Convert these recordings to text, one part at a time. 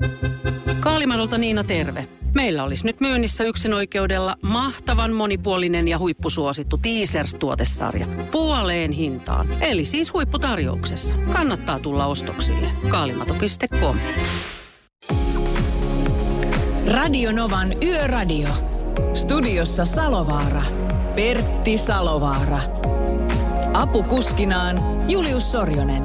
Kaalimadolta Niina, terve. Meillä olisi nyt myynnissä yksinoikeudella mahtavan monipuolinen ja huippusuosittu Teasers-tuotesarja. Puoleen hintaan. Eli siis huipputarjouksessa. Kannattaa tulla ostoksille. Kaalimato.com. Radio Novan Yöradio. Studiossa Salovaara. Pertti Salovaara. Apukuskinaan Julius Sorjonen.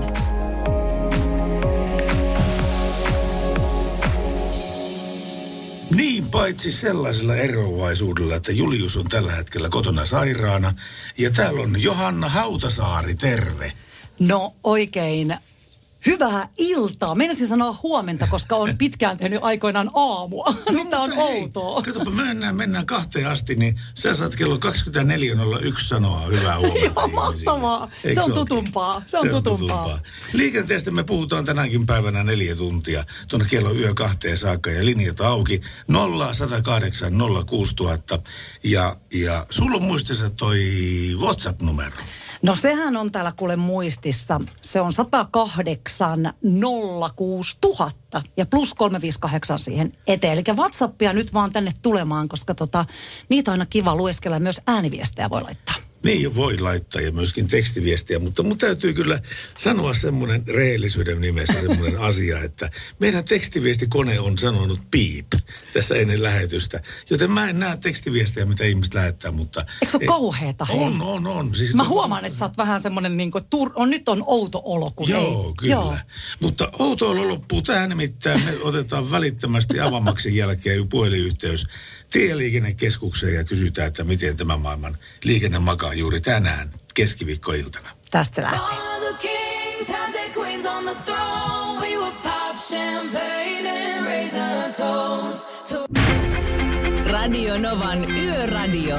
Niin, paitsi sellaisella eroavaisuudella, että Julius on tällä hetkellä kotona sairaana. Ja täällä on Johanna Hautasaari, terve. No oikein hyvää iltaa. Meinasin sanoa huomenta, koska on pitkään tehnyt aikoinaan aamua. Nyt on outoa. Katsopa, mennään 2 asti, niin sä saat kello 24.01 sanoa hyvää huomenta. Joo, mahtavaa. Se on tutumpaa. Se on tutumpaa. Liikenteestä me puhutaan tänäkin päivänä 4 tuntia. Tuonne kello yö 2 saakka ja linjat auki 0108 06000. Ja sulla on muistissa toi WhatsApp-numero. No sehän on täällä kuule muistissa. Se on 108 06000 ja plus 358 siihen eteen. Eli WhatsAppia nyt vaan tänne tulemaan, koska niitä on aina kiva lueskella. Myös ääniviestejä voi laittaa. Niin voi laittaa ja myöskin tekstiviestiä, mutta mun täytyy kyllä sanoa semmoinen rehellisyyden nimessä semmoinen asia, että meidän tekstiviestikone on sanonut piip tässä ennen lähetystä. Joten mä en näe tekstiviestejä, mitä ihmiset lähettää, mutta... Eikö se ole kauheeta? Hei. On. Siis mä huomaan, että sä oot vähän semmoinen niin kuin, nyt on outo olo, kun Joo, kyllä. Joo. Mutta outo olo loppuu tähän, nimittäin me otetaan välittömästi avamaksin jälkeen puhelinyhteys Tieliikennekeskukseen ja kysytään, että miten tämä maailman liikenne makaa juuri tänään keskiviikkoiltana. Tästä lähtee. Radio Novan Yöradio.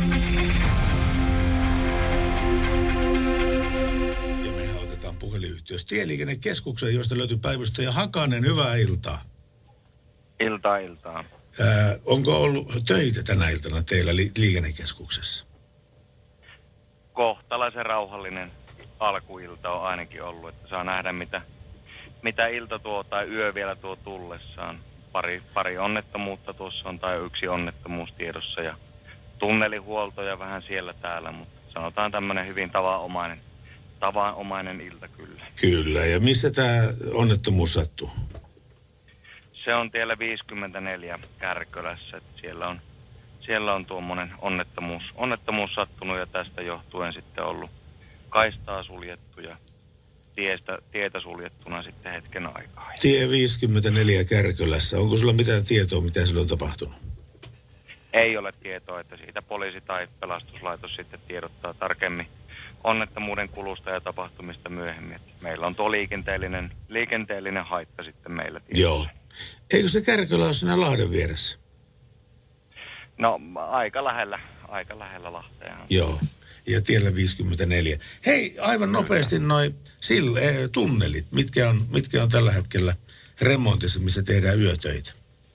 Ja mehän otetaan puhelinyhteys Tieliikennekeskukseen, josta löytyy päivystäjä Hakanen. Hyvää iltaa. Iltaa. Onko ollut töitä tänä iltana teillä liikennekeskuksessa? Kohtalaisen rauhallinen alkuilta on ainakin ollut, että saa nähdä mitä ilta tuo tai yö vielä tuo tullessaan. Pari onnettomuutta tuossa on tai 1 onnettomuus tiedossa ja tunnelihuoltoja vähän siellä täällä, mutta sanotaan tämmöinen hyvin tavanomainen ilta kyllä. Kyllä, ja missä tämä onnettomuus sattuu? Se on tiellä 54 Kärkölässä, että siellä on tuommoinen onnettomuus sattunut ja tästä johtuen sitten ollut kaistaa suljettu ja tietä suljettuna sitten hetken aikaa. Tie 54 Kärkölässä, onko sulla mitään tietoa, mitä sillä on tapahtunut? Ei ole tietoa, että siitä poliisi tai pelastuslaitos sitten tiedottaa tarkemmin onnettomuuden kulusta ja tapahtumista myöhemmin. Meillä on tuo liikenteellinen haitta sitten meillä tiedossa. Joo. Eikö se Kärkölä ole siinä Lahden vieressä? No, aika lähellä Lahtea. Joo, ja tiellä 54. Hei, aivan nopeasti noi tunnelit, mitkä on tällä hetkellä remontissa, missä tehdään yötöitä?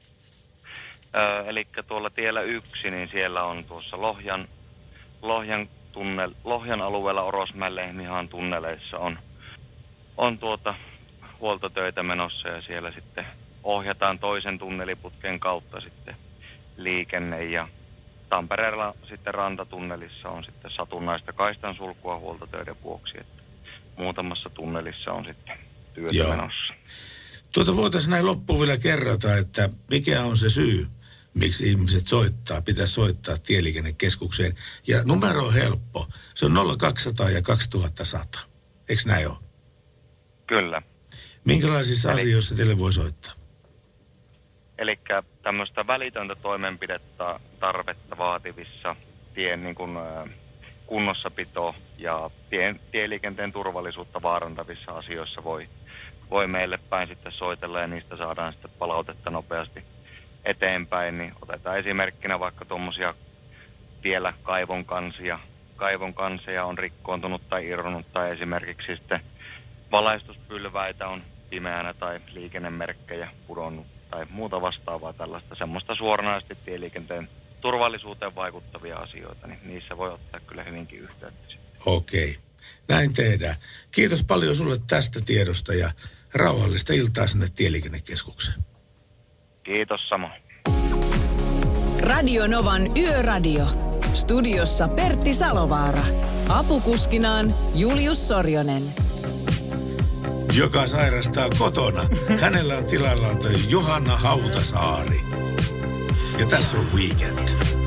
Eli tuolla tiellä 1, niin siellä on tuossa Lohjan alueella Orosmäen Lehmihaan tunneleissa on huoltotöitä menossa ja siellä sitten ohjataan toisen tunneliputken kautta sitten liikenne ja Tampereella sitten rantatunnelissa on sitten satunnaista kaistan sulkua huoltotöiden vuoksi, että muutamassa tunnelissa on sitten työtä menossa. Voitaisiin näin loppuun vielä kerrata, että mikä on se syy, miksi ihmiset pitäisi soittaa Tieliikennekeskukseen. Ja numero on helppo. Se on 0200 ja 2100. Eikö näin ole? Kyllä. Minkälaisissa asioissa teille voi soittaa? Eli tämmöistä välitöntä toimenpidettä tarvetta vaativissa tien kunnossapito ja tieliikenteen turvallisuutta vaarantavissa asioissa voi meille päin sitten soitella ja niistä saadaan sitten palautetta nopeasti eteenpäin. Niin otetaan esimerkkinä vaikka tuommoisia tiellä kaivon kansia on rikkoontunut tai irronnut tai esimerkiksi sitten valaistuspylväitä on pimeänä tai liikennemerkkejä pudonnut tai muuta vastaavaa tällaista semmoista suoranaisesti tieliikenteen turvallisuuteen vaikuttavia asioita, niin niissä voi ottaa kyllä hyvinkin yhteyttä. Okei, näin tehdään. Kiitos paljon sulle tästä tiedosta ja rauhallista iltaa sinne Tieliikennekeskukseen. Kiitos samoin. Radio Novan Yöradio. Studiossa Pertti Salovaara. Apukuskinaan Julius Sorjonen. Joka sairastaa kotona. Hänellä on tilallaan toi Johanna Hautasaari. Ja tässä on Weekend.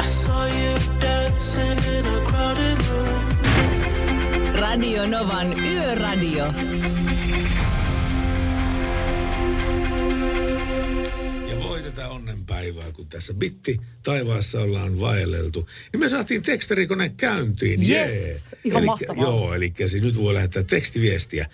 Radio Novan Yöradio. Ja voitetaan onnenpäivää, kun tässä bitti taivaassa ollaan vaelleltu. Niin me saatiin tekstarikone käyntiin. Yes, ihan mahtavaa. Joo, eli nyt voi lähettää tekstiviestiä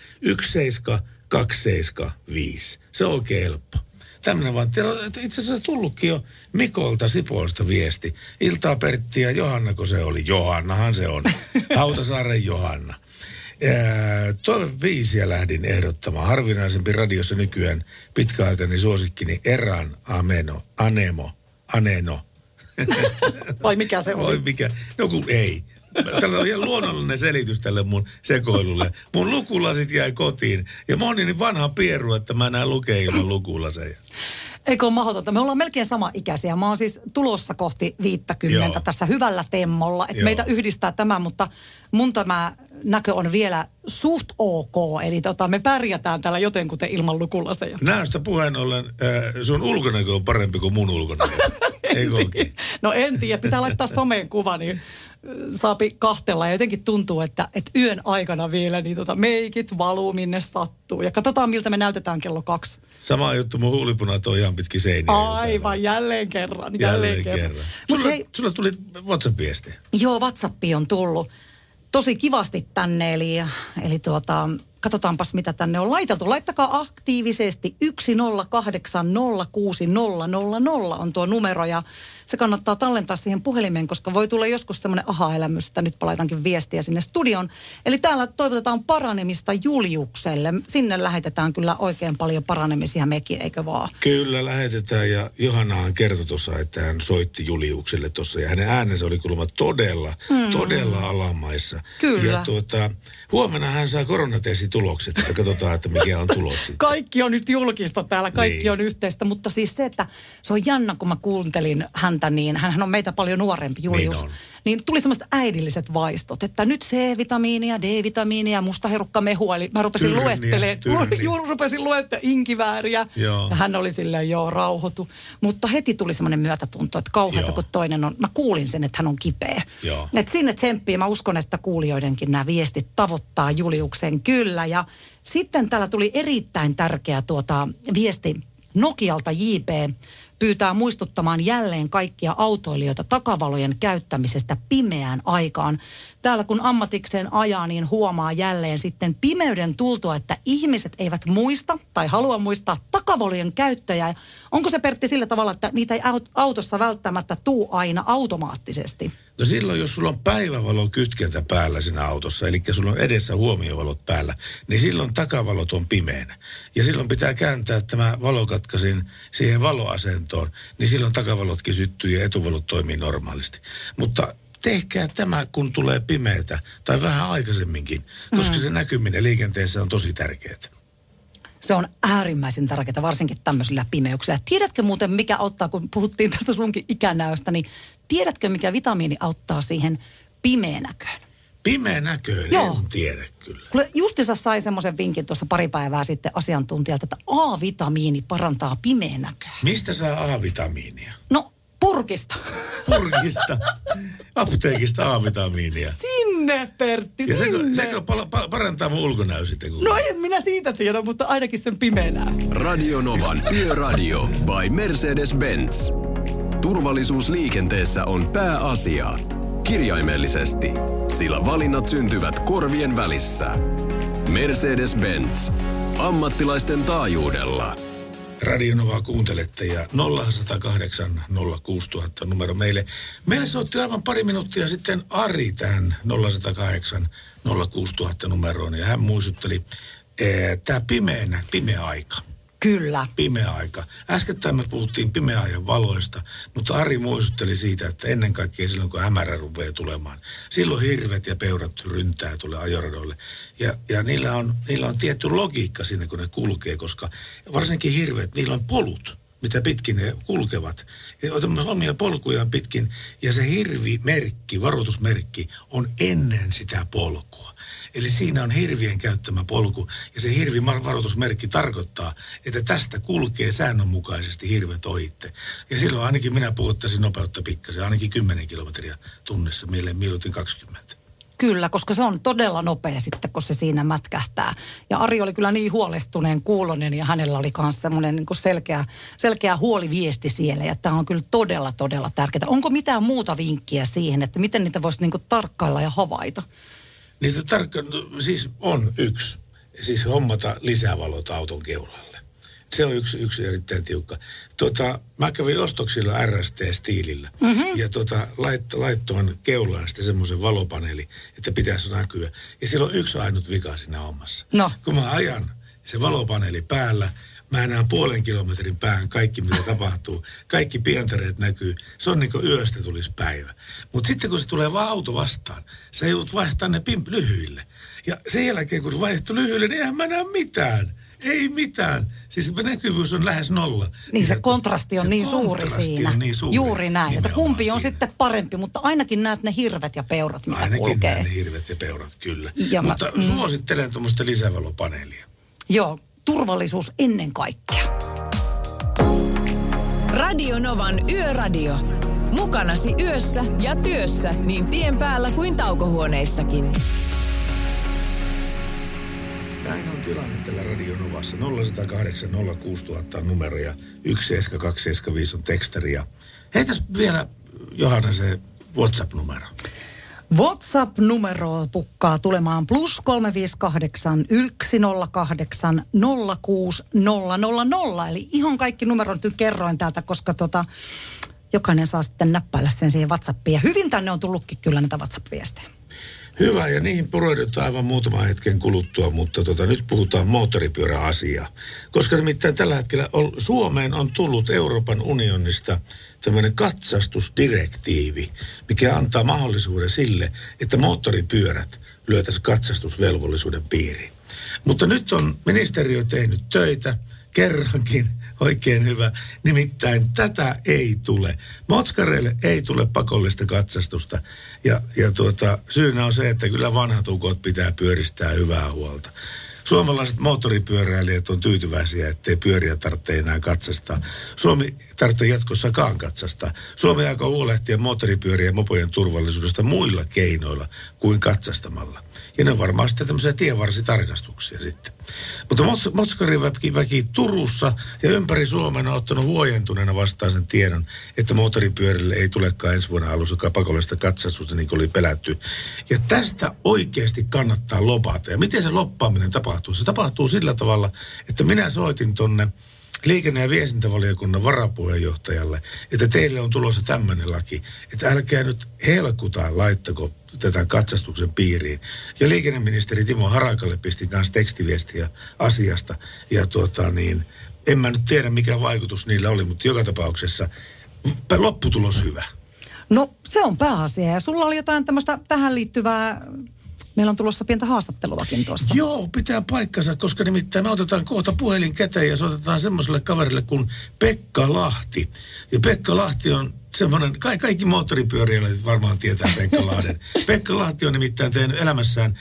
17275. Se on oikein helppo. Tämmöinen vaan. Itse asiassa tullutkin jo Mikolta Sipoolsta viesti. Iltaa Pertti ja Johanna, kun se oli. Johannahan se on. Hautasaaren Johanna. Toivebiisiä lähdin ehdottamaan. Harvinaisempi radiossa nykyään pitkäaikainen suosikkini Eran Aneno. Vai mikä se oli? Vai mikä? No kun ei. Tällä on ihan luonnollinen selitys tälle mun sekoilulle. Mun lukulasit jäi kotiin. Ja mä oon niin vanha pieru, että mä näen lukea ilman lukulaseja. Eikö ole mahdotonta? Me ollaan melkein sama ikäisiä. Mä oon siis tulossa kohti 50 Joo. tässä hyvällä temmolla. Että Joo. meitä yhdistää tämä, mutta mun tämä näkö on vielä suht ok. Eli me pärjätään täällä jotenkuten ilman lukulaseja. Näöstä puheen ollen, sun ulkonäkö on parempi kuin mun ulkonäkö. Eikö oikein? No en tiedä, pitää laittaa someen kuva, niin saapi kahtella. Ja jotenkin tuntuu, että yön aikana vielä niin meikit valuu minne sattuu. Ja katsotaan, miltä me näytetään kello 2. Sama juttu, mun huulipunat on ihan pitkin seiniä. Aivan, jälleen kerran. Sulla tuli WhatsApp-viestejä. Joo, WhatsAppi on tullut tosi kivasti tänne, eli katsotaanpas mitä tänne on laiteltu. Laittakaa aktiivisesti 1080600 on tuo numero ja se kannattaa tallentaa siihen puhelimeen, koska voi tulla joskus semmoinen aha-elämys, että nyt laitankin viestiä sinne studioon. Eli täällä toivotetaan paranemista Juliukselle. Sinne lähetetään kyllä oikein paljon paranemisia mekin, eikö vaan? Kyllä lähetetään ja Johannahan kertoi tuossa, että hän soitti Juliukselle tuossa ja hänen äänensä oli kuulemma todella alamaissa. Kyllä. Ja huomenna hän saa koronatestitulokset ja katsotaan, että mikä on tulos sitten. Kaikki on nyt julkista täällä, kaikki Niin. on yhteistä, mutta siis se, että se on jännä, kun mä kuuntelin häntä, niin hän on meitä paljon nuorempi, Julius. Niin on. Niin tuli semmoiset äidilliset vaistot, että nyt C-vitamiinia, D-vitamiinia, mustaherukkamehua, eli mä rupesin luettelemaan inkivääriä. Joo. Ja hän oli silleen, rauhoitu. Mutta heti tuli semmoinen myötätunto, että kauheata, Joo. kun toinen on, mä kuulin sen, että hän on kipeä. Joo. Et sinne tsemppiin, mä uskon, että kuulijoidenkin nämä viestit tavoittaa Juliuksen kyllä. Ja sitten täällä tuli erittäin tärkeä viesti Nokialta JP. Pyytää muistuttamaan jälleen kaikkia autoilijoita takavalojen käyttämisestä pimeään aikaan. Täällä kun ammatikseen ajaa, niin huomaa jälleen sitten pimeyden tultua, että ihmiset eivät muista tai halua muistaa takavalojen käyttäjää. Onko se, Pertti, sillä tavalla, että niitä ei autossa välttämättä tuu aina automaattisesti? No silloin, jos sulla on päivävalon kytkentä päällä siinä autossa, eli sulla on edessä huomiovalot päällä, niin silloin takavalot on pimeänä. Ja silloin pitää kääntää tämä valokatkaisin siihen valoasentoon, niin silloin takavalotkin syttyy ja etuvalot toimii normaalisti. Mutta tehkää tämä, kun tulee pimeätä, tai vähän aikaisemminkin, koska se näkyminen liikenteessä on tosi tärkeää. Se on äärimmäisen tärkeää, varsinkin tämmöisillä pimeyksillä. Tiedätkö muuten, mikä auttaa, kun puhuttiin tästä sunkin ikänäöstä, niin tiedätkö, mikä vitamiini auttaa siihen pimeän näköön? Pimeä näköön, Joo. en tiedä kyllä. Kuule, justiinsa sai semmoisen vinkin tuossa pari päivää sitten asiantuntijalta, että A-vitamiini parantaa pimeän näköä. Mistä saa A-vitamiinia? No, purkista. Purkista. Apteekista A-vitamiinia. Sinne, Pertti, Ja sinne. sekö parantaa mun ulkonäö sitten? Kun... No en minä siitä tiedä, mutta ainakin sen pimeänä. Radio Novan Yöradio by Mercedes-Benz. Turvallisuus liikenteessä on pääasia. Kirjaimellisesti, sillä valinnat syntyvät korvien välissä. Mercedes-Benz. Ammattilaisten taajuudella. Radio Novaa kuuntelette ja 0108 06000 numero meille. Meille soitti aivan pari minuuttia sitten Ari tähän 0108 06000 numeroon ja hän muistutteli tämä pimeä aika. Kyllä. Pimeä aika. Äskettäin me puhuttiin pimeän ajan valoista, mutta Ari muistutteli siitä, että ennen kaikkea silloin kun hämärä rupeaa tulemaan, silloin hirvet ja peurat ryntää tulee ajoradoille. Ja niillä on tietty logiikka siinä, kun ne kulkee, koska varsinkin hirvet, niillä on polut. mitä pitkin ne kulkevat. Ja omia polkujaan pitkin. Ja se hirvimerkki, varoitusmerkki, on ennen sitä polkua. Eli siinä on hirvien käyttämä polku. Ja se hirvivaroitusmerkki tarkoittaa, että tästä kulkee säännönmukaisesti hirvet ohitte. Ja silloin ainakin minä puhuttaisin nopeutta pikkasen, ainakin 10 kilometriä tunnissa, minuutin 20. Kyllä, koska se on todella nopea sitten, kun se siinä mätkähtää. Ja Ari oli kyllä niin huolestuneen kuulonen ja hänellä oli myös semmoinen niin kuin selkeä huoliviesti siellä. Ja tämä on kyllä todella, todella tärkeää. Onko mitään muuta vinkkiä siihen, että miten niitä voisi niin kuin tarkkailla ja havaita? Niitä siis on yksi. Siis hommata lisävalot auton keulalle. Se on yksi erittäin tiukka. Mä kävin ostoksilla RST-stiilillä ja laittoin keulaan sitten semmoisen valopaneeli, että pitäisi näkyä. Ja sillä on yksi ainut vika siinä hommassa. No. Kun mä ajan se valopaneeli päällä, mä näen 0,5 kilometrin päähän kaikki, mitä tapahtuu. Kaikki pientareet näkyy. Se on niin kuin yöstä tulisi päivä. Mutta sitten kun se tulee vaan auto vastaan, sä joudut vaihtaa ne lyhyille. Ja sen jälkeen, kun vaihtuu lyhyille, niin eihän mä näe mitään. Ei mitään. Siis näkyvyys on lähes 0. Niin se kontrasti on niin suuri siinä. Niin suuri. Juuri näin. Että kumpi on sitten parempi, mutta ainakin näet ne hirvet ja peurat, mitä ainakin kulkee. Ainakin ne hirvet ja peurat, kyllä. Mutta suosittelen tuommoista lisävalopaneelia. Joo, turvallisuus ennen kaikkea. Radio Novan Yöradio. Mukanasi yössä ja työssä niin tien päällä kuin taukohuoneissakin. Näin on tilanne tällä Radio Novassa. 0108 06000 on numero ja 17275 on tekstari. Ja heitäs vielä, Johanna, se WhatsApp-numero. WhatsApp-numero pukkaa tulemaan +358 108 06000. Eli ihan kaikki numerot nyt kerroin täältä, koska jokainen saa sitten näppäillä sen siihen WhatsAppiin. Ja hyvin tänne on tullutkin kyllä näitä WhatsApp-viestejä. Hyvä, ja niihin pureudutaan aivan muutaman hetken kuluttua, mutta nyt puhutaan moottoripyöräasiaa. Koska nimittäin tällä hetkellä Suomeen on tullut Euroopan unionista tämmöinen katsastusdirektiivi, mikä antaa mahdollisuuden sille, että moottoripyörät lyötäisiin katsastusvelvollisuuden piiriin. Mutta nyt on ministeriö tehnyt töitä, kerrankin oikein hyvä. Nimittäin tätä ei tule. Motskareille ei tule pakollista katsastusta. Ja syynä on se, että kyllä vanhat ukot pitää pyöristää hyvää huolta. Suomalaiset moottoripyöräilijät on tyytyväisiä, ettei pyöriä tarvitse enää katsastaa. Suomi tarvitsee jatkossakaan katsastaa. Suomi aikoo huolehtia moottoripyörien ja mopojen turvallisuudesta muilla keinoilla kuin katsastamalla. Ja ne on varmaan sitten tämmöisiä tienvarsitarkastuksia sitten. Mutta Motskariväki Turussa ja ympäri Suomen on ottanut huojentuneena vastaan sen tiedon, että moottoripyörille ei tulekaan ensi vuonna alussa pakollista katsastusta, niin kuin oli pelätty. Ja tästä oikeasti kannattaa lobata. Ja miten se loppaaminen tapahtuu? Se tapahtuu sillä tavalla, että minä soitin tonne liikenne- ja viestintävaliokunnan varapuheenjohtajalle, että teille on tulossa tämmöinen laki, että älkää nyt helkutaan laittako tätä katsastuksen piiriin. Ja liikenneministeri Timo Harakalle pistin kanssa tekstiviestiä asiasta. Ja en mä nyt tiedä mikä vaikutus niillä oli, mutta joka tapauksessa lopputulos hyvä. No se on pääasia ja sulla oli jotain tämmöistä tähän liittyvää. Meillä on tulossa pientä haastatteluakin tuossa. Joo, pitää paikkansa, koska nimittäin me otetaan kohta puhelin käteen ja soitetaan semmoiselle kaverille kuin Pekka Lahti. Ja Pekka Lahti on semmoinen, kaikki moottoripyöräilijät varmaan tietää Pekka Lahden. Pekka Lahti on nimittäin tehnyt elämässään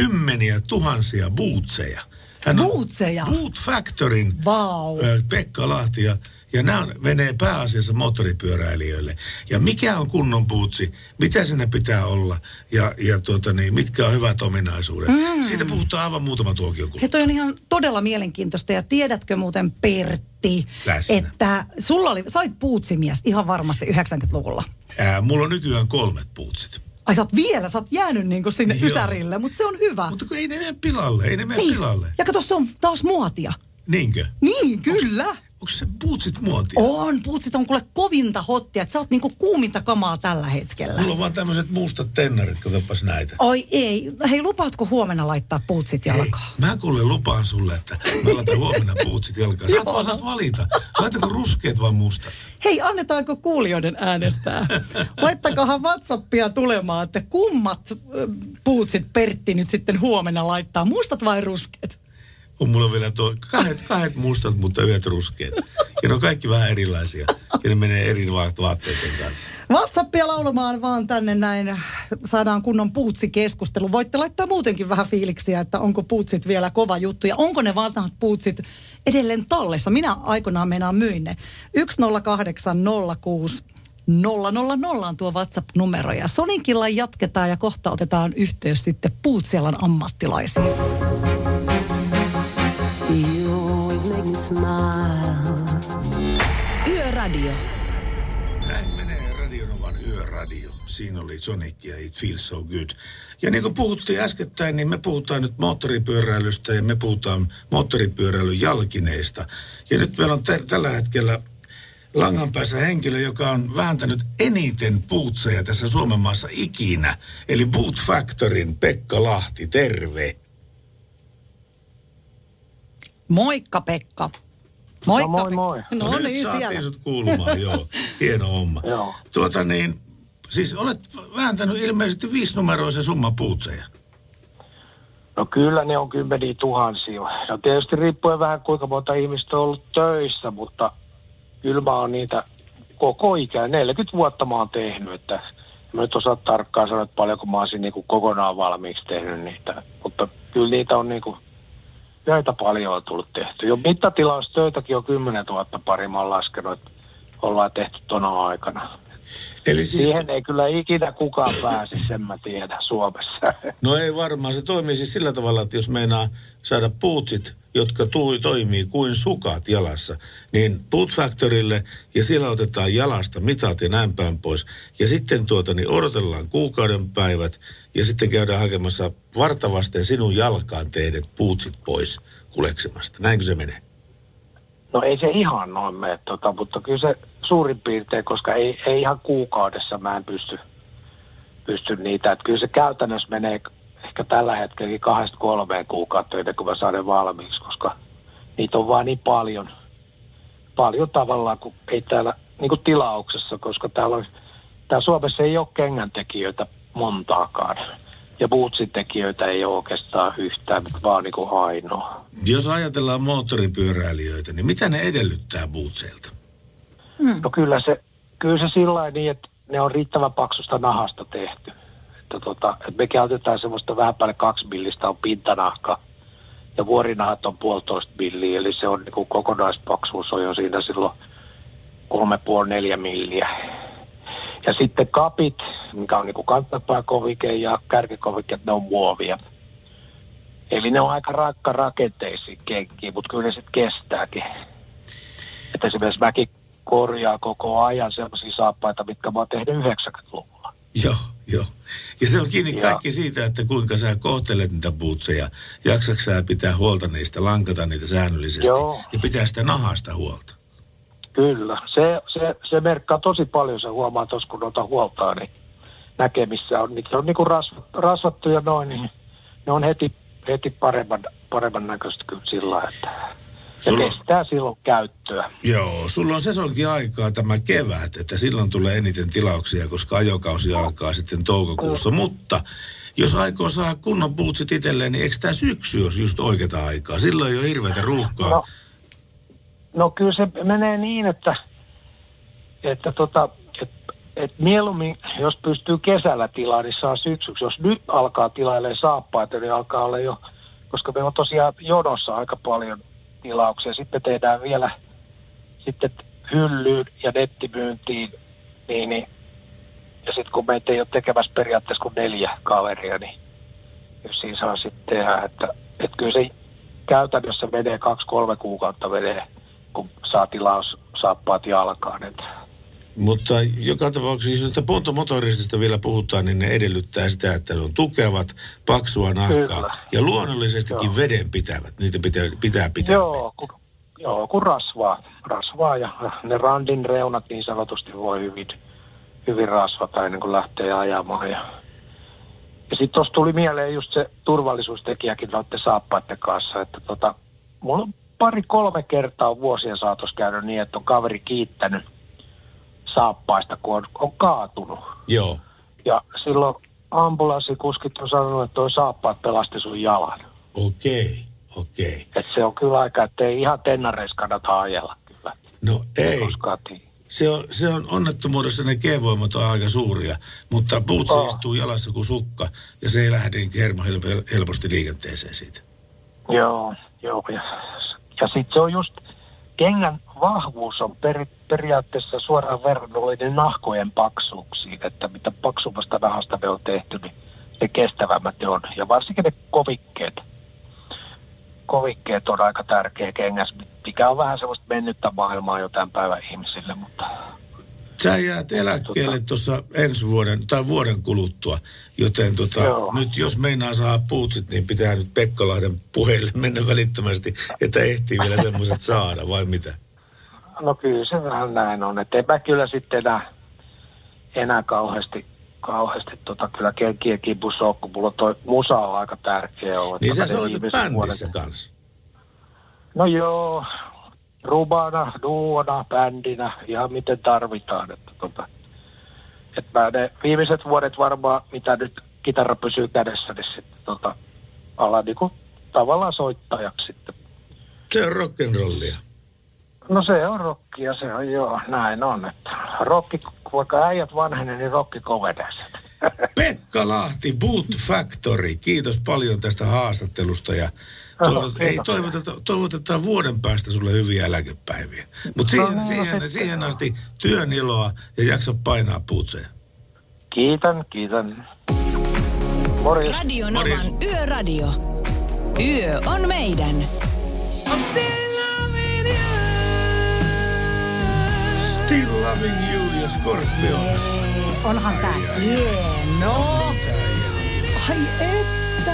10,000 bootseja. Hän on Bootseja? Boot Factoryn Pekka Lahti ja nämä menee pääasiassa moottoripyöräilijöille. Ja mikä on kunnon bootsi, mitä sinne pitää olla ja mitkä on hyvät ominaisuudet. Siitä puhutaan aivan muutama tuokion kuluttua. Toi on ihan todella mielenkiintoista ja tiedätkö muuten Pertti, että sä olit bootsimies ihan varmasti 90-luvulla. Mulla on nykyään 3 bootsit. Ai sä oot jäänyt niin kuin sinne ysärille, mutta se on hyvä. Mutta kun ei ne mene pilalle, pilalle. Ja kato, se on taas muotia. Niinkö? Niin, kyllä. Onko se bootsit muotia? On, bootsit on kuule kovinta hottia, että sä oot niinku kuuminta kamaa tällä hetkellä. Mulla on vaan tämmöiset mustat tennarit, katsopas näitä. Oi ei, hei lupaatko huomenna laittaa bootsit jalkaan? Mä kuule lupaan sulle, että mä laitan huomenna bootsit jalkaan. Saat valita, laitako ruskeat vai mustat? Hei, annetaanko kuulijoiden äänestää? Laittakohan WhatsAppia tulemaan, että kummat bootsit Pertti nyt sitten huomenna laittaa, mustat vai ruskeat? on mulla vielä kahdet mustat, mutta yhdet ruskeat. Ja ne on kaikki vähän erilaisia. Ja ne menee eri vaatteiden kanssa. WhatsAppia laulamaan vaan tänne näin. Saadaan kunnon puutsikeskustelu. Voitte laittaa muutenkin vähän fiiliksiä, että onko puutsit vielä kova juttu. Ja onko ne vanhat puutsit edelleen tallessa? Minä aikoinaan myin ne. 10806 000 on tuo WhatsApp-numero. Ja Sonicilla jatketaan ja kohta otetaan yhteys sitten puutsialan ammattilaisiin. Yöradio. Näin menee Radionovan Yöradio. Siinä oli Sonic ja It Feels So Good. Ja niin kuin puhuttiin äskettäin, niin me puhutaan nyt moottoripyöräilystä ja me puhutaan moottoripyöräilyn jalkineista. Ja nyt meillä on tällä hetkellä langan päässä henkilö, joka on vääntänyt eniten puutseja tässä Suomen maassa ikinä. Eli Boot Factoryn Pekka Lahti, terve. Moikka Pekka. Moikka, no moi. No niin, siellä. Saatiin sut kuulumaan, joo. Hieno homma. Joo. Siis olet vääntänyt ilmeisesti 5-numeroisen summan puutseja. No kyllä ne on kymmeniä tuhansia. No tietysti riippuen vähän kuinka monta ihmistä on ollut töissä, mutta kyllä mä oon niitä koko ikään, 40 vuotta mä oon tehnyt, että mä nyt osaa tarkkaan sanoa, että paljonko mä olisin niin kuin kokonaan valmiiksi tehnyt niitä. Mutta kyllä niitä on niin kuin, joita paljon on tullut tehty. Jo mittatilaustöitäkin on 10 000 pari, mä oon laskenut, että ollaan tehty tona aikana. Eli siis siihen ei kyllä ikinä kukaan pääse, sen mä tiedän Suomessa. No ei varmaan. Se toimii siis sillä tavalla, että jos meinaa saada puutsit, jotka toimii kuin sukat jalassa, niin Boot Factorylle ja siellä otetaan jalasta mitat ja näin päin pois. Ja sitten odotellaan kuukauden päivät ja sitten käydään hakemassa vartavasten sinun jalkaan tehdet puutsit pois kuleksemasta. Näinkö se menee? No ei se ihan noin mene, mutta kyllä se suurin piirtein, koska ei ihan kuukaudessa mä en pysty niitä. Että kyllä se käytännössä menee ehkä tällä hetkellä 2-3 kuukautta ennen kuin mä saan ne valmiiksi, koska niitä on vaan niin paljon tavallaan, kun ei täällä niin kuin tilauksessa, koska täällä Suomessa ei ole kengäntekijöitä montaakaan. Ja bootsin-tekijöitä ei ole oikeastaan yhtään, vaan niin kuin ainoa. Jos ajatellaan moottoripyöräilijöitä, niin mitä ne edellyttää bootseilta? No kyllä se sillä niin, että ne on riittävän paksusta nahasta tehty. Että me käytetään semmoista vähän päälle 2 millistä on pintanahka ja vuorinahat on 1,5 milliä, eli se on niin kuin kokonaispaksuus on jo siinä silloin 3,5-4 milliä. Ja sitten kapit, mikä on niin kuin kantapääkovike ja kärkikovike, ne on muovia. Eli ne on aika rakenteisia kenkiä, mutta kyllä ne sitten kestääkin. Että esimerkiksi mäkin korjaa koko ajan sellaisia saappaita, mitkä mä oon tehnyt 90-luvulla. Joo. Ja se on kiinni kaikki siitä, että kuinka sä kohtelet niitä bootseja. Jaksatko sä pitää huolta niistä, lankata niitä säännöllisesti ja pitää sitä nahasta huolta? Kyllä. Se merkkaa tosi paljon, se huomaa tuossa, kun noita huoltaa, niin näkemissä on. Niitä on niin kuin rasvattu ja noin, niin ne on heti paremman näköistä kyllä sillä, että se kestää silloin käyttöä. Joo, sulla on sesonkin aikaa tämä kevät, että silloin tulee eniten tilauksia, koska ajokausi alkaa sitten toukokuussa. Mutta jos aikoo saa kunnon bootsit itselleen, niin eikö tämä syksy olisi just oikeata aikaa? Silloin ei ole hirveätä ruuhkaa. No kyllä se menee niin, että mieluummin, jos pystyy kesällä tilaa, niin saa syksyksi. Jos nyt alkaa tilailemaan saappaita, niin alkaa olla jo, koska meillä on tosiaan jonossa aika paljon tilauksia. Sitten tehdään vielä sitten hyllyyn ja nettimyyntiin, niin ja sitten kun meitä ei ole tekemässä periaatteessa kuin 4 kaveria, niin jos siinä saa sitten tehdä, että kyllä se käytännössä menee 2-3 kuukautta menee, kun saa tilaussaappaat jalkaan. Mutta joka tapauksessa, jos pontomotoristista vielä puhutaan, niin ne edellyttää sitä, että ne on tukevat, paksua nahkaa ja luonnollisestikin veden pitävät. Niitä pitää pitää. Joo, kun rasvaa ja ne randin reunat niin sanotusti voi hyvin rasvata ennen kuin lähtee ajamaan. Ja sitten tuossa tuli mieleen just se turvallisuustekijäkin noiden saappaiden kanssa, että mulla on 2-3 kertaa on vuosien saatossa käynyt niin, että on kaveri kiittänyt saappaista, kun on kaatunut. Joo. Ja silloin ambulanssikuskit on sanonut, että toi saappaat pelasti sun jalan. Okei. Okei. Et se on kyllä aika, ettei ihan tennareissa kannata ajella kyllä. No ei. Koska Se on onnettomuudessa, ne G-voimat on aika suuria, mutta bootsi istuu jalassa kuin sukka ja se ei lähde helposti liikenteeseen siitä. Joo. Ja sitten se on just, kengän vahvuus on periaatteessa suoraan verrannollinen nahkojen paksuuksiin, että mitä paksummasta nahasta ne on tehty, niin ne kestävämmät ne on. Ja varsinkin ne kovikkeet on aika tärkeä kengäs, mikä on vähän semmoista mennyttä maailmaa jo tämän päivän ihmisille, mutta... Sä jäät eläkkeelle tuossa ensi vuoden tai vuoden kuluttua, joten nyt jos meinaa saa puutsit, niin pitää nyt Pekkalahden puheille mennä välittömästi, että ehtii vielä semmoiset saada, vai mitä? No kyllä se vähän näin on, että en mä kyllä sitten enää kauheasti kyllä kenkien kipussa ole, kun mulla toi musa on aika tärkeä ollut. Niin sä soitat bändissä kanssa? No joo, rubana, duona, bändinä, ihan miten tarvitaan. Että mä ne viimeiset vuodet varmaan, mitä nyt kitara pysyy kädessä, niin sitten alan niinku tavallaan soittajaksi sitten. Se on rock'n'rollia. No se on rockia, se on joo, näin on. Että rocki, vaikka äijät vanhenee, niin rocki kovenee sen. Pekka Lahti, Boot Factory, kiitos paljon tästä haastattelusta ja toivotetaan vuoden päästä sulle hyviä eläkepäiviä. Mutta siihen asti työn iloa ja jaksa painaa puutseen. Kiitän. Morjens. Radio Novan Yöradio. Yö on meidän. Still Loving You ja Scorpions. Onhan tää hieno. Ai että.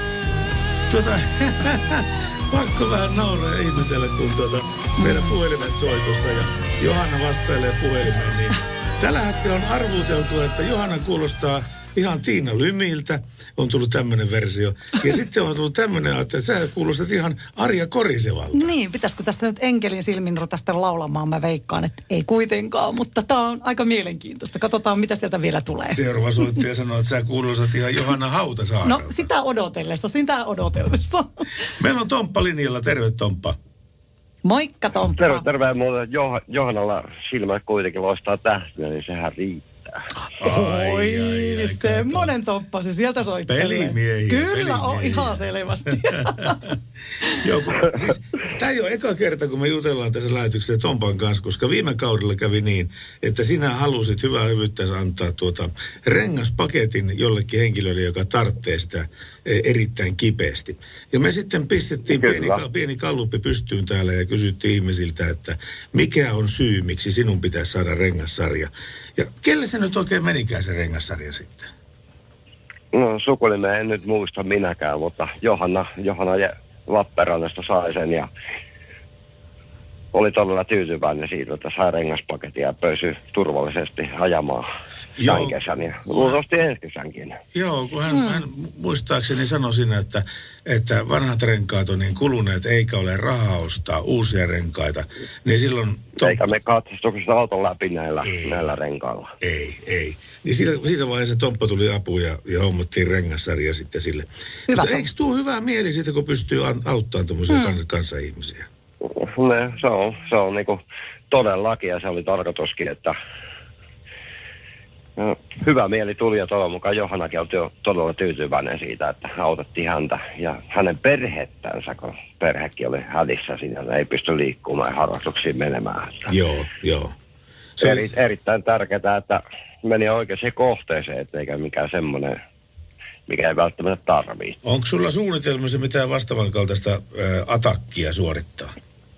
Pakko vähän nauraa ja ihmetellä, kun meidän puhelimen soitossa ja Johanna vastailee puhelimeen, niin tällä hetkellä on arvuuteltu, että Johanna kuulostaa ihan Tiina Lymiltä, on tullut tämmöinen versio. Ja sitten on tullut tämmöinen, että sä kuulostat ihan Arja Korisevalta. Niin, pitäisikö tässä nyt enkelin silmin ruveta sitten laulamaan? Mä veikkaan, että ei kuitenkaan, mutta tää on aika mielenkiintoista. Katsotaan, mitä sieltä vielä tulee. Seuraava soittaja sanoo, että sä kuulostat ihan Johanna Hautasaarelta. No, sitä odotellessa. Meillä on Tomppa linjalla. Terve, Tomppa. Moikka, Tomppa. Terve. Muuten Johannalla silmät kuitenkin loistaa tähtiä, niin sehän riittää. Oi, semmonen Tomppa se sieltä soittelee. Pelimiehiä. Kyllä on ihan selvästi. Joo, siis tämä ei ole eka kerta, kun me jutellaan tässä lähetyksessä Tompan kanssa, koska viime kaudella kävi niin, että sinä halusit hyvää hyvyyttänsä antaa rengaspaketin jollekin henkilölle, joka tarvitsee sitä erittäin kipeästi. Ja me sitten pistettiin pieni kalluppi pystyyn täällä ja kysyttiin ihmisiltä, että mikä on syy, miksi sinun pitäisi saada rengassarja. Ja kelle se nyt oikein menikään se rengassarja sitten? No sukulimeä en nyt muista minäkään, mutta Johanna Lappeenrannasta sai sen ja oli todella tyytyväinen siitä, että sai rengaspaketin ja pöysy turvallisesti ajamaan tämän kesän ja luultavasti ensi kesänkin. Joo, kun hän muistaakseni sanoi siinä, että vanhat renkaat on niin kuluneet eikä ole rahaa ostaa uusia renkaita, niin silloin... Eikä me katsostuksesta auton läpi näillä renkailla. Ei. Niin siinä vaiheessa Tomppa tuli apuun ja hommattiin rengassarja sitten sille. Hyvä. Mutta eikö tule hyvää mieli siitä, kun pystyy auttamaan tuommoisia kanssaihmisiä? Se on niinku todellakin ja se oli tarkoituskin, että hyvä mieli tuli ja toivon mukaan Johannakin oli todella tyytyväinen siitä, että autettiin häntä ja hänen perhettänsä, kun perhekin oli hädissä siinä, ei pysty liikkumaan ja harrastuksiin menemään. Joo. Se oli erittäin tärkeää, että meni oikeaan kohteeseen, eikä mikään semmoinen, mikä ei välttämättä tarvitse. Onko sulla suunnitelmassa mitään vastaavan kaltaista atakkia suorittaa?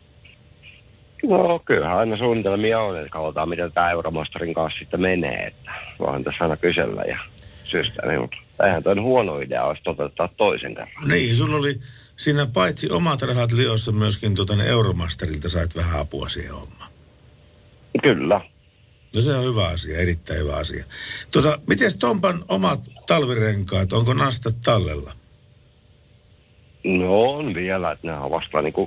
No kyllähän aina suunnitelmia on, että katsotaan miten tämä Euromasterin kanssa sitten menee, että voihan tässä aina kysellä ja systeemi, mutta eihän toi huono idea olisi toteuttaa toisen kerran. Niin, sulla oli siinä paitsi omat rahat liossa myöskin Euromasterilta sait vähän apua siihen hommaan. Kyllä. No se on hyvä asia, erittäin hyvä asia. Mites Tompan omat talvirenkaat, onko nastat tallella? No on vielä, että nämä on vasta niinku...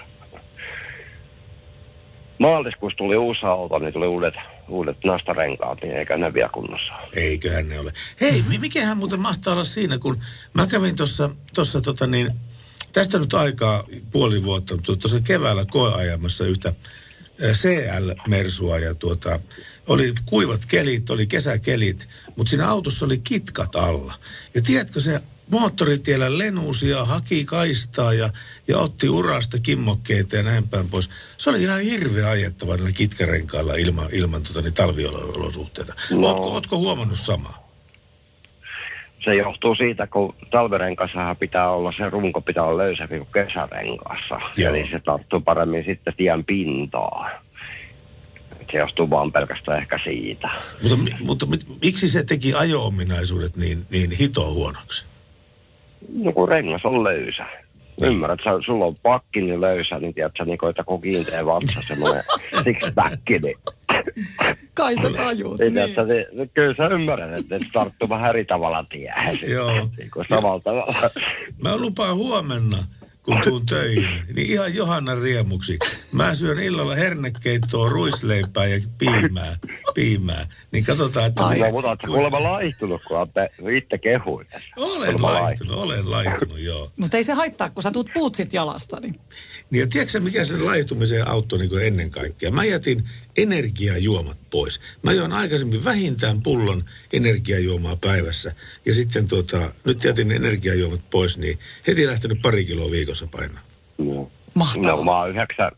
Maaliskuussa tuli uusi auto, niin tuli uudet nastarenkaat, niin eikä ne vielä kunnossa. Eiköhän ne ole. Hei, mikähän muuten mahtaa olla siinä, kun mä kävin tuossa Tästä nyt aikaa puoli vuotta, mutta tuossa keväällä koeajamassa yhtä CL-mersua ja oli kuivat kelit, oli kesäkelit, mutta siinä autossa oli kitkat alla. Ja tiedätkö, se moottoritiellä lenusi ja haki kaistaa ja otti urasta kimmokkeita ja näin päin pois. Se oli ihan hirveä ajettava näillä kitkärenkailla ilman talviolosuhteita. No. Ootko huomannut samaa? Se johtuu siitä, kun talvirenkassahan pitää olla, se runko pitää olla löysämpi kuin kesärenkaassa. Joo. Eli se tarttuu paremmin sitten tien pintaan. Se johtuu vaan pelkästään ehkä siitä. Mutta miksi se teki ajo-ominaisuudet niin hito huonoksi? No kun rengas on löysä. Ymmärrät, sulla on pakki niin löysä, niin tiedätkö, niin kuin joku kiinteä vatsa, semmoinen six-pack, niin... Kai sä tajut, niin. niin. Kyllä sä ymmärrät, että se tarttuu vähän eri tavalla tiehen. Joo. Niin kuin samalla tavalla. Mä lupaan huomenna, kun tuun töihin, niin ihan Johannan riemuksi. Mä syön illalla hernekeittoa, ruisleipää ja piimää. Niin katsotaan, että... No, mutta ootko kuulemma laihtunut, kun olette itse kehuin tässä? Olen laihtunut, joo. Mutta ei se haittaa, kun sä tuut puutsit jalasta, niin... Niin ja tiedätkö sä, mikä sen laihtumiseen auttoi niin kuin ennen kaikkea? Mä jätin energiajuomat pois. Mä join aikaisemmin vähintään pullon energiajuomaa päivässä. Ja sitten nyt jätin energiajuomat pois, niin heti lähtenyt 2 kiloa viikossa painaa. No. Mahtavaa. No mä oon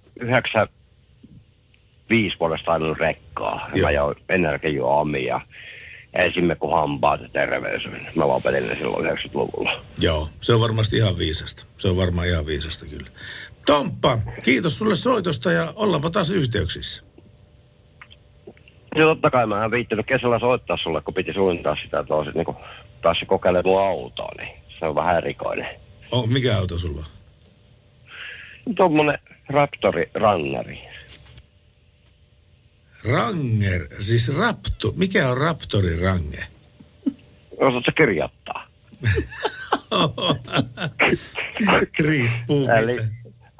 95 vuodesta ainoa rekkaa. Ja mä join energiajuomia ja esimme kun hampaat ja terveys. Mä lopetin ne silloin 90-luvulla. Joo, se on varmasti ihan viisasta. Se on varmaan ihan viisasta kyllä. Tomppa, kiitos sulle soitosta ja ollaanpa taas yhteyksissä. Ja totta kai mä en viittinyt kesällä soittaa sulle, kun piti suunnittaa sitä, että olisit niin päässyt kokeilemaan mun autoa, niin se on vähän erikoinen. Mikä auto sulla on? Tuommoinen Raptori Rangeri. Ranger, siis mikä on Raptori Range? Osaatko kirjoittaa? Riippuu eli mitä.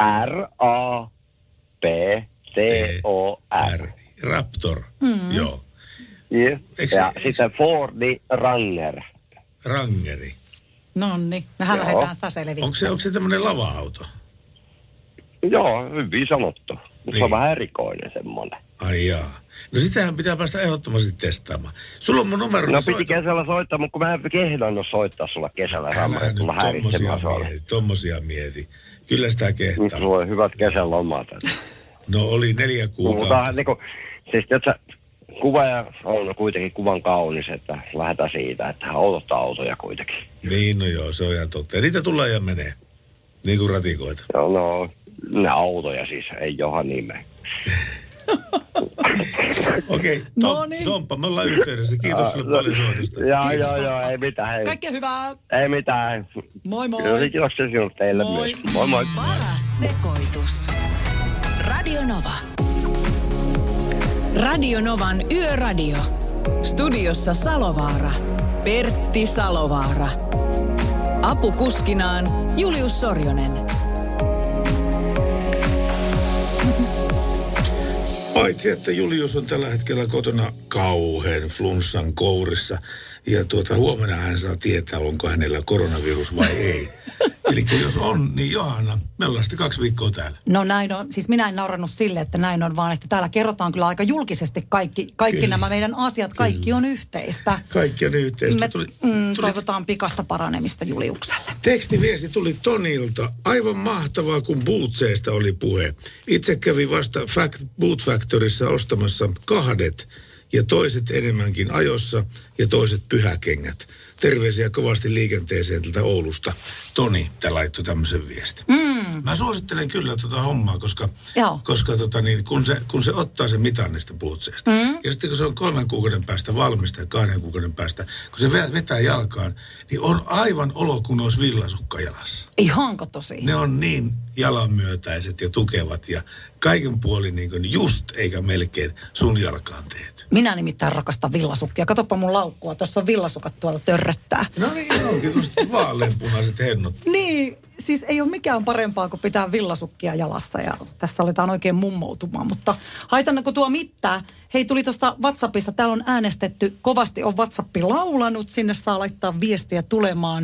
R-A-P-T-O-R. Raptor, joo. Yeah. Ja sitten Fordi Ranger. Rangeri. Nonni, mehän lähdetään sitä selvittämään. Onko se tämmöinen lava-auto? Joo, hyvin sanottu. Niin. Se on vähän erikoinen semmoinen. Ai jaa. No sitähän pitää päästä ehdottomasti testaamaan. Sulla on mun numero. No piti kesällä soittaa, mutta kun mä en kehdannut soittaa sulla kesällä. Älä nyt tommosia mieti. Kyllä sitä kehtaa. Sulla on hyvät kesälomat. No oli 4 kuukautta. Mutta niin kuin, siis kuvaaja on kuitenkin kuvan kaunis, että lähdetään siitä, että hän odottaa autoja kuitenkin. Niin, no joo, se on ihan totta. Ja niitä tulee ja menee. Niin kuin ratikoita. No, ne autoja siis, ei johan nimeä. Okei, Tomppa, me ollaan yhteydessä. Kiitos sulle paljon soitosta. Joo, ei mitään. Hei. Kaikkea hyvää. Ei mitään. Moi moi. Kiitoksia sinulle teille myös. Moi moi. Paras sekoitus. Radio Nova. Radio Novan Yöradio. Studiossa Salovaara. Pertti Salovaara. Apukuskinaan Julius Sorjonen. Paitsi, että Julius on tällä hetkellä kotona kauhean flunssan kourissa. Ja huomenna hän saa tietää, onko hänellä koronavirus vai ei. Eli jos on, niin Johanna, me ollaan sitten 2 viikkoa täällä. No näin on. Siis minä en naurannut sille, että näin on, vaan että täällä kerrotaan kyllä aika julkisesti kaikki nämä meidän asiat. Kaikki on yhteistä. Kaikki on yhteistä. Toivotaan pikasta paranemista Juliukselle. Tekstiviesti tuli Tonilta. Aivan mahtavaa, kun bootseista oli puhe. Itse kävin vasta Boot Factorissa ostamassa 2 ja toiset enemmänkin ajossa ja toiset pyhäkengät. Terveisiä kovasti liikenteeseen tältä Oulusta. Toni, tää laittoi tämmöisen viestin. Mä suosittelen kyllä hommaa, koska kun se ottaa sen mitan niistä bootseista. Ja sitten kun se on 3 kuukauden päästä valmista ja 2 kuukauden päästä, kun se vetää jalkaan, niin on aivan olo, kun olisi villasukka jalassa. Ihanko tosi? Ne on niin jalanmyötäiset ja tukevat ja kaiken puolin niin kuin just eikä melkein sun jalkaan tehty. Minä nimittäin rakastan villasukkia. Katoppa mun laukkua, tuossa on villasukat tuolla törröttää. No niin, onkin just vaaleanpunaiset hennot. Niin, siis ei ole mikään parempaa kuin pitää villasukkia jalassa ja tässä aletaan oikein mummoutumaan, mutta haitannako tuo mitään? Hei, tuli tuosta WhatsAppista, täällä on äänestetty, kovasti on WhatsAppi laulanut, sinne saa laittaa viestiä tulemaan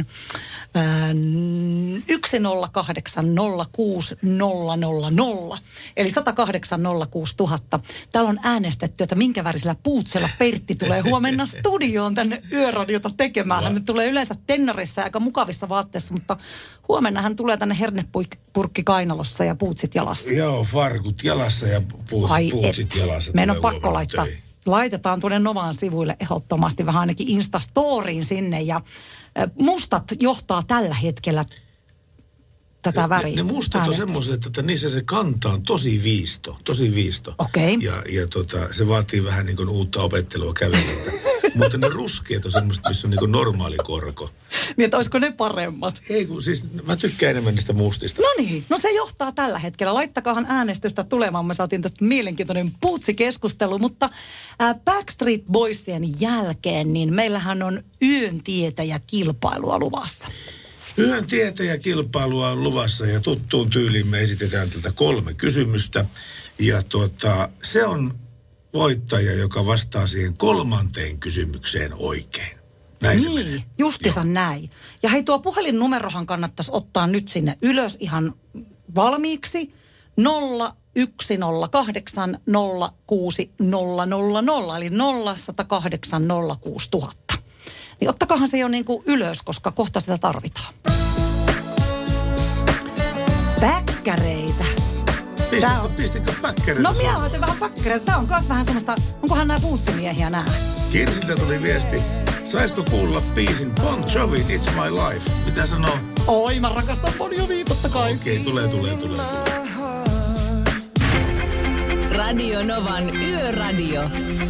108 06 000, eli 108 06 000. Täällä on äänestetty, että minkä värisellä puutsella Pertti tulee huomenna studioon tänne Yöradiota tekemään. Hän tulee yleensä tennarissa aika mukavissa vaatteissa, mutta huomenna hän tulee tänne hernepurkki kainalossa ja puutsit jalassa. Joo, farkut jalassa ja puutsit jalassa. Meidän on pakko laittaa. Laitetaan tuonne Novaan sivuille ehdottomasti vähän ainakin Instastoriin sinne ja mustat johtaa tällä hetkellä tätä väriä. Ne mustat on semmoiset, että niissä se kanta on tosi viisto. Okei. Ja se vaatii vähän niin kuin uutta opettelua kävelyä. Mutta ne ruskeat on semmoiset, missä on niin kuin normaali korko. Niin, että olisiko ne paremmat? Ei, kun siis mä tykkään enemmän niistä mustista. No niin, no se johtaa tällä hetkellä. Laittakaahan äänestystä tulemaan. Me saatiin tästä mielenkiintoinen puutsikeskustelu, mutta Backstreet Boysien jälkeen, niin meillähän on yön tietäjä kilpailua luvassa. Yön tietäjä kilpailua on luvassa ja tuttuun tyyliin me esitetään tältä 3 kysymystä. Ja se on voittaja, joka vastaa siihen 3. kysymykseen oikein. Näin se menee. Justiinsa näin. Ja hei, tuo puhelinnumerohan kannattaisi ottaa nyt sinne ylös ihan valmiiksi. 0108 06 000, eli 0108 06 000. Niin ottakahan se jo niin kuin ylös, koska kohta sitä tarvitaan. Päkkäreitä. Pistikö päkkäreitä? No minä laitan vähän päkkäreitä. Tää on myös vähän semmoista, onkohan nämä puutsimiehiä nää? Kirsiltä tuli viesti. Saisiko kuulla biisin Bon Jovi, It's My Life? Mitä sanoo? Oi, mä rakastan Bon Jovia, totta kai. Okei, tulee. Radio Novan Yöradio.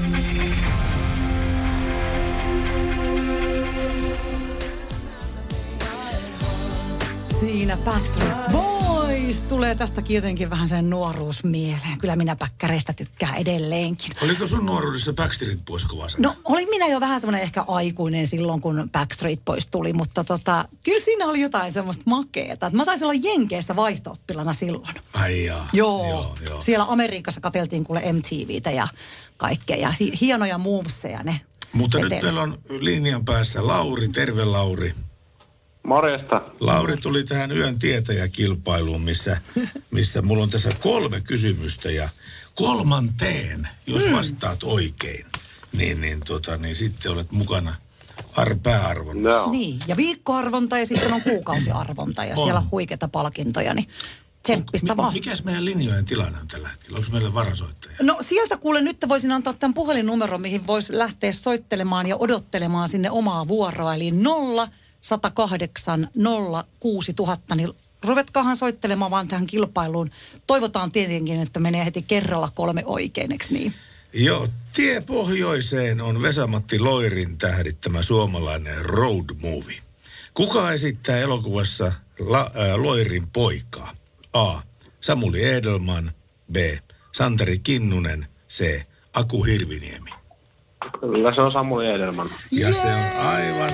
Siinä Backstreet Boys tulee tästäkin jotenkin vähän sen nuoruus mieleen. Kyllä minä päkkäreistä tykkään edelleenkin. Oliko sun nuoruudessa Backstreet Boys kova sana? No olin minä jo vähän semmoinen ehkä aikuinen silloin, kun Backstreet Boys tuli, mutta kyllä siinä oli jotain semmoista makeeta. Mä taisin olla Jenkeissä vaihto-oppilana silloin. Ai jaa. Joo. Siellä Amerikassa katseltiin kuule MTVtä ja kaikkea ja hienoja moveseja ne. Mutta nyt meillä on linjan päässä Lauri. Terve Lauri. Morjesta. Lauri tuli tähän yön tietäjäkilpailuun, missä mulla on tässä 3 kysymystä ja 3. jos vastaat oikein, niin sitten olet mukana pääarvonnassa. No. Niin, ja viikkoarvonta ja sitten on kuukausiarvonta ja siellä on huikeita palkintoja, niin tsemppistä vaan. Mikäs meidän linjojen tilanne on tällä hetkellä? Onko meillä varasoittajia? No sieltä kuule, nyt voisin antaa tämän puhelinnumeron, mihin voisi lähteä soittelemaan ja odottelemaan sinne omaa vuoroa, eli 108 06 000, niin ruvetkaahan soittelemaan vaan tähän kilpailuun. Toivotaan tietenkin, että menee heti kerralla 3 oikein, eikö niin? Joo, Tie pohjoiseen on Vesa-Matti Loirin tähdittämä suomalainen road movie. Kuka esittää elokuvassa Loirin poikaa? A. Samuli Edelman. B. Santeri Kinnunen. C. Aku Hirviniemi. Kyllä se on Samuli Edelman. Ja se on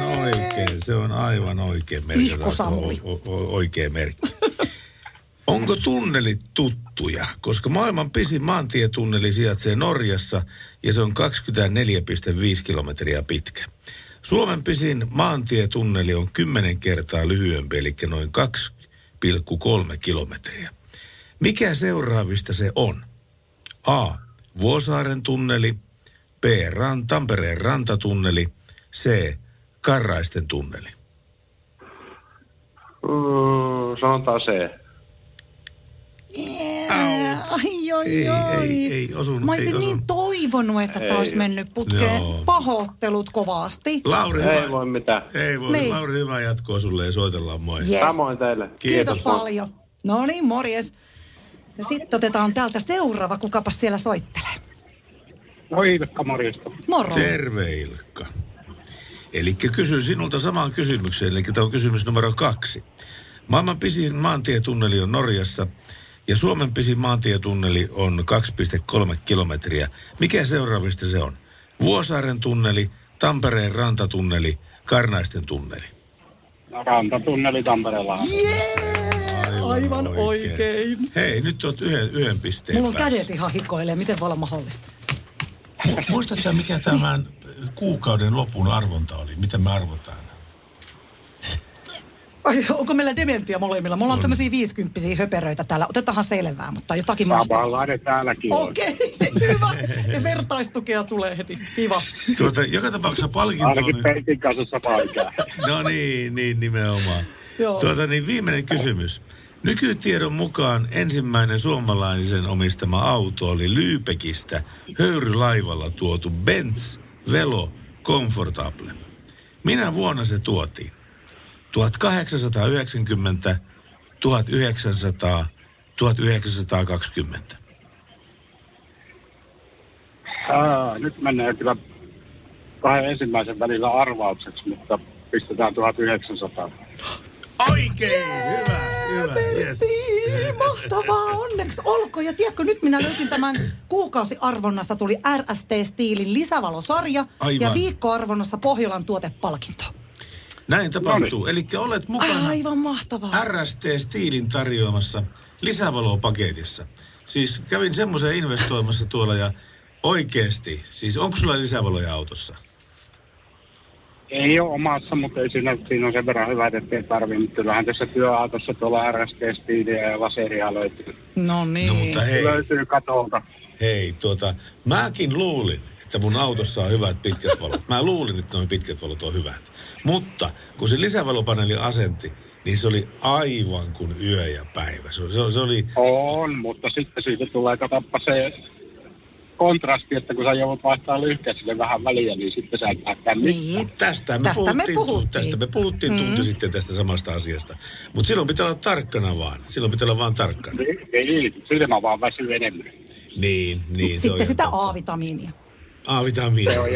aivan oikein. Ihko Samuli. Oikea merkki. Onko tunnelit tuttuja? Koska maailman pisin maantietunneli sijaitsee Norjassa ja se on 24,5 kilometriä pitkä. Suomen pisin maantietunneli on 10 kertaa lyhyempi, eli noin 2,3 kilometriä. Mikä seuraavista se on? A. Vuosaaren tunneli. B. Tampereen rantatunneli. C. Karraisten tunneli. Sanotaan C. Ei osunut. Mä olisin niin toivonut, että tämä olisi mennyt putkeen. Joo. Pahoittelut kovasti. Lauri, ei voi mitään. Ei voi. Niin. Lauri, hyvää jatkoa sulle ja soitellaan moi. Yes. Samoin teille. Kiitos paljon. No niin, morjes. Ja sitten otetaan täältä seuraava. Kukapas siellä soittelee? No Ilkka, morjesta. Moro. Terve Ilkka. Eli kysyn sinulta samaan kysymykseen, eli tämä on kysymys numero 2. Maailman pisin maantietunneli on Norjassa ja Suomen pisin maantietunneli on 2,3 kilometriä. Mikä seuraavista se on? Vuosaaren tunneli, Tampereen rantatunneli, Karnaisten tunneli. No, rantatunneli Tampereella. Yeah! Aivan oikein. Hei, nyt oot yhden pisteen Mulla on päässä. kädet ihan hikoilee. Miten voi olla mahdollista? Muistatko sä, mikä tämän kuukauden lopun arvonta oli? Miten me arvotaan? Ai, onko meillä dementia molemmilla? Me ollaan tämmöisiä 50-vuotiaita höperöitä täällä. Otetaanhan selvää, mutta jotakin mahtavaa. Samanlainen täälläkin on. Okei, hyvä. Ja vertaistukea tulee heti. Kiva. Joka tapauksessa palkinto on... Ainakin Peitin kanssa sama ikää. No niin, nimenomaan. Joo. Viimeinen kysymys. Nykytiedon mukaan ensimmäinen suomalaisen omistama auto oli Lübeckistä höyrylaivalla tuotu Benz Velo Comfortable. Minä vuonna se tuotiin? 1890, 1900, 1920. Nyt mennään kyllä kahden ensimmäisen välillä arvaukseksi, mutta pistetään 1900. Oikein! Hyvä, yes. Mahtavaa, onneksi olkoon. Ja tiedätkö, nyt minä löysin tämän kuukausiarvonnasta tuli RST-stiilin lisävalosarja. Aivan. Ja viikkoarvonnassa Pohjolan tuotepalkinto. Näin tapahtuu. Eli olet mukana Aivan mahtavaa. RST-stiilin tarjoamassa lisävalopaketissa. Siis kävin semmoisen investoimassa tuolla ja oikeesti, siis onko sulla lisävaloja autossa? Ei ole omassa, mutta ei siinä on sen verran hyvät, ettei tarvitse. Mutta kyllähän tässä työautossa tuolla RST-stiiliä ja laseria löytyy. No niin. No mutta hei. Löytyy katolta. Hei, mäkin luulin, että mun autossa on hyvät pitkät valot. Mä luulin, että nuo pitkät valot on hyvät. Mutta kun se lisävalopaneeli asentti, niin se oli aivan kuin yö ja päivä. Se oli... On, mutta sitten siitä tulee, katsoppa se kontrasti, että kun sä joudut vaihtaa lyhkäisille vähän väliä, niin sitten sä et nähdä Niin. Tästä me puhuttiin tunti sitten tästä samasta asiasta. Mutta silloin pitää olla tarkkana vaan. Niin, silmä vaan väsyy enemmän. Niin. Sitten sitä A-vitamiinia. A-vitamiinia. Se on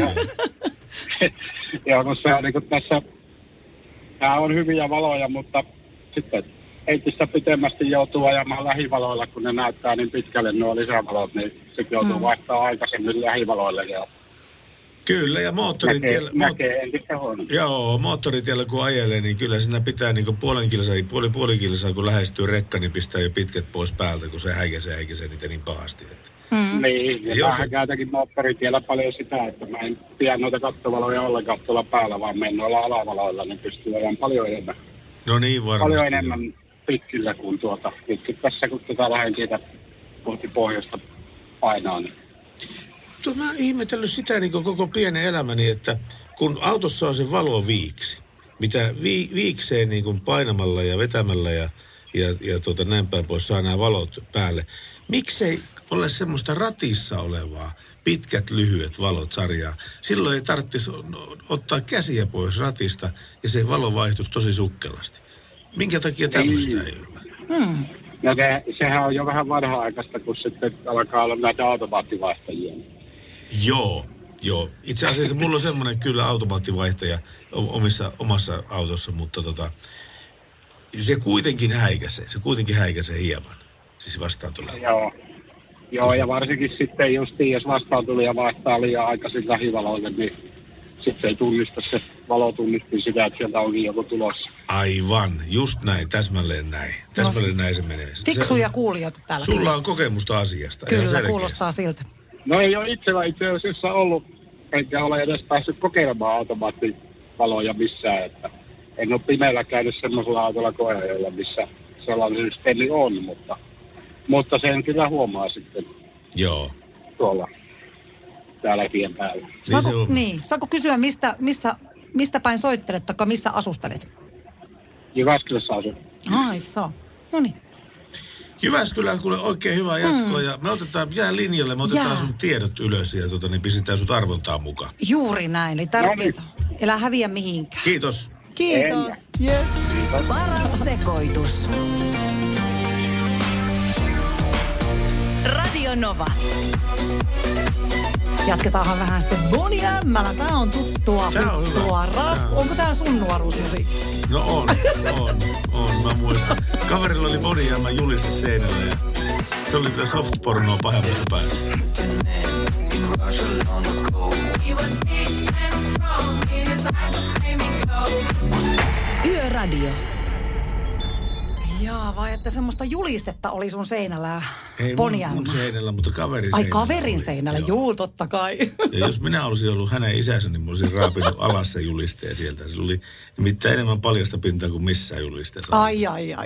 joo, kun se on niin kuin tässä, nämä on hyviä valoja, mutta sitten heitistä pitemmästi joutuu ajamaan lähivaloilla, kun ne näyttää niin pitkälle nuo lisävalot, niin sitten joutuu vaihtaa aikaisemmin lähivaloille. Ja kyllä, ja moottoritiellä... Näkee entistä huonommin. Joo, moottoritiellä kun ajelee, niin kyllä siinä pitää niin puoli kilsaa, kun lähestyy rekka, niin pistää jo pitkät pois päältä, kun se häikäisee niitä niin pahasti. Että. Niin, ja mähän käytäkin moottoritiellä paljon sitä, että mä en pidä noita kattovaloja ollenkaan tuolla päällä, vaan menen noilla alavaloilla, niin pystyy ajan paljon enemmän. No niin, varmasti. Paljon enemmän pitkillä kuin nyt tässä, kun lähden siitä kohti pohjoista painaa. Niin. Mä oon ihmetellyt sitä niin koko pienen elämäni, että kun autossa on se valoviiksi, mitä viikseen niin painamalla ja vetämällä ja näin päin pois saa nämä valot päälle. Miksei ole semmoista ratissa olevaa pitkät, lyhyet valot sarjaa? Silloin ei tarvitsisi ottaa käsiä pois ratista ja se valo vaihtuisi tosi sukkelasti. Minkä takia tämmöistä ei ole? No sehän on jo vähän vanha-aikaista, kun sitten alkaa olla näitä automaattivaihtajia. Joo. Itse asiassa mulla on semmoinen kyllä automaattivaihtaja omassa autossa, mutta se kuitenkin häikäisee hieman. Siis vastaan tulee. Joo, ja varsinkin sitten justiin, jos vastaan tuli ja vaihtaa liian aikaisin lähivaloille, niin sitten se ei tunnista se valotunnisti sitä, että sieltä onkin joku tulossa. Aivan, just näin, täsmälleen näin. Näin se menee. Fiksuja kuulijoita täällä. Sulla on kokemusta asiasta. Kyllä, kuulostaa siltä. No ei ole itsellä itse asiassa ollut, enkä ole edes päässyt kokeilemaan automaattivaloja missään, että en ole pimeällä käynyt semmoisella autolla koeajalla, missä sellainen systeemi on, mutta sen kyllä huomaa sitten. Joo. Tuolla täällä tien päällä. Saanko kysyä, mistä päin soittelet, tai missä asustelet? Jyväskylässä asun. Ai saa. No niin. Jyväskylään kuule oikein hyvää jatkoa ja me jää linjalle, me otetaan sun tiedot ylös ja niin pistetään sut arvontaan mukaan. Juuri näin, eli tärkeää. Elä häviä mihinkään. Kiitos. Kiitos. Yes. Paras sekoitus. Radio Nova. Jatketaanhan vähän sitten Bonnie M:llä. Tää on tuttua. Onko tää sun nuoruusmusiikki? No on. Mä muistan. Kaverilla oli Bonnie M juliste seinällä ja se oli kyllä soft-pornoa pahemmasta päästä. Yöradio. Jaa. vai että semmoista julistetta oli sun seinällä? Ei mun seinällä, mutta kaverin seinällä. Ai kaverin seinällä, juu, totta kai. Ja jos minä olisin ollut hänen isänsä, niin mä olisin raapinut alas se julisteen sieltä. Se oli nimittäin enemmän paljasta pintaa kuin missään julisteessa. Ai.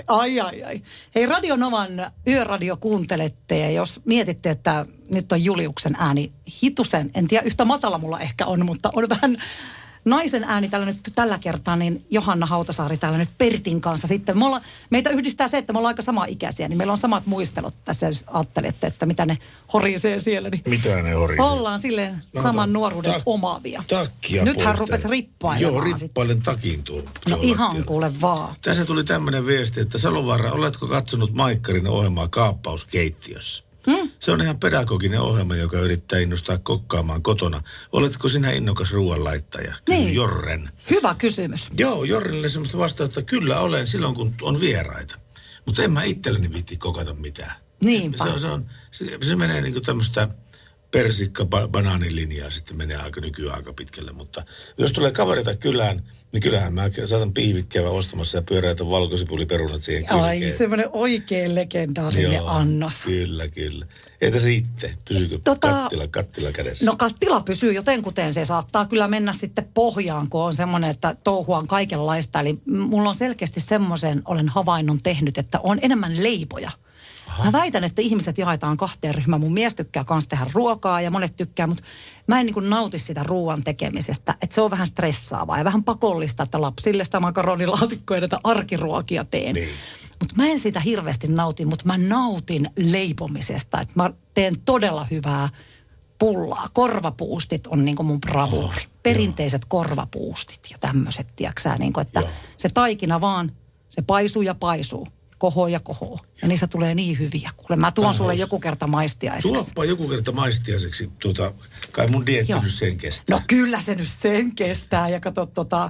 Hei, Radio Novan Yöradio kuuntelette, ja jos mietitte, että nyt on Juliuksen ääni hitusen, en tiedä, yhtä matala mulla ehkä on, mutta on vähän naisen ääni tällä kertaa, niin Johanna Hautasaari täällä nyt Pertin kanssa sitten. Meitä yhdistää se, että me ollaan aika sama-ikäisiä, niin meillä on samat muistelut tässä, jos ajattelette, että mitä ne horisee siellä. Niin mitä ne horisee? Ollaan silleen saman nuoruuden omaavia. Takkia nythän rupesi rippailemaan. Joo, rippailen takin tuo. No ihan kuule vaan. Tässä tuli tämmöinen viesti, että Salovaara, oletko katsonut Maikkarin ohjelmaa Kaappauskeittiössä? Se on ihan pedagoginen ohjelma, joka yrittää innostaa kokkaamaan kotona. Oletko sinä innokas ruoanlaittaja? Niin. Jorren. Hyvä kysymys. Joo, Jorrenille semmoista vastausta, että kyllä olen silloin, kun on vieraita. Mutta en mä itselleni viitti kokata mitään. Niinpä. Se menee niin kuin tämmöistä persikka-banaanilinjaa, sitten menee nykyään aika pitkälle. Mutta jos tulee kavereita kylään, niin kyllähän mä saatan piivit käydä ostamassa ja pyöräitä valkosipuliperunat siihen kylkeen. Ai, semmoinen oikein legendaarinen annos. Kyllä. Entä sitten? Pysyykö kattila kädessä? No kattila pysyy jotenkuten. Se saattaa kyllä mennä sitten pohjaan, kun on semmoinen, että touhuaan kaikenlaista. Eli mulla on selkeästi semmoisen, olen havainnon tehnyt, että on enemmän leipoja. Aha. Mä väitän, että ihmiset jaetaan kahteen ryhmään. Mun mies tykkää kans tehdä ruokaa ja monet tykkää, mutta mä en niin kuin nauti sitä ruoan tekemisestä. Että se on vähän stressaavaa ja vähän pakollista, että lapsille sitä makaronilaatikkoa ja näitä arkiruokia teen. Niin. Mutta mä en sitä hirveästi nauti, mutta mä nautin leipomisesta. Että mä teen todella hyvää pullaa. Korvapuustit on niin kuin mun bravuuri. Perinteiset korvapuustit ja tämmöiset, tiiäksä, niin kuin, että se taikina vaan, se paisuu ja paisuu. Kohoo. Ja niistä tulee niin hyviä. Kuule, mä tuon sulle joku kerta maistiaiseksi. Tuoppa joku kerta maistiaiseksi. Kai mun dieetti nyt sen kestää. No kyllä se nyt sen kestää. Ja kato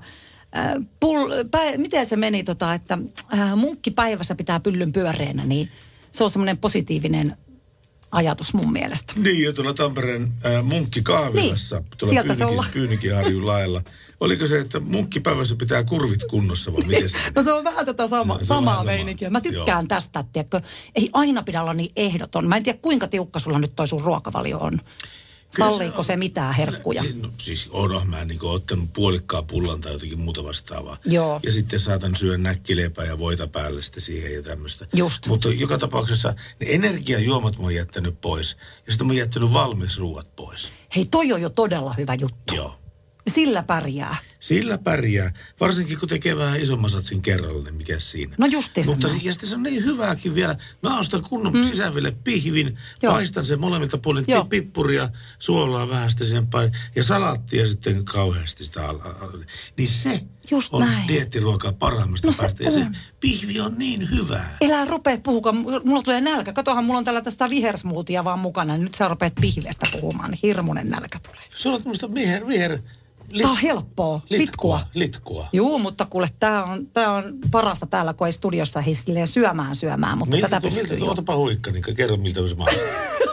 miten se meni että munkkipäivässä pitää pyllyn pyöreänä, niin se on semmoinen positiivinen ajatus mun mielestä. Niin, ja tuolla Tampereen munkkikaavilassa, niin, tuolla Pyynikinharjun lailla. Oliko se, että munkkipäivässä pitää kurvit kunnossa vai miten se? No se on vähän tätä samaa meininkiä. Mä tykkään tästä, että ei aina pidä olla niin ehdoton. Mä en tiedä, kuinka tiukka sulla nyt toi sun ruokavalio on. Salliiko se mitään herkkuja? No, siis onhan mä ottanut puolikkaan pullan tai jotakin muuta vastaavaa. Joo. Ja sitten saatan syödä näkkileipää ja voita päälle sitten siihen ja tämmöistä. Just. Mutta joka tapauksessa ne energiajuomat mä oon jättänyt pois. Ja sitten mä oon jättänyt valmisruuat pois. Hei, toi on jo todella hyvä juttu. Joo. Sillä pärjää. Sillä pärjää. Varsinkin kun tekee vähän isomman satsin kerralla, niin mikä siinä. No justiinsa. Mutta ja sitten se on niin hyvääkin vielä. Mä ostan kunnon sisäville pihvin, paistan sen molemmilta puolin pippuria, suolaa vähän sitten siihen päin ja salaattia sitten kauheasti sitä niin se just on dieettiruokaa parhaimmasta päästä. Ja se pihvi on niin hyvää. Elää rupea puhukaan. Mulla tulee nälkä. Katohan, mulla on tällä tästä vihersmoothia vaan mukana. Nyt sä rupeat pihvestä puhumaan, niin hirmuinen nälkä tulee. Sulla on tämmöistä viher Tää on helppoa. Litkua. Juu, mutta kuule, tää on parasta täällä, kun ei studiossa silleen syömään, mutta tätä pystyy jo. Otapa huikka, niin kerro miltä se mahdollistaa.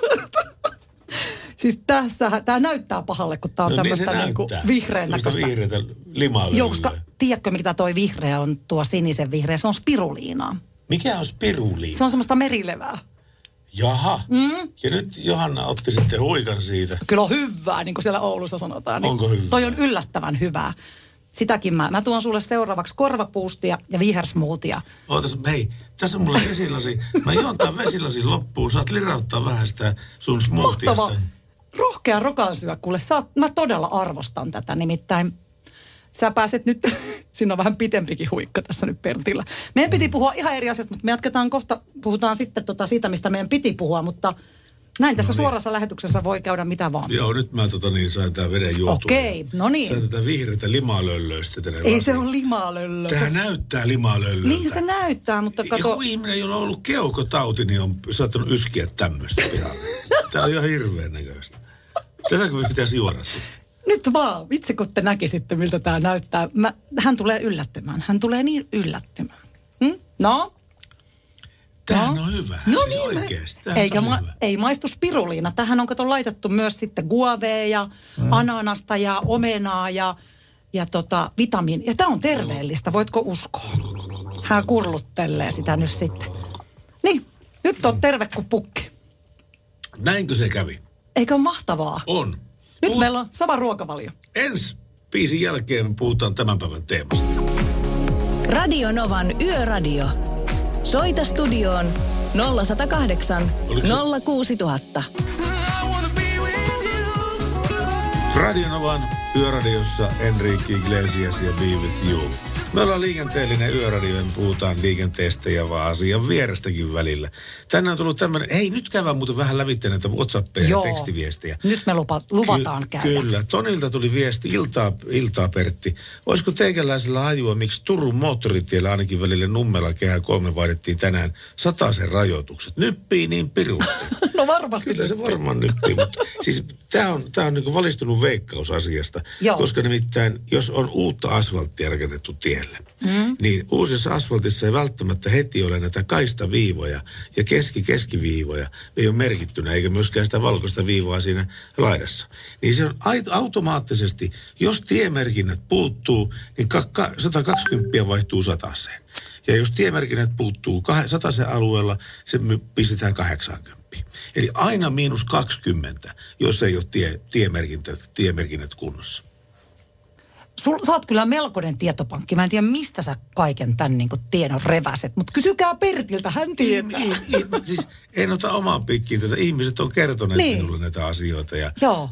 Siis tää näyttää pahalle, kun tää on tämmöistä niinku vihreän näköistä. Vihreätä limalöylyä. Joo, koska tiedätkö, mitä toi vihreä on, tuo sinisen vihreä? Se on spiruliinaa. Mikä on spiruliina? Se on semmoista merilevää. Jaha. Ja nyt Johanna otti sitten huikan siitä. Kyllä on hyvää, niin kuin siellä Oulussa sanotaan. Niin onko hyvää? Toi on yllättävän hyvää. Sitäkin mä tuon sulle seuraavaksi korvapuustia ja vihersmoothia. Ootas, hei, tässä on mulle vesilasi. Mä juon tämän vesilasin loppuun. Saat lirauttaa vähän sitä sun smoothiesta. Mahtava. Rohkea rokansyö, kuule. Mä todella arvostan tätä, nimittäin sä pääset nyt, siinä on vähän pitempikin huikka tässä nyt Pertillä. Meidän piti puhua ihan eri asiasta, mutta me jatketaan kohta, puhutaan sitten siitä, mistä meidän piti puhua, mutta näin tässä suorassa lähetyksessä voi käydä mitä vaan. Joo, nyt mä sain tää veden juotua. Okei, no niin. Sain tätä vihreätä limalöllöistä. Ei se ole limalöllö. Tää näyttää limalöllöltä. Niin se näyttää, mutta kato. Joku ihminen, jolla on ollut keukotauti, niin on saattanut yskiä tämmöistä pihalle. Tää on ihan hirveän näköistä. Tätäkö me pitäisi juoda sitten? Nyt vaan, itse kun te näkisitte, miltä tämä näyttää. Hän tulee yllättymään. Hän tulee niin yllättymään. No? Tämähän on hyvä. No siis niin. Oikeasti. Ei maistu spiruliina. Tähän on kato laitettu myös sitten guavea ja ananasta ja omenaa ja vitamiini. Ja tämä on terveellistä, voitko uskoa? Hän kurluttelee sitä nyt sitten. Niin, nyt on terve kuin pukki. Näinkö se kävi? Eikö ole mahtavaa? On. Nyt meillä on sama ruokavalio. Ensi biisin jälkeen puhutaan tämän päivän teemasta. Radio Novan Yöradio. Soita studioon 0108 06000. Radio Novan Yöradiossa Enrique Iglesias ja Be With You. Me ollaan liikenteellinen yöradio, puhutaan liikenteestä ja vaan asian vierestäkin välillä. Tänään on tullut tämmöinen, hei nyt käydään muuten vähän lävitse näitä WhatsAppeja ja tekstiviestejä. Nyt me luvataan käydä. Kyllä, Tonilta tuli viesti, iltaa Pertti. Olisiko teikäläisellä hajua, miksi Turun moottoritiellä ainakin välille Nummela Kehä 3 vaihdettiin tänään 100 rajoitukset? Nyppii niin pirusti. No varmasti kyllä se varmaan nyppii, mutta siis tämä on niin kuin valistunut veikkaus asiasta. Joo. Koska nimittäin, jos on uutta asfalttia rakennettu tielle, niin uusissa asfaltissa ei välttämättä heti ole näitä kaistaviivoja ja keskiviivoja ei ole merkittynä, eikä myöskään sitä valkoista viivaa siinä laidassa. Niin se on automaattisesti, jos tiemerkinnät puuttuu, niin 120 vaihtuu 100. Ja jos tiemerkinnät puuttuu 100 alueella, se pistetään 80. Eli aina -20, jos ei ole tiemerkinnät kunnossa. Sä oot kyllä melkoinen tietopankki. Mä en tiedä, mistä sä kaiken tämän niin kuin tiedon reväset, mutta kysykää Pertiltä, hän tietää. Siis en ota omaan pikkiin tätä. Ihmiset on kertoneet minulle näitä asioita ja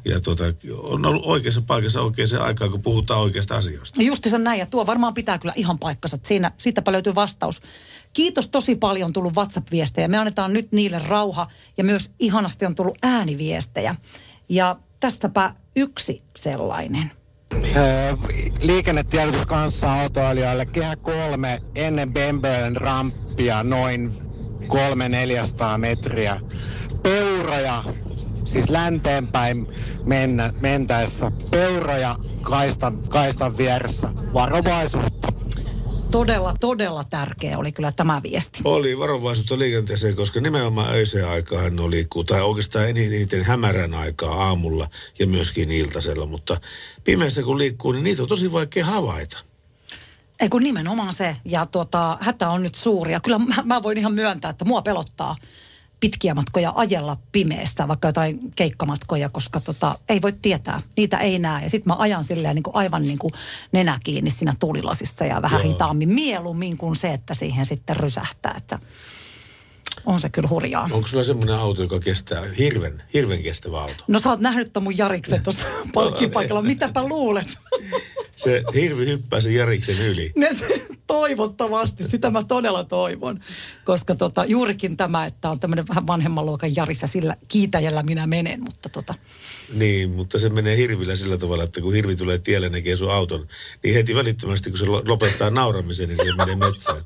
on ollut oikeassa paikassa oikeaan aikaan, kun puhutaan oikeasta asioista. Justiinsa näin, ja tuo varmaan pitää kyllä ihan paikkansa. Siitäpä löytyy vastaus. Kiitos tosi paljon, tullut WhatsApp-viestejä. Me annetaan nyt niille rauha, ja myös ihanasti on tullut ääniviestejä. Ja tässäpä yksi sellainen. Liikennetiedotus kanssa autoilijoille. Kehä 3 ennen Bemböön ramppia noin 300-400 metriä. Peuroja, siis länteenpäin mentäessä. Peuroja kaistan vieressä. Varovaisuutta. Todella tärkeä oli kyllä tämä viesti. Oli varovaisuutta liikenteeseen, koska nimenomaan öiseen aikaan on liikkuu, tai oikeastaan eniten hämärän aikaa aamulla ja myöskin iltasella, mutta pimeässä kun liikkuu, niin niitä on tosi vaikea havaita. Ei kun nimenomaan se, ja hätä on nyt suuri, ja kyllä mä voin ihan myöntää, että mua pelottaa pitkiä matkoja ajella pimeässä, vaikka jotain keikkamatkoja, koska ei voi tietää, niitä ei näe. Ja sitten mä ajan silleen niin kuin aivan niin kuin nenä kiinni siinä tuulilasissa ja vähän hitaammin mieluummin kuin se, että siihen sitten rysähtää, että on se kyllä hurjaa. Onko sulla semmoinen auto, joka kestää hirven kestävä auto? No sä oot nähnyt ton mun Jariksen tuossa parkkipaikalla, mitäpä luulet? Se hirvi hyppää sen Jariksen yli. Toivottavasti, sitä mä todella toivon. Koska juurikin tämä, että on tämmöinen vähän vanhemman luokan Jaris ja sillä kiitäjällä minä menen, mutta Niin, mutta se menee hirvillä sillä tavalla, että kun hirvi tulee tielle näkee sun auton, niin heti välittömästi kun se lopettaa nauramisen, niin se menee metsään.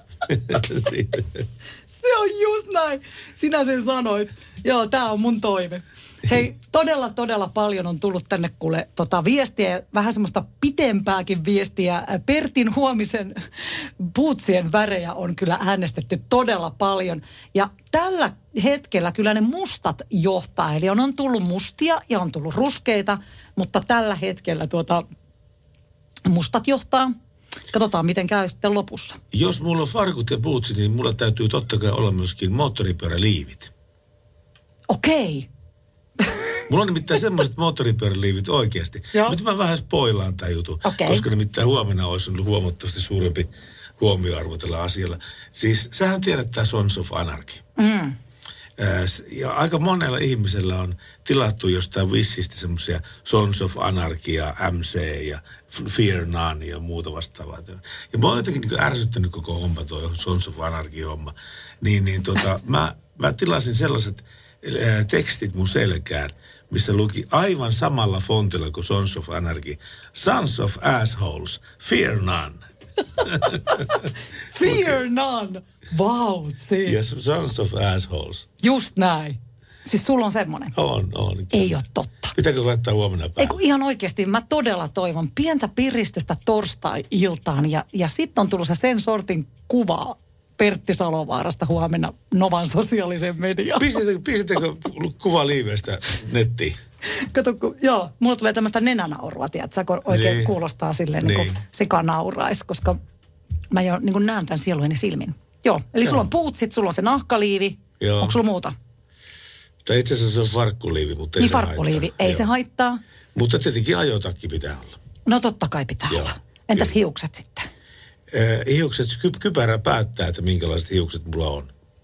Se on just näin. Sinä sen sanoit. Joo, tää on mun toive. Hei, todella paljon on tullut tänne kuule viestiä, vähän semmoista pitempääkin viestiä. Pertin huomisen bootsien värejä on kyllä äänestetty todella paljon. Ja tällä hetkellä kyllä ne mustat johtaa. Eli on tullut mustia ja on tullut ruskeita, mutta tällä hetkellä mustat johtaa. Katsotaan, miten käy sitten lopussa. Jos mulla on farkut ja bootsit, niin mulla täytyy totta kai olla myöskin moottoripyöräliivit. Okei. Mulla on nimittäin semmoiset moottoripyöräliivit oikeasti. Nyt mä vähän spoilaan tämän jutun, koska nimittäin huomenna olisi ollut huomattavasti suurempi huomioarvo tällä asialla. Siis sähän tiedät tämä Sons of Anarchy. Ja aika monella ihmisellä on tilattu jostain vissistä semmoisia Sons of Anarchy ja MC ja Fear None ja muuta vastaavaa. Ja mä oon jotenkin niin ärsyttänyt koko homma toi Sons of Anarchy-homma. Mä tilasin sellaiset tekstit mun selkään, missä luki aivan samalla fontilla kuin Sons of Anarchy. Sons of Assholes, Fear None. Fear None. Vautsi. Yes, Sons of Assholes. Just näin. Siis sulla on semmoinen? On. Ei ole totta. Pitääkö laittaa huomenna päälle? Eiku ihan oikeasti, mä todella toivon pientä piristystä torstai-iltaan ja sitten on tullut se sen sortin kuva Pertti Salovaarasta huomenna Novan sosiaalisen mediaan. Pistetäänkö kuva liiveistä nettiin? Kato, mulla tulee tämmöistä nenänaurua, tiedätkö, kun oikein kuulostaa silleen niin kuin sika nauraisi, koska mä jo niin kuin näen tämän sielueni silmin. Joo, eli sulla on puutsit, sulla on se nahkaliivi. Joo. Onko sulla muuta? Tai itse asiassa se on farkkuliivi, mutta ei niin se farkkuliivi, haittaa. Ei se haittaa. Mutta tietenkin ajotakki pitää olla. No totta kai pitää olla. Entäs hiukset sitten? Hiukset, kypärä päättää, että minkälaiset hiukset mulla on.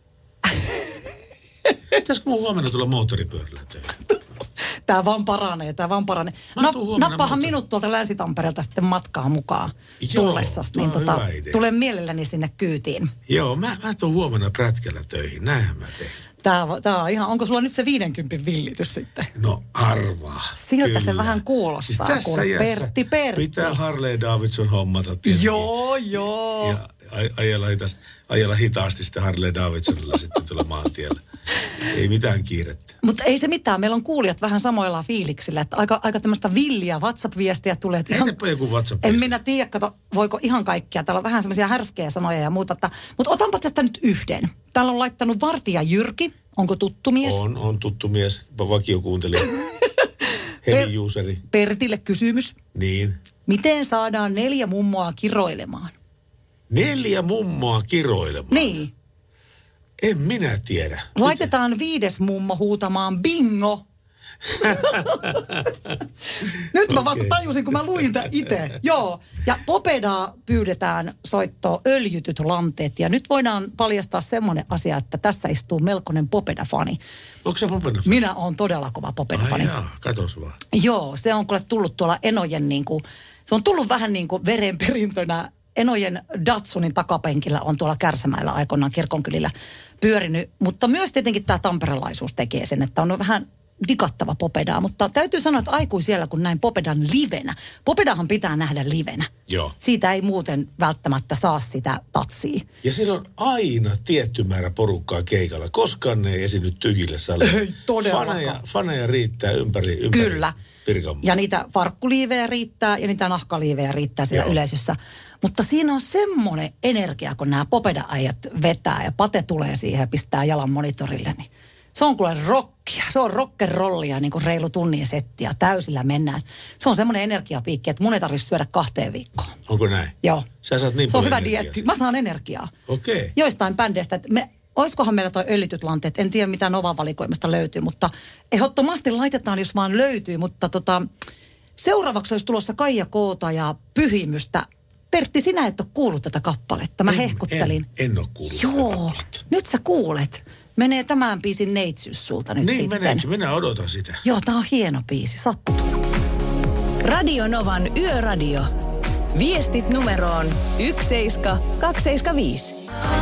Pitäisikö mun huomenna tulla moottoripyörällä töihin? Tää vaan paranee. Nappaahan minut tuolta Länsi-Tampereelta sitten matkaa mukaan tullessas. Niin tulen mielelläni sinne kyytiin. Joo, mä tuun huomenna prätkällä töihin. Näinhän mä teen. Tää on ihan, onko sulla nyt se 50 villitys sitten? No arvaa. Siltä kyllä. Se vähän kuulostaa. Siis tässä Pertti. Pitää Harley Davidson hommata. Joo. Ja ajella hitaasti sitten Harley Davidsonilla sitten tuolla maantiellä. Ei mitään kiirettä. Mutta ei se mitään. Meillä on kuulijat vähän samoilla fiiliksillä. Että aika tämmöistä villiä WhatsApp-viestiä tulee. Heitapä joku WhatsApp-viesti. En minä tiedä, kato, voiko ihan kaikkia. Täällä on vähän semmoisia härskejä sanoja ja muuta. Mutta otanpa tästä nyt yhden. Täällä on laittanut vartija Jyrki. Onko tuttu mies? On tuttu mies. Vakiokuuntelija. Heavy-useri. Pertille kysymys. Niin. Miten saadaan 4 mummoa kiroilemaan? 4 mummoa kiroilemaan? Niin. En minä tiedä. Laitetaan 5. mummo huutamaan bingo. Nyt mä vasta tajusin, kun mä luin tämän itse. Joo. Ja Popedaa pyydetään soittoa öljytyt lanteet. Ja nyt voidaan paljastaa semmoinen asia, että tässä istuu melkoinen Popeda-fani. Onko se Popeda-fani? Minä oon todella kova Popeda-fani. Ai jaa, katos vaan. Joo, se on kuule tullut tuolla Enojen se on tullut vähän niin kuin verenperintönä. Enojen Datsunin takapenkillä on tuolla Kärsämäellä aikoinaan kirkonkylillä pyörinyt. Mutta myös tietenkin tämä tamperelaisuus tekee sen, että on vähän dikattava Popedaa. Mutta täytyy sanoa, että aikuisiellä kun näin Popedan livenä. Popedahan pitää nähdä livenä. Joo. Siitä ei muuten välttämättä saa sitä tatsia. Ja siellä on aina tietty määrä porukkaa keikalla. Koskaan ne ei esiinny tyhjille salille. Ei todellakaan. Faneja riittää ympäri Kyllä. Pirkanmaa. Ja niitä farkkuliivejä riittää ja niitä nahkaliivejä riittää siellä yleisössä. Mutta siinä on semmoinen energia, kun nämä Popeda-ajat vetää ja Pate tulee siihen ja pistää jalan monitorille. Niin se on kuule rockia. Se on rock'n'rollia, niin kuin reilu tunnin settiä. Täysillä mennään. Se on semmoinen energiapiikki, että mun ei tarvitse syödä 2 viikkoon. Onko näin? Joo. Sä saat niin se on paljon hyvä energiaa. dieetti. Mä saan energiaa. Okei. Okay. Joistain bändeistä, että olisikohan meillä toi öljytyt lanteet. En tiedä, mitä Novan valikoimasta löytyy, mutta ehdottomasti laitetaan, jos vaan löytyy. Mutta seuraavaksi olisi tulossa Kaija Koota ja Pyhimystä. Pertti, sinä et ole kuullut tätä kappaletta. Mä hehkuttelin. En ole kuullut Joo, nyt sä kuulet. Menee tämän biisin neitsyys sulta nyt niin sitten. Meneekö? Minä odotan sitä. Joo, tää on hieno biisi. Sattuu. Radio Novan Yöradio. Viestit numeroon 17275.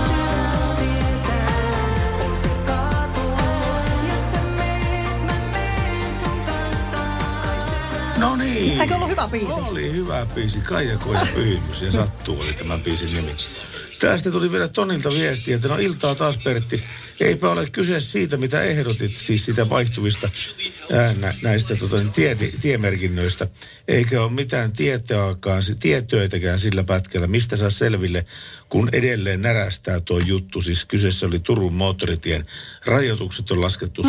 No niin. Eikö ollut hyvä biisi? Oli hyvä biisi. Kaija Koija Pyhimys ja Sattuu oli tämän biisin nimi. Tästä tuli vielä Tonilta viestiä, että no iltaa taas Pertti. Eipä ole kyse siitä, mitä ehdotit, siis sitä vaihtuvista näistä tiemerkinnöistä. Eikä ole mitään tietöitäkään sillä pätkällä, mistä saa selville, kun edelleen närästää tuo juttu. Siis kyseessä oli Turun moottoritien rajoitukset on laskettu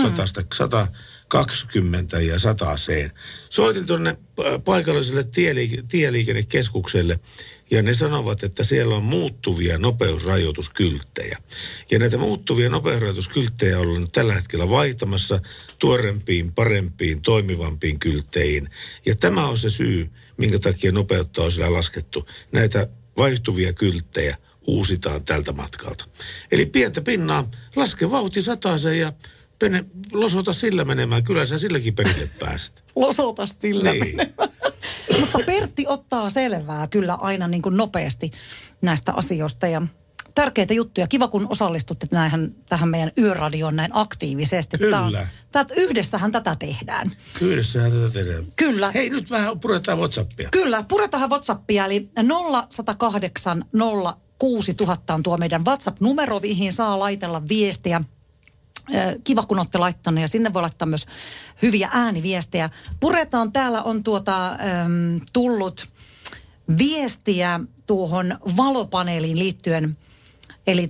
120 ja 100:een. Soitin tuonne paikalliselle tieliikennekeskukselle ja ne sanovat, että siellä on muuttuvia nopeusrajoituskylttejä. Ja näitä muuttuvia nopeusrajoituskylttejä ollaan tällä hetkellä vaihtamassa tuorempiin, parempiin, toimivampiin kyltteihin. Ja tämä on se syy, minkä takia nopeutta on siellä laskettu. Näitä vaihtuvia kylttejä uusitaan tältä matkalta. Eli pientä pinnaa, laske vauhti 100:een ja losota sillä menemään. Kyllä sä silläkin perille pääset. Losota sillä menemään. Mutta Pertti ottaa selvää kyllä aina niin kuin nopeasti näistä asioista ja tärkeitä juttuja. Kiva, kun osallistutte tähän meidän yöradioon näin aktiivisesti. Kyllä. Yhdessähän tätä tehdään. Yhdessähän tätä tehdään. Kyllä. Hei, nyt vähän puretaan WhatsAppia. Kyllä, puretaan WhatsAppia, eli 0108 06000 on tuo meidän WhatsApp-numero, mihin saa laitella viestiä. Kiva, kun olette laittaneet ja sinne voi laittaa myös hyviä ääniviestejä. Puretaan, täällä on tullut viestiä tuohon valopaneeliin liittyen. Eli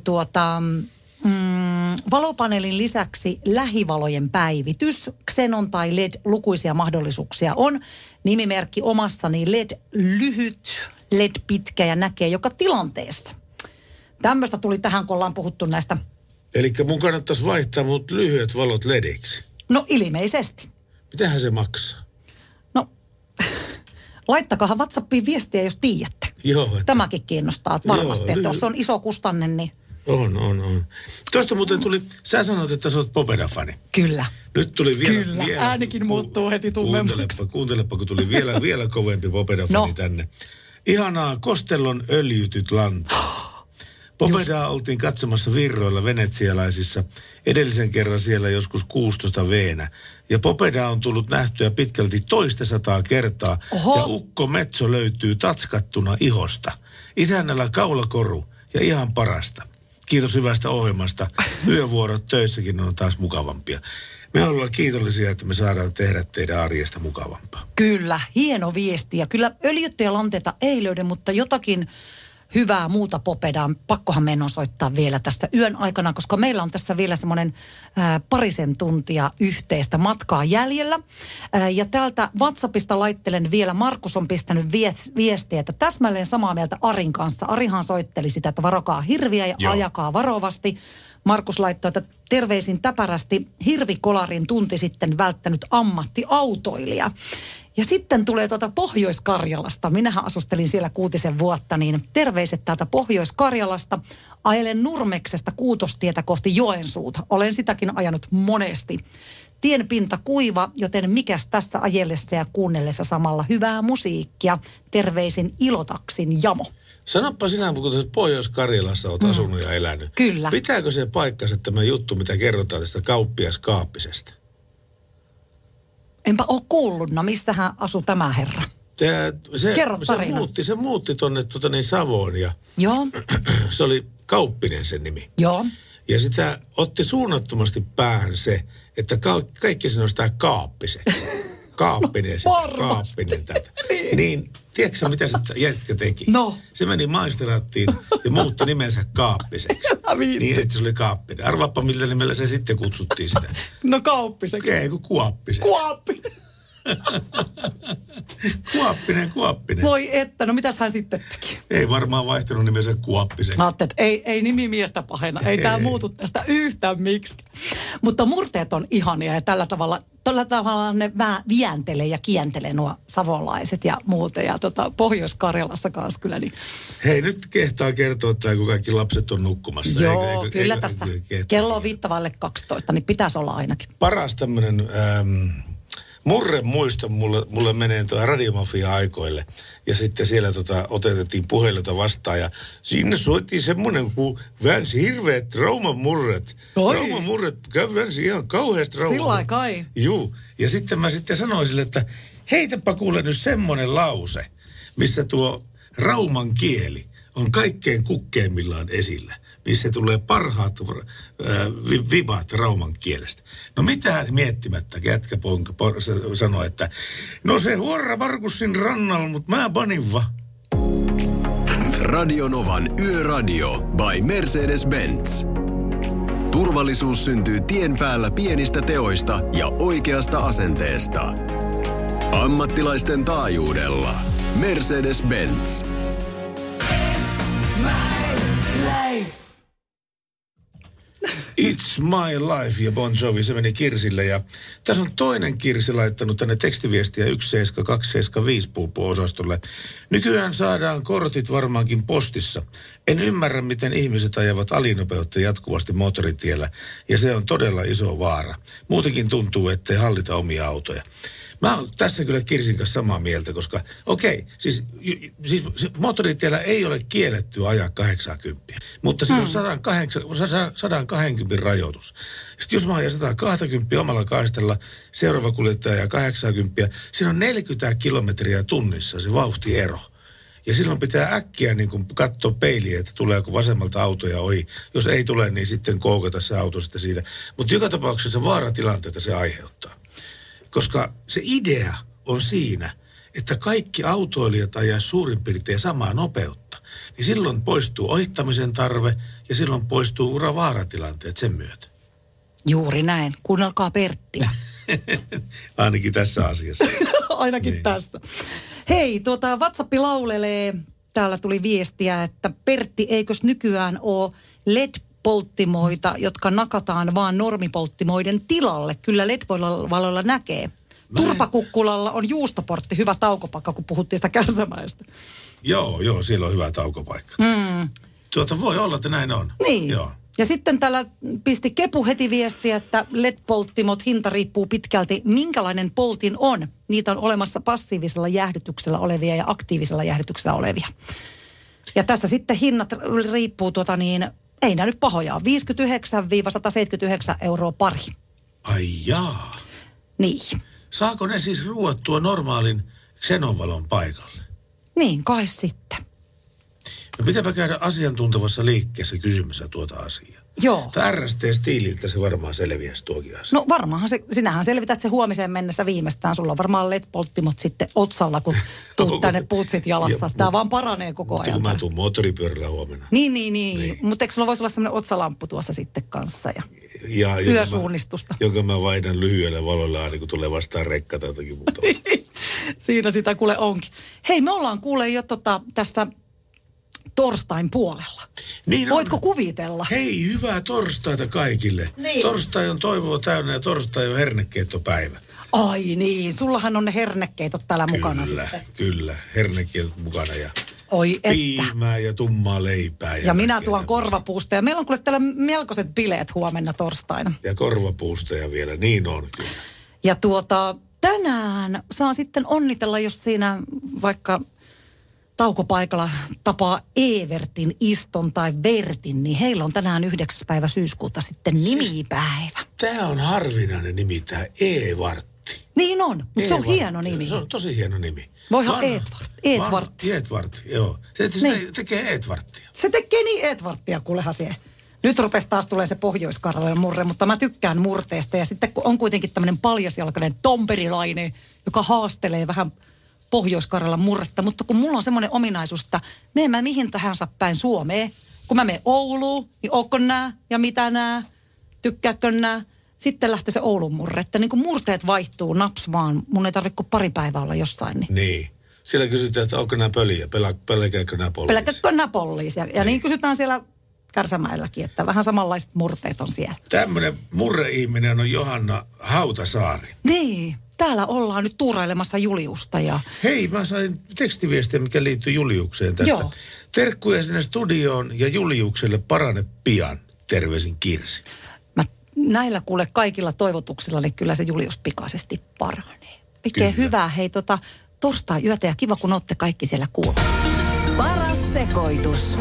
valopaneelin lisäksi lähivalojen päivitys, Xenon tai LED, lukuisia mahdollisuuksia on. Nimimerkki omassani LED lyhyt LED-pitkä ja näkee joka tilanteessa. Tämmöistä tuli tähän, kun ollaan puhuttu näistä. Eli mun kannattaisi vaihtaa mut lyhyet valot LEDiksi. No ilmeisesti. Mitähän se maksaa? No, laittakahan WhatsAppiin viestiä, jos tiedätte. Joo. Että... Tämäkin kiinnostaa että varmasti, että jos on iso kustanne, niin... On. Tuosta muuten tuli, sä sanoit, että sä oot Popeda-fani. Kyllä. Nyt tuli vielä... Kyllä, äänikin muuttuu heti tummemmaksi. Kuuntelepa, kun tuli vielä kovempi Popeda-fani tänne. Ihanaa Kostellon öljytyt lanta. Popedaa oltiin katsomassa Virroilla venetsialaisissa. Edellisen kerran siellä joskus 16 V-nä. Ja Popeda on tullut nähtyä pitkälti 200 kertaa. Oho. Ja ukko Metso löytyy tatskattuna ihosta. Isännällä kaulakoru ja ihan parasta. Kiitos hyvästä ohjelmasta. Yövuorot töissäkin on taas mukavampia. Me ollaan kiitollisia, että me saadaan tehdä teidän arjesta mukavampaa. Kyllä, hieno viesti. Ja kyllä öljyttyjä lanteita ei löydy, mutta jotakin hyvää muuta Popedaa. Pakkohan meidän on soittaa vielä tässä yön aikana, koska meillä on tässä vielä semmoinen parisen tuntia yhteistä matkaa jäljellä. Ja täältä WhatsAppista laittelen vielä, Markus on pistänyt viestiä, että täsmälleen samaa mieltä Arin kanssa. Arihan soitteli sitä, että varokaa hirviä ja ajakaa varovasti. Markus laittoi, että terveisin täpärästi hirvikolarin tunti sitten välttänyt ammattiautoilija. Ja sitten tulee Pohjois-Karjalasta. Minähän asustelin siellä 6 vuotta, niin terveiset täältä Pohjois-Karjalasta. Ajelen Nurmeksesta Kuutostietä kohti Joensuuta. Olen sitäkin ajanut monesti. Tienpinta kuiva, joten mikäs tässä ajellessa ja kuunnellessa samalla hyvää musiikkia. Terveisin Ilotaksin Jamo. Sanoppa sinä, kun Pohjois-Karjalassa olet asunut ja elänyt. Kyllä. Pitääkö se paikkansa tämä juttu, mitä kerrotaan tästä kauppiaskaappisesta? Enpä ole kuullut. No, mistähän asuu tämä herra? Kerro tarinan. Se muutti tuonne Savoon ja joo. Se oli Kauppinen sen nimi. Joo. Ja sitä otti suunnattomasti päähän se, että kaikki sen on sitä kaappiseksi. Kaappinen sitä, Kaappinen tätä. Niin, tiedätkö mitä se jätkä teki? No. Se meni maisteraattiin ja muutti nimensä Kaappiseksi. Niin, että se oli Kaappinen. Arvaappa, millä nimellä se sitten kutsuttiin sitä. No Kauppiseksi. Ei, kun Kuoppiseksi. Kuoppinen. Kuoppinen. Voi että, no mitäs hän sitten teki? Ei varmaan vaihtanut nimensä Kuoppiseksi. Mä ajattelin, että ei nimi miestä pahena. Ei tää muutu tästä yhtään miksi. Mutta murteet on ihania ja tällä tavalla ne vientelee ja kientelee nuo savolaiset ja muuta. Ja Pohjois-Karjalassa kanssa kyllä. Niin. Hei, nyt kehtaa kertoa tämä, kun kaikki lapset on nukkumassa. Joo, kyllä tässä. Kello on 11:55, niin pitäisi olla ainakin. Paras tämmöinen... Murremuisto mulle menee Radiomafia-aikoille. Ja sitten siellä otettiin puheluita vastaan. Ja sinne soitti semmoinen, kun väänsi hirveät raumamurret. Raumamurret väänsi ihan kauheasti raumamurret. Sillä kai. Juu. Ja sitten mä sanoin sille, että heitäpä kuule nyt semmoinen lause, missä tuo rauman kieli on kaikkein kukkeimmillaan esillä. Missä tulee parhaat vibat rauman kielestä. No mitään miettimättä jätkä sanoi, että no se huorra Markussin rannalla, mutta mä panin va. Radio Novan Yöradio by Mercedes-Benz. Turvallisuus syntyy tien päällä pienistä teoista ja oikeasta asenteesta. Ammattilaisten taajuudella Mercedes-Benz. It's my life ja Bon Jovi, se meni Kirsille ja tässä on toinen Kirsi laittanut tänne tekstiviestiä 17275 puupo-osastolle. Nykyään saadaan kortit varmaankin postissa. En ymmärrä, miten ihmiset ajavat alinopeutta jatkuvasti moottoritiellä ja se on todella iso vaara. Muutenkin tuntuu, ettei hallita omia autoja. Mä oon tässä kyllä Kirsin kanssa samaa mieltä, koska siis moottoritiellä ei ole kielletty ajaa 80, mutta siinä on 120 rajoitus. Sitten jos mä ajan 120 omalla kaistalla, seuraava kuljettaja ajaa 80, siinä on 40 kilometriä tunnissa se vauhtiero. Ja silloin pitää äkkiä niin kuin katsoa peiliä, että tuleeko vasemmalta autoja ohi. Jos ei tule, niin sitten koukata se auto sitten siitä. Mutta joka tapauksessa vaaratilanteita se aiheuttaa. Koska se idea on siinä, että kaikki autoilijat ajaa suurin piirtein samaa nopeutta. Niin silloin poistuu ohittamisen tarve ja silloin poistuu vaaratilanteet sen myötä. Juuri näin. Kuunnelkaa Perttiä. Ainakin tässä asiassa. Ainakin niin. Tässä. Hei, WhatsApp laulelee täällä tuli viestiä, että Pertti, eikös nykyään ole LED-polttimoita, jotka nakataan vaan normipolttimoiden tilalle? Kyllä LED-valoilla näkee. Turpakukkulalla on juustoportti, hyvä taukopaikka, kun puhuttiin sitä Kärsämäestä. Joo, siellä on hyvä taukopaikka. Voi olla, että näin on. Niin. Joo. Ja sitten täällä pisti Kepu heti viestiä, että LED-polttimot hinta riippuu pitkälti, minkälainen poltin on. Niitä on olemassa passiivisella jäähdytyksellä olevia ja aktiivisella jäähdytyksellä olevia. Ja tässä sitten hinnat riippuu, ei nää nyt pahoja, 59-179 euroa pari. Ai jaa. Niin. Saako ne siis ruuattua normaalin xenonvalon paikalle? Niin, kai sitten. No pitääpä käydä asiantuntevassa liikkeessä kysymässä tuota asiaa. Joo. RST-stiililtä se varmaan selviäisi tuokin asia. No varmaanhan sinähän selvität se huomiseen mennessä viimeistään. Sulla on varmaan LED-polttimot sitten otsalla, kun tuut tänne puutsit jalassa. Tämä vaan paranee koko ajan. Kun mä tuun moottoripyörällä huomenna. Niin. Mutta eikö sulla voisi olla sellainen otsalamppu tuossa sitten kanssa ja yösuunnistusta? Jonka mä vaihdan lyhyellä valolla aina, kun tulee vastaan rekka tai jotakin muuta. Siinä sitä kuule onkin. Hei, me ollaan kuule jo tässä torstain puolella. Niin voitko kuvitella? Hei, hyvää torstaita kaikille. Niin. Torstai on toivoa täynnä ja torstai on hernekeittopäivä. Ai niin, sullahan on ne hernekeitot täällä mukana sitten. Kyllä, hernekeitot mukana ja piimää ja tummaa leipää. Ja minä tuon korvapuusta ja meillä on kuule täällä melkoiset bileet huomenna torstaina. Ja korvapuusta ja vielä, niin on kyllä. Ja tänään saa sitten onnitella, jos siinä vaikka taukopaikalla tapaa Evertin, Iston tai Vertin, niin heillä on tänään 9. päivä syyskuuta sitten nimipäivä. Tämä on harvinainen nimi, tämä Evartti. Niin on, mutta se on hieno nimi. Se on tosi hieno nimi. Voihan Edvartti. Edvartti, joo. Se tekee Edvarttia. Se tekee niin Edvarttia, kuulehan se. Nyt rupesi taas tulee se Pohjois-Karjalan murre, mutta mä tykkään murteesta. Ja sitten kun on kuitenkin tämmöinen paljasjalkainen tomperilainen, joka haastelee vähän Pohjois-Karjalan murretta, mutta kun mulla on semmoinen ominaisuus, että menen mä mihin tahansa päin Suomeen. Kun mä menen Ouluun, niin ootko nää ja mitä nää, tykkääkö nää. Sitten lähtee se Oulun murre, että niin kun murteet vaihtuu naps vaan, mun ei tarvitse kuin pari päivää olla jossain. Niin. Siellä kysytään, että onko nää pöliä, pelkääkö nää poliisia? Pelkääkö nää poliisia? Ja niin kysytään siellä Kärsämäelläkin, että vähän samanlaiset murteet on siellä. Tämmöinen murreihminen on Johanna Hautasaari. Niin. Täällä ollaan nyt tuurailemassa Juliusta ja... Hei, mä sain tekstiviestiä, mikä liittyy Juliukseen tästä. Joo. Terkkuja sinne studioon ja Juliukselle parane pian. Terveisin Kirsi. Mä näillä kuule kaikilla toivotuksilla, niin kyllä se Julius pikaisesti paranee. Oikein hyvää. Hei torstai-yötä ja kiva, kun ootte kaikki siellä kuulla. Paras sekoitus.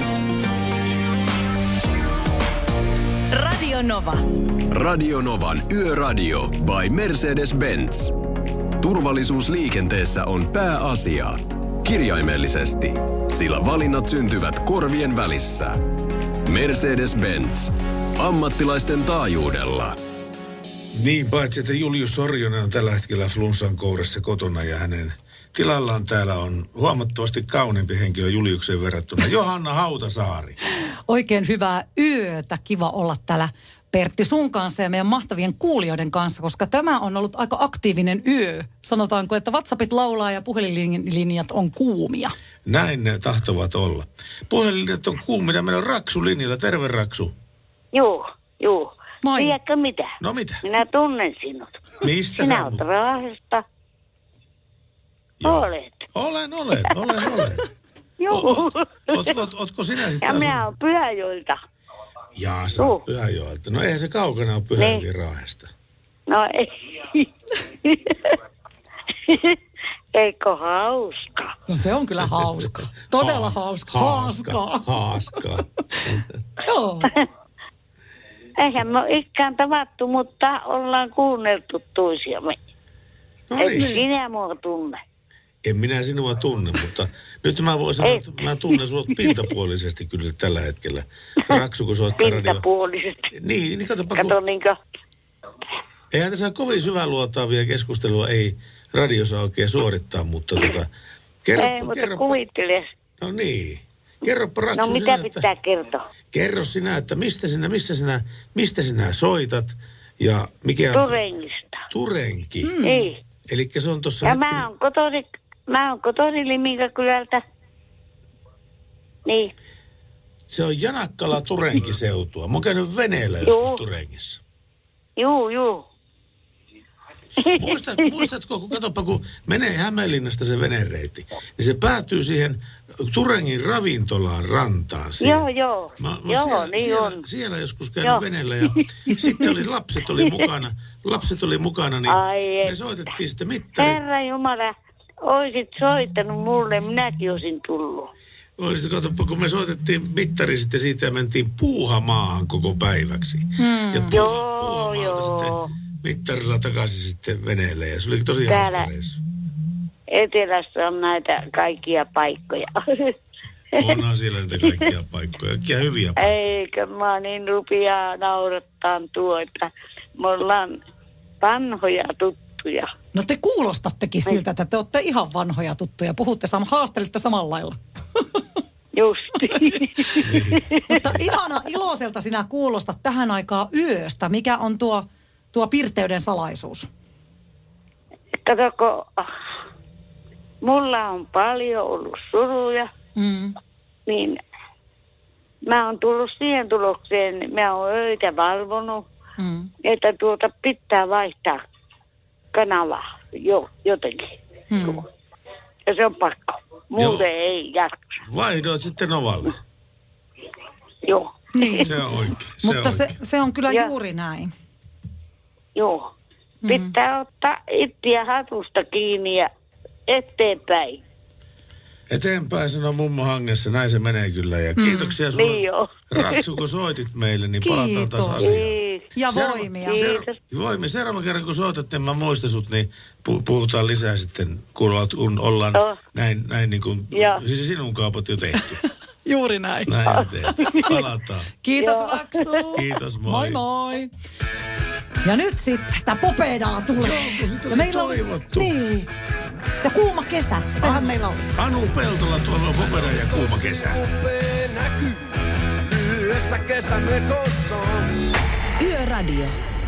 Radio Nova. Radio Novan Yöradio by Mercedes-Benz. Turvallisuus liikenteessä on pääasia. Kirjaimellisesti, sillä valinnat syntyvät korvien välissä. Mercedes-Benz. Ammattilaisten taajuudella. Niin, paitsi että Julius Sorjonen on tällä hetkellä flunssan kourassa kotona ja hänen tilallaan täällä on huomattavasti kauneempi henkilö Juliukseen verrattuna. Johanna Hautasaari. Oikein hyvää yötä. Kiva olla täällä Pertti sun kanssa ja meidän mahtavien kuulijoiden kanssa, koska tämä on ollut aika aktiivinen yö. Sanotaanko, että WhatsAppit laulaa ja puhelinlinjat on kuumia. Näin ne tahtovat olla. Puhelinlinjat on kuumina. Meillä on Raksu linjalla. Terve Raksu. Joo. Moi. Tiedätkö mitä? No mitä? Minä tunnen sinut. Mistä sinä sä olet Raahesta. Olet. Olen. Joo. Ootko sinä sitten Ja minä olen Pyhäjoelta. Jaa, sä oot Pyhäjoelta. No eihän se kaukana ole Pyhäjoelta Raahesta. No ei. Eikö hauska? No se on kyllä hauska. Todella hauska. Haaskaa. Joo. Eihän me ole ikään tavattu, mutta ollaan kuunneltu toisiamme. No niin. Et sinä mua tunne. En minä sinua tunne, mutta nyt mä voin sanoa, että mä tunnen sinut pintapuolisesti kyllä tällä hetkellä. Raksu, kun soittaa radio. Pintapuolisesti. Niin katsoppa. Kato niinkö. Eihän tässä syvän syväluotaavia keskustelua ei radiossa oikein suorittaa, mutta mutta kuvittele. No niin. Kerropa Raksu no mitä pitää kertoa? Kerro sinä, että mistä sinä soitat ja mikä on... Turengista. Turenki? Ei. Elikkä se on tossa... Ja mä oon kotori Liminkäkylältä. Niin. Se on Janakkala-Turenki-seutua. Mä oon käynyt veneellä joskus Turengissa. Juu. Muistatko, kun menee Hämeenlinnasta se venereitti, niin se päätyy siihen Turengin ravintolaan rantaan. Siihen. Joo. Siellä joskus käynyt veneellä ja sitten lapset oli mukana, niin me soitettiin sitten mittari. Herra Jumala, oisit soittanut mulle, minäkin olisin tullut. Katsoppa, kun me soitettiin mittari sitten siitä ja mentiin Puuhamaahan koko päiväksi. Ja Puuhamaalta sitten mittarilla takaisin sitten veneelle ja se oli tosi hauska reissu. Etelässä on näitä kaikkia paikkoja. Onhan siellä niitä kaikkia paikkoja, kaikkia hyviä paikkoja. Eikö mä niin rupeaa naurattaa että me ollaan vanhoja tuttuja. No te kuulostattekin siltä, että te olette ihan vanhoja tuttuja. Puhutte haastelitte samalla lailla. Justi. Mutta iloiselta sinä kuulostat tähän aikaan yöstä. Mikä on tuo pirteyden salaisuus? Katsoko, mulla on paljon ollut suruja, niin mä oon tullut siihen tulokseen, mä oon öitä valvonut, että pitää vaihtaa kanavaa jotenkin. Ja se on pakko. Muuten ei jaksa. Vaihdoit sitten Novalle. Joo. Niin. Se on oikein. Mutta se on kyllä juuri näin. Joo. Pitää ottaa itseä hatusta kiinni ja eteenpäin. Eteenpäin sanoo mummo hangessa, näin se menee kyllä. Ja kiitoksia sulle, Raksu, kun soitit meille, niin palataan taas asiaan. Ja voimia. Voimia. Seuraavan kerran, kun soitatte, mä muistan sut, niin puhutaan lisää sitten, kun ollaan näin niin kuin, siis sinun kaupat jo tehty. Juuri näin. Näin tehty. Palataan. Kiitos Raksu. Kiitos, moi. Moi moi. Ja nyt sitten sitä popedaa tulee. Ja meillä on niin. Ja kuuma kesä, sehän meillä on. Anu Peltola tuolla on popeda ja kuuma kesä. Näkyy lyhyessä kesämekossa. Yöradio.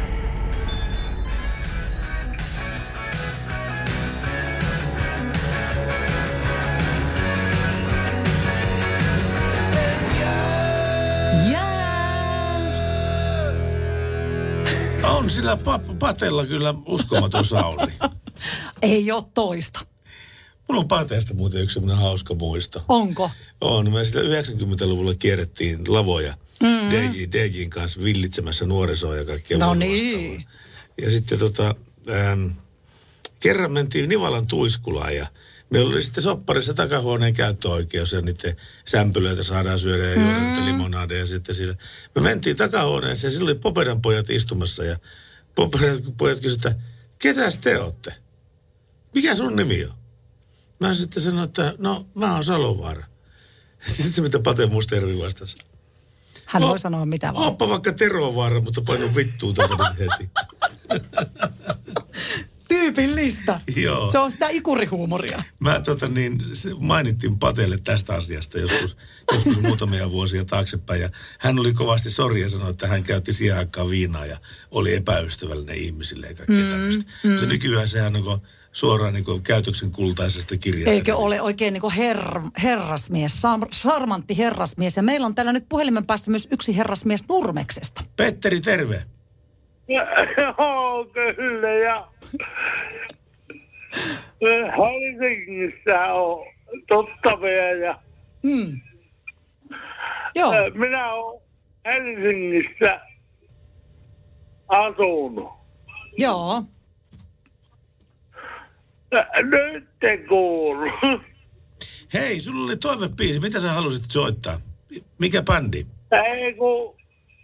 On sillä Patella kyllä uskomaton sauni. Ei ole toista. Mulla on Pateesta muuten yksi sellainen hauska muisto. Onko? On. Me sillä 90-luvulla kierrettiin lavoja DJin kanssa villitsemässä nuorisoa ja kaikkea. No niin. Ja sitten kerran mentiin Nivalan Tuiskulaan ja meillä oli sitten sopparissa takahuoneen käyttöoikeus ja niiden sämpylöitä saadaan syödä ja juoda niitä limonadeja. Ja sitten siinä. Me mentiin takahuoneeseen ja siellä oli Popedan pojat istumassa ja Popedan pojat kysyivät, että ketäs te ootte? Mikä sun nimi on? Mä sitten sanoin, että no mä oon Salovaara. Tiedätkö mitä Pate Mustervi vastasi? Hän voi sanoa mitä vaan. Ooppa vaikka Terovaara, mutta painu vittuun tuota heti. Tyypillistä. Joo. Se on sitä ikurihuumoria. Mä mainittiin Patelle tästä asiasta joskus muutamia vuosia taaksepäin. Ja hän oli kovasti sori ja sanoi, että hän käytti siihen aikaan viinaa ja oli epäystävällinen ihmisille ja kaikkea tämmöistä. Mutta nykyään sehän on suoraan niin käytöksen kultaisesta kirjasta. Eikö ole oikein niin herrasmies, sarmantti herrasmies. Ja meillä on täällä nyt puhelimen päässä myös yksi herrasmies Nurmeksesta. Petteri, terve. Joo, kyllä. Ja Helsingissä on tuttavia ja Joo. Minä olen Helsingissä asunut. Joo. Nyt te kuulu. Hei, sulla oli toivebiisi. Mitä sä halusit soittaa? Mikä bändi? Ei kun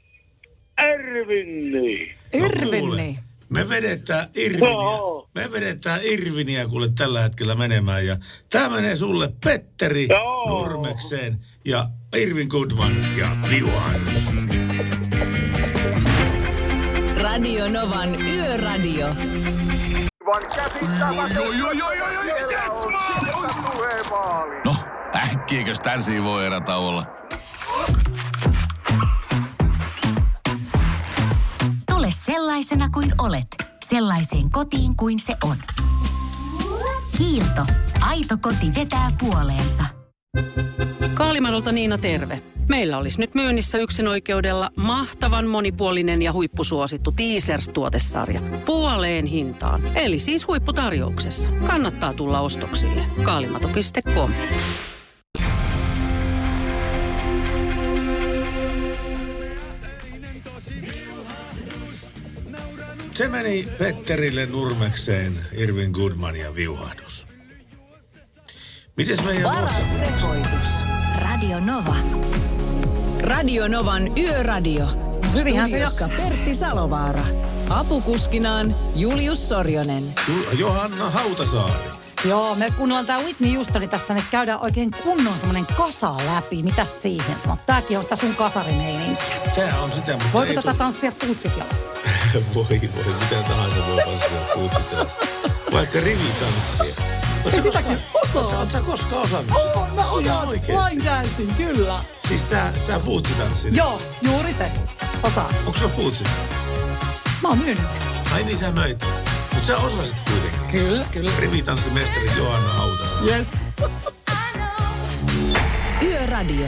Irvini. Irvini. Me vedetään Irviniä. Me vedetään Irviniä kuule tällä hetkellä menemään. Ja tää menee sulle Petteri Nurmekseen ja Irvin Goodman ja Viuhans. Radio Novan Yöradio. No, äkkiäkös tän voi erätä olla? Tule sellaisena kuin olet, sellaiseen kotiin kuin se on. Kiilto. Aito koti vetää puoleensa. Kaalimadolta Niina, terve. Meillä olisi nyt myynnissä yksinoikeudella mahtavan monipuolinen ja huippusuosittu Teasers-tuotesarja. Puoleen hintaan, eli siis huipputarjouksessa. Kannattaa tulla ostoksille. Kaalimato.com. Se meni Petterille Nurmekseen, Irvin Goodman ja viuhahdus. Mites meidän Paras sekoitus. Radio Nova. Radio Novan Yöradio. Hyvinhän se Studiossa Pertti Salovaara. Apukuskinaan Julius Sorjonen. Johanna Hautasaari. Joo, me kuunnellaan tää Whitney Houstoni tässä, niin käydään oikein kunnon semmonen kasa läpi. Mitäs siihen sanot? Tääkin on sitä sun kasarimeininkiä. Tää on sitä, mutta voiko tätä tanssia puutsitilassa? voi, mitä tahansa voi tanssia puutsitilassa. Vaikka rivitanssia. Ei sitäkin osaa. Oletko sä koskaan osannut? Mä osaan line dancing, kyllä. Siis tää puutsitanssi? Joo, juuri se. Osaan. Onko sulla puutsi? Mä oon myynyt. Ai niin, sä möit. Mut sä osasit kuitenkin. Kyllä. Rivitanssimestari Johanna Hautasaari. Yes. Yöradio.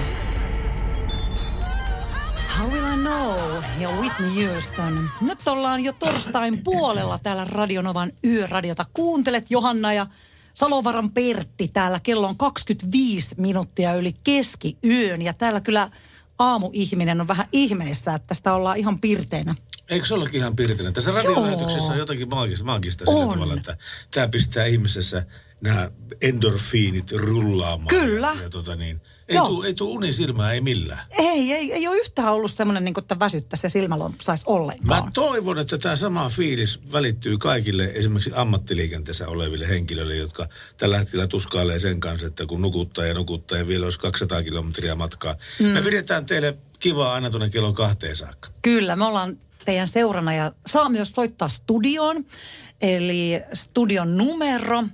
How will I know? Ja Whitney Houston. Nyt ollaan jo torstain puolella täällä Radio Novan Yöradiota. Kuuntelet Johanna ja Salovaran Pertti täällä. Kello on 25 minuuttia yli keskiyön. Ja täällä kyllä aamuihminen on vähän ihmeessä, että tästä ollaan ihan pirteinä. Eikö se ollakin ihan pirteinen? Tässä radiolähetyksessä on jotakin maagista sillä tavalla, että tämä pistää ihmisessä nämä endorfiinit rullaamaan. Kyllä. Ja ei tule unisilmää, ei millään. Ei ole yhtään ollut semmoinen, niin että väsyttäisi ja silmälompsaisi ollenkaan. Mä toivon, että tämä sama fiilis välittyy kaikille esimerkiksi ammattiliikenteessä oleville henkilöille, jotka tällä hetkellä tuskailee sen kanssa, että kun nukuttaa ja vielä olisi 200 kilometriä matkaa. Me pidetään teille kivaa aina tuonne kello 2 saakka. Kyllä, me ollaan teidän seurana ja saa myös soittaa studioon. Eli studion numero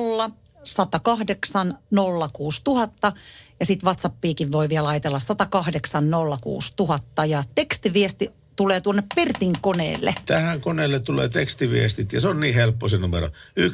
0108 06000 ja sitten WhatsAppiikin voi vielä laitella 108 06000 ja tekstiviesti tulee tuonne Pertin koneelle. Tähän koneelle tulee tekstiviestit ja se on niin helppo se numero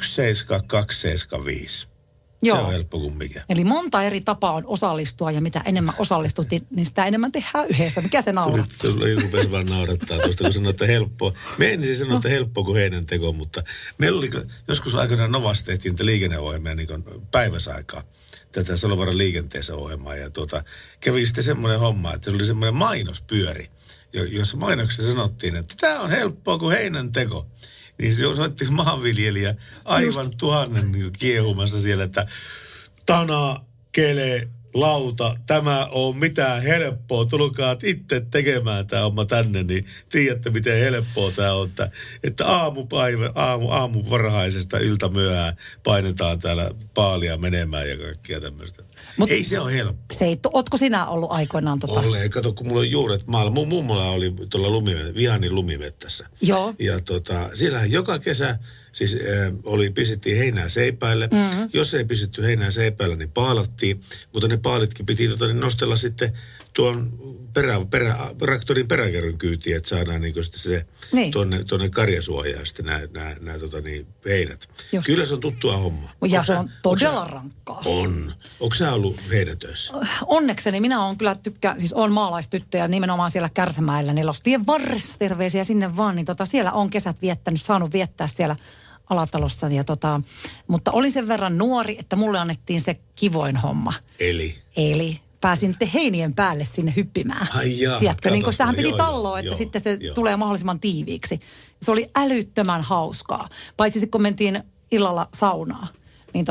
17275. Joo. Se on helppo kuin mikä. Eli monta eri tapaa on osallistua ja mitä enemmän osallistut, niin sitä enemmän tehdään yhdessä. Mikä se naurattaa? Nyt rupesi vaan naurattaa tuosta, kun sanoin, että helppoa. Me ensin sanoin, että helppoa kuin heidän teko, mutta meillä oli joskus aikanaan Novassa tehtiin liikenneohjelmia niin päiväsaikaa. Tätä Salovaran liikenteessä ohjelmaa ja kävi sitten semmoinen homma, että se oli semmoinen mainospyöri, jossa mainoksessa sanottiin, että tämä on helppoa kuin heinän teko. Niin se soitti maanviljelijä aivan tuhannen niin kiehumassa siellä, että tana, kele, lauta, tämä on mitään helppoa. Tulkaa itse tekemään tämä homma tänne, niin tiedätte miten helppoa tämä on. Että aamu varhaisesta ilta myöhään painetaan täällä paalia menemään ja kaikkia tämmöistä. Ei se ole helppoa. Ootko sinä ollut aikoinaan Olen. Kato, kun mulla on juuret maalla. Mun mummola oli tuolla Vihanin lumimettässä. Joo. Ja siellähän joka kesä siis pistettiin heinää seipäille. Mm-hmm. Jos ei pistetty heinää seipäille, niin paalattiin. Mutta ne paalitkin piti nostella sitten tuon traktorin peräkärryn kyytiin, että saadaan sitten se tuonne karjasuojaan sitten nämä heinät. Just. Kyllä se on tuttua hommaa. Ja se on todella rankkaa. On. Onko sä ollut heinätöissä? Onnekseni minä olen kyllä olen maalaistyttö ja nimenomaan siellä Kärsämäellä, niin Lostien varressa terveisiä sinne vaan, niin siellä on kesät saanut viettää siellä alatalossa. Ja mutta olin sen verran nuori, että mulle annettiin se kivoin homma. Eli pääsin heinien päälle sinne hyppimään. Tiedätkö, niin kun sitähän piti talloa, että sitten se tulee mahdollisimman tiiviiksi. Se oli älyttömän hauskaa. Paitsi kun mentiin illalla saunaa, niin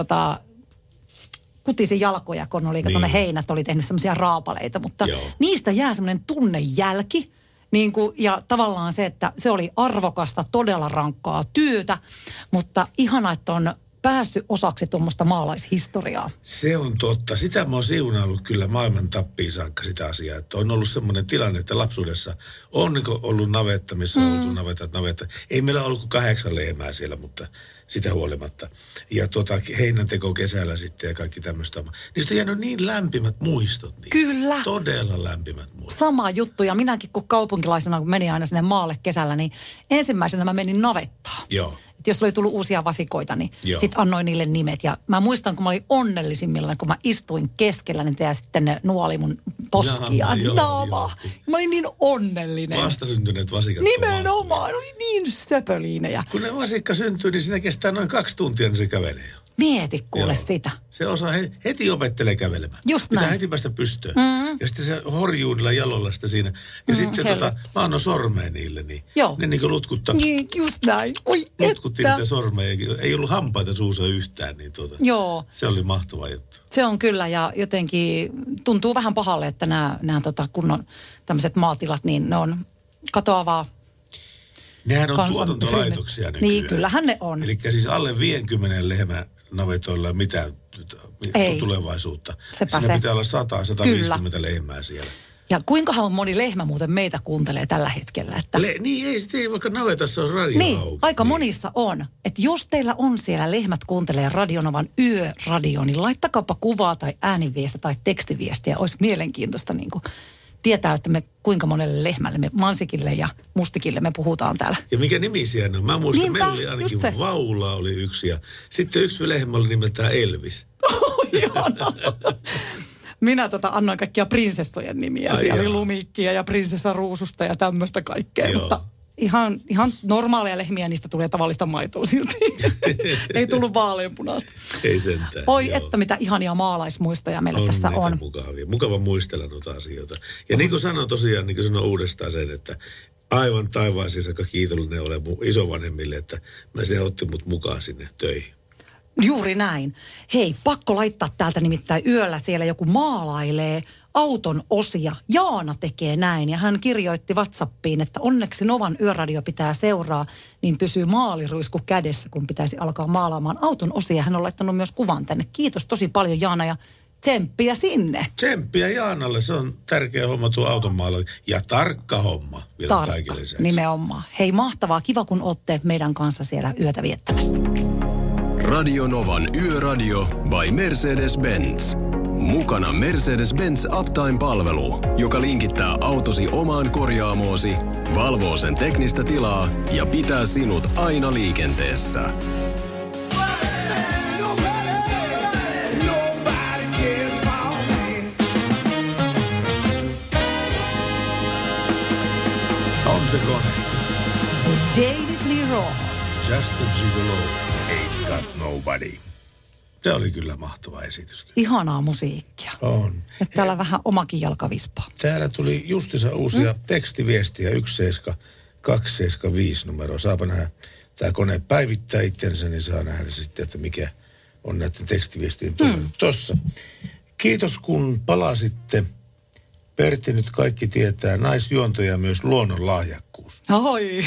kutisin jalkoja, kun oli heinät oli tehnyt semmoisia raapaleita, mutta niistä jää semmoinen tunnejälki. Ja tavallaan se, että se oli arvokasta, todella rankkaa työtä, mutta ihana, että on päässyt osaksi tuommoista maalaishistoriaa. Se on totta. Sitä mä oon siunaillut kyllä maailman tappiin saakka sitä asiaa, että on ollut semmoinen tilanne, että lapsuudessa on ollut navetta, missä on ollut navetta. Ei meillä ollut kuin 8 lehmää siellä, mutta sitä huolimatta. Ja heinänteko kesällä sitten ja kaikki tämmöistä. Niistä on jäänyt niin lämpimät muistot. Niistä. Kyllä. Todella lämpimät muistot. Sama juttu. Ja minäkin kun kaupunkilaisena, kun menin aina sinne maalle kesällä, niin ensimmäisenä mä menin navettaan. Joo. Että jos oli tullut uusia vasikoita, niin sitten annoin niille nimet. Ja mä muistan, kun mä olin onnellisimmillaan, kun mä istuin keskellä, niin ja sitten ne nuoli mun poskia. Mä olin niin onnellinen. Vastasyntyneet vasikat. Nimenomaan, oli niin söpöliinejä. Kun ne vasikka syntyy, niin siinä kestää noin 2 tuntia, niin se kävelee jo. Mieti kuule sitä. Se osaa heti opettelee kävelemään. Just näin. Pitää heti päästä pystyyn. Ja sitten se horjuu niillä jaloilla sitä siinä. Ja sitten mä annoin sormeen niille, niin ne niin kuin lutkuttaa. Niin, just näin. Oi, lutkuttiin niitä sormeja. Ei ollut hampaita suussa yhtään, niin se oli mahtava juttu. Se on kyllä, ja jotenkin tuntuu vähän pahalle, että nämä kunnon tämmöiset maatilat, niin ne on katoavaa. Nehän on tuotantolaitoksia nykyään. Niin, kyllähän ne on. Eli siis alle 50 lehmän navetoilla ei mitään tulevaisuutta. Siinä pitää olla 100-150 lehmää siellä. Ja kuinkahan moni lehmä muuten meitä kuuntelee tällä hetkellä? Että... Niin, ei sitten vaikka navetassa on radio niin, auki. Aika monissa on. Että jos teillä on siellä lehmät kuuntelee Radionovan yöradio, niin laittakaapa kuvaa tai ääniviestiä tai tekstiviestiä. Olisi mielenkiintoista niin kuin tietää, että me kuinka monelle lehmälle, me mansikille ja mustikille me puhutaan täällä. Ja mikä nimi siellä on? Mä muistan, meillä oli ainakin Vaula oli yksi ja sitten yksi lehmä oli nimeltään Elvis. Minä annoin kaikkia prinsessojen nimiä. Siellä oli Lumikkia ja prinsessa Ruususta ja tämmöistä kaikkea, mutta ihan normaaleja lehmiä, niistä tulee tavallista maitoa silti. Ei tullut vaaleanpunaista. Ei sentään. Oi, että mitä ihania maalaismuistoja meillä tässä on. Mukava muistella noita asioita. Ja niin kuin sanoin tosiaan, niin kuin sanoin uudestaan sen, että aivan taivaisiin saakka kiitollinen olen mun isovanhemmille, että se otti mut mukaan sinne töihin. Juuri näin. Hei, pakko laittaa täältä nimittäin yöllä siellä joku maalailee auton osia. Jaana tekee näin ja hän kirjoitti WhatsAppiin, että onneksi Novan yöradio pitää seuraa, niin pysyy maaliruisku kädessä, kun pitäisi alkaa maalaamaan auton osia. Hän on laittanut myös kuvan tänne. Kiitos tosi paljon Jaana ja tsemppiä sinne. Tsemppiä Jaanalle, se on tärkeä homma tuo autonmaalaus ja tarkka homma vielä kaikille lisäksi. Nimenomaan. Hei, mahtavaa, kiva kun olette meidän kanssa siellä yötä viettämässä. Radio Novan Yöradio by Mercedes-Benz. Mukana Mercedes-Benz Uptime-palvelu, joka linkittää autosi omaan korjaamoosi, valvoo sen teknistä tilaa ja pitää sinut aina liikenteessä. On se kone. David Lee Roth. Just a gigolo. Ain't got nobody. Se oli kyllä mahtava esitys. Ihanaa musiikkia. On. Että täällä vähän omakin jalka vispaa. Täällä tuli justiinsa uusia tekstiviestiä 17275 numeroa. Saapa nähdä, tämä kone päivittää itsensä, niin saa nähdä sitten, että mikä on näiden tekstiviestien tullut. Tossa. Kiitos kun palasitte. Pertti nyt kaikki tietää. Naisjuonto ja myös luonnon lahjakkuus. Oi,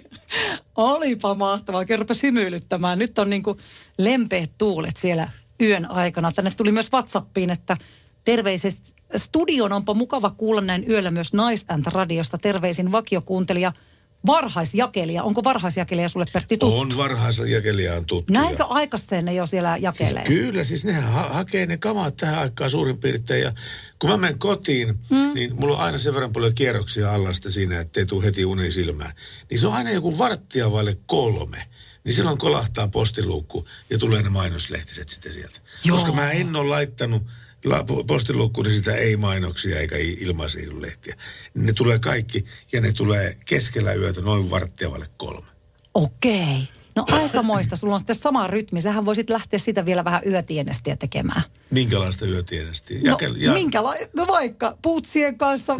olipa mahtavaa. Kerropas hymyilyttämään. Nyt on niin kuin lempeät tuulet siellä yön aikana. Tänne tuli myös WhatsAppiin, että terveiset studion. Onpa mukava kuulla näin yöllä myös Naisääntä-radiosta. Terveisin vakiokuuntelija, varhaisjakelija. Onko varhaisjakelija sulle, Pertti, tuttu? On, varhaisjakelija on tuttu. Näinkö aikaiseen ne jo siellä jakelee? Siis kyllä, siis nehän hakee ne kamat tähän aikaan suurin piirtein. Ja kun mä menen kotiin, niin mulla on aina sen verran paljon kierroksia alla sitä siinä, ettei tule heti uni silmään. Niin se on aina joku 2:15. Niin silloin kolahtaa postiluukku ja tulee ne mainoslehtiset sitten sieltä. Joo. Koska mä en ole laittanut postiluukkuun, niin sitä ei mainoksia eikä ilmaisia lehtiä. Ne tulee kaikki ja ne tulee keskellä yötä noin 2:15. Okei. No aikamoista. Sulla on sitten sama rytmi. Sähän voisit lähteä sitä vielä vähän yötienestiä tekemään. Minkälaista yötienestiä? No vaikka puutsien kanssa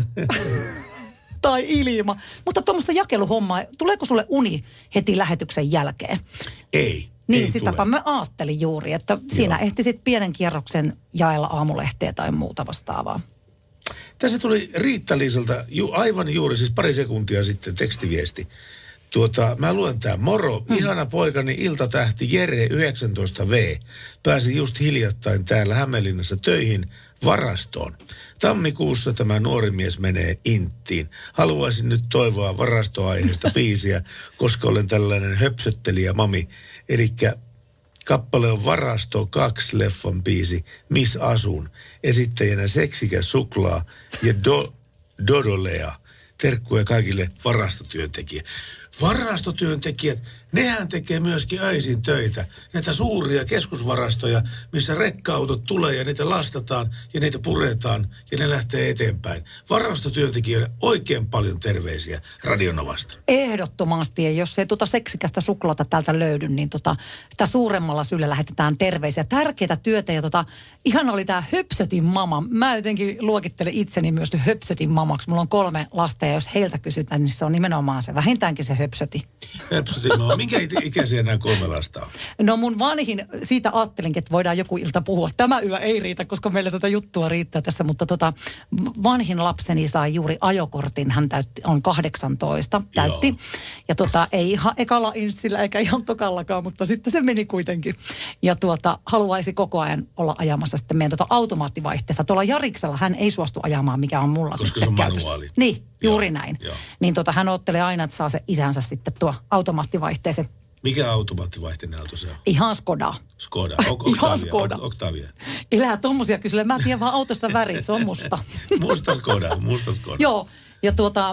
tai ilma. Mutta tuommoista jakeluhommaa, tuleeko sulle uni heti lähetyksen jälkeen? Ei. Niin, sitäpä mä ajattelin juuri, että siinä ehtisit pienen kierroksen jaella aamulehteä tai muuta vastaavaa. Tässä tuli Riitta-Liisalta aivan juuri, siis pari sekuntia sitten tekstiviesti. Mä luen tää. Moro, ihana poikani iltatähti Jere 19V. Pääsi just hiljattain täällä Hämeenlinnassa töihin varastoon. Tammikuussa tämä nuori mies menee inttiin. Haluaisin nyt toivoa varastoaiheesta biisiä, koska olen tällainen höpsöttelijä mami. Elikkä kappale on Varasto 2 leffan biisi Miss Asun. Esittäjänä seksikäs suklaa ja Dodolea. Terkkuja kaikille varastotyöntekijät. Varastotyöntekijät, Nehän tekee myöskin öisin töitä. Näitä suuria keskusvarastoja, missä rekka-autot tulee ja niitä lastataan ja niitä puretaan ja ne lähtee eteenpäin. Varastotyöntekijöille oikein paljon terveisiä Radio Novasta. Ehdottomasti, ja jos ei seksikästä suklaata täältä löydy, niin sitä suuremmalla syyllä lähetetään terveisiä. Tärkeää työtä ja ihan oli tämä höpsötin mama. Mä jotenkin luokittelen itseni myös höpsötin mamaksi. Mulla on 3 lasta ja jos heiltä kysytään, niin se on nimenomaan se vähintäänkin se höpsöti. Höpsötin mama. Minkä ikäisiä nämä 3 lasta on? No mun vanhin, siitä ajattelinkin, että voidaan joku ilta puhua. Tämä yö ei riitä, koska meillä tätä juttua riittää tässä, mutta vanhin lapseni sai juuri ajokortin. Hän on 18, täytti. Joo. Ja ei ihan ekalla inssillä eikä ihan tokallakaan, mutta sitten se meni kuitenkin. Ja haluaisi koko ajan olla ajamassa sitten meidän automaattivaihteesta. Tuolla Jariksella hän ei suostu ajamaan, mikä on mulla. Koska se on manuaali. Niin, juuri näin. Joo. Niin hän odottelee aina, että saa se isänsä sitten tuo automaattivaihteeseen. Mikä automaattivaihteinen auto se on? Ihan Skoda. Skoda. Ihan Skoda. Octavia. Elää tommosia kysellä. Mä tiedän vaan autosta värit, se on musta. Musta Skoda. Joo, ja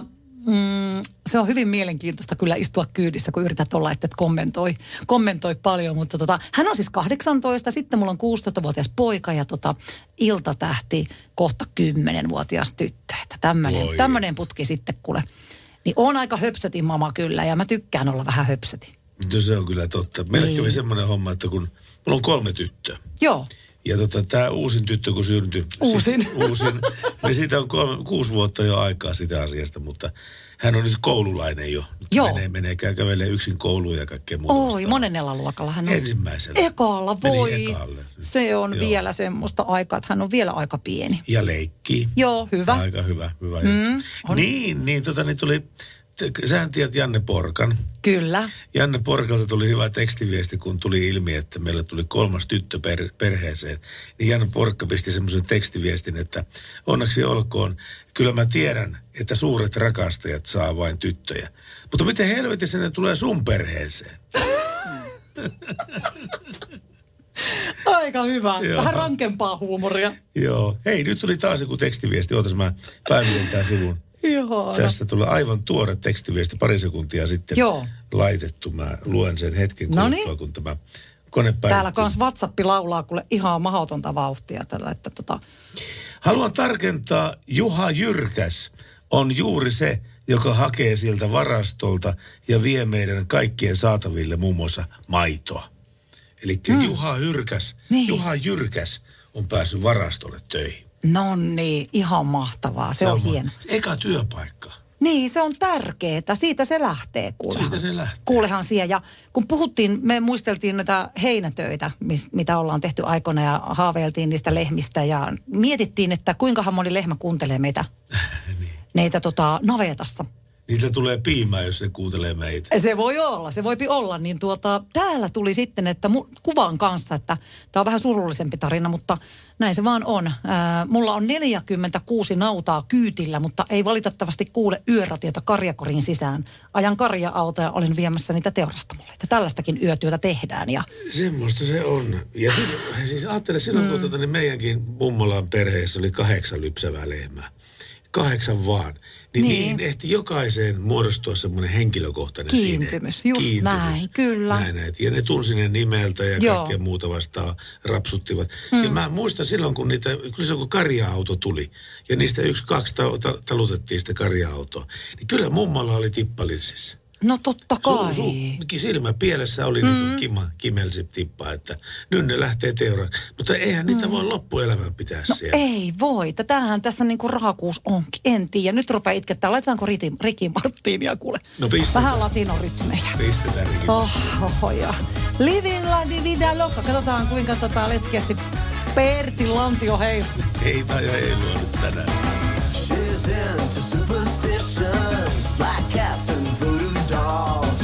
se on hyvin mielenkiintoista kyllä istua kyydissä, kun yrität olla, että kommentoi paljon. Mutta hän on siis 18, sitten mulla on 16-vuotias poika ja iltatähti kohta 10-vuotias tyttö. Tämmöinen putki sitten kuule. Niin on aika höpsötin mama kyllä ja mä tykkään olla vähän höpsötin. No se on kyllä totta. Meillä kävi semmoinen homma, että kun mulla on 3 tyttöä. Joo. Ja tämä uusin tyttö, kun syntyi. Uusin. Niin siitä on 6 vuotta jo aikaa sitä asiasta, mutta hän on nyt koululainen jo. Joo. Kävelee yksin kouluun ja kaikkea muuta. Oi, monennella luokalla hän on. Ensimmäisellä. Ekalla, voi. Se on vielä semmoista aikaa, että hän on vielä aika pieni. Ja leikkii. Joo, hyvä. Aika hyvä. Niin tuli... Sähän tiedät Janne Porkan. Kyllä. Janne Porkalta tuli hyvä tekstiviesti, kun tuli ilmi, että meillä tuli 3. tyttö perheeseen. Niin Janne Porkka pisti semmoisen tekstiviestin, että onneksi olkoon. Kyllä mä tiedän, että suuret rakastajat saa vain tyttöjä. Mutta miten helvetissä ne tulee sun perheeseen? Aika hyvä. Joo. Vähän rankempaa huumoria. Joo. Hei, nyt tuli taas joku tekstiviesti. Ootas mä päivitän tämän sivun. Joo. Tässä tulee aivan tuore tekstiviesti 2 sekuntia sitten laitettu. Mä luen sen hetken kuluttua, kun tämä kone päivittyy. Täällä kans WhatsApp laulaa kuule ihan mahdotonta vauhtia. Tällä, että Haluan tarkentaa, Juha Jyrkäs on juuri se, joka hakee sieltä varastolta ja vie meidän kaikkien saataville muun muassa maitoa. Eli Juha Jyrkäs on päässyt varastolle töihin. No niin, ihan mahtavaa. Se on hieno. Eka työpaikka. Niin, se on tärkeää. Siitä se lähtee, kuulehan. Siitä se lähtee. Kuulehan siellä. Ja kun puhuttiin, me muisteltiin näitä heinätöitä, mitä ollaan tehty aikoina ja haaveiltiin niistä lehmistä ja mietittiin, että kuinkahan moni lehmä kuuntelee meitä navetassa. Niitä tulee piimää, jos ne kuuntelee meitä. Se voi olla. Niin täällä tuli sitten, että kuvan kanssa, että tämä on vähän surullisempi tarina, mutta näin se vaan on. Mulla on 46 nautaa kyytillä, mutta ei valitettavasti kuule yöratiota karjakorin sisään. Ajan karja-autoa ja olen viemässä niitä teurastamolle. Että tällaistakin yötyötä tehdään. Ja... Semmoista se on. Ja siis ajattele silloin, kun niin meidänkin mummolan perheessä oli 8 lypsävää lehmää. 8 vaan. Niin ehti jokaiseen muodostua semmoinen henkilökohtainen kiintymys. Just näin, kyllä. Näin. Ja ne tunsi ne nimeltä ja kaikkea muuta vastaan rapsuttivat. Ja mä muistan silloin, kun kun karja-auto tuli ja niistä 1-2 talutettiin sitä karja-autoa, niin kyllä mummalla oli tippalinssissä. No totta kai. Silmä pielessä oli niin kuin kimelsi tippaa, että nyt ne lähtee teuraan. Mutta eihän niitä voi loppuelämän pitää siellä. Ei voi. Tämähän tässä niin kuin rahakuus onkin. En tiedä. Nyt rupeaa itkettää. Laitetaanko Ricky Martinia kuule? No pistetään. Vähän latinorytmejä. Pistetään Ricky. Ja Living la di vida loca. Katsotaan kuinka letkeästi Pertti Lantio heiluu. Ei luonut tänään. She's into superstitions, black cats and voodoo dolls.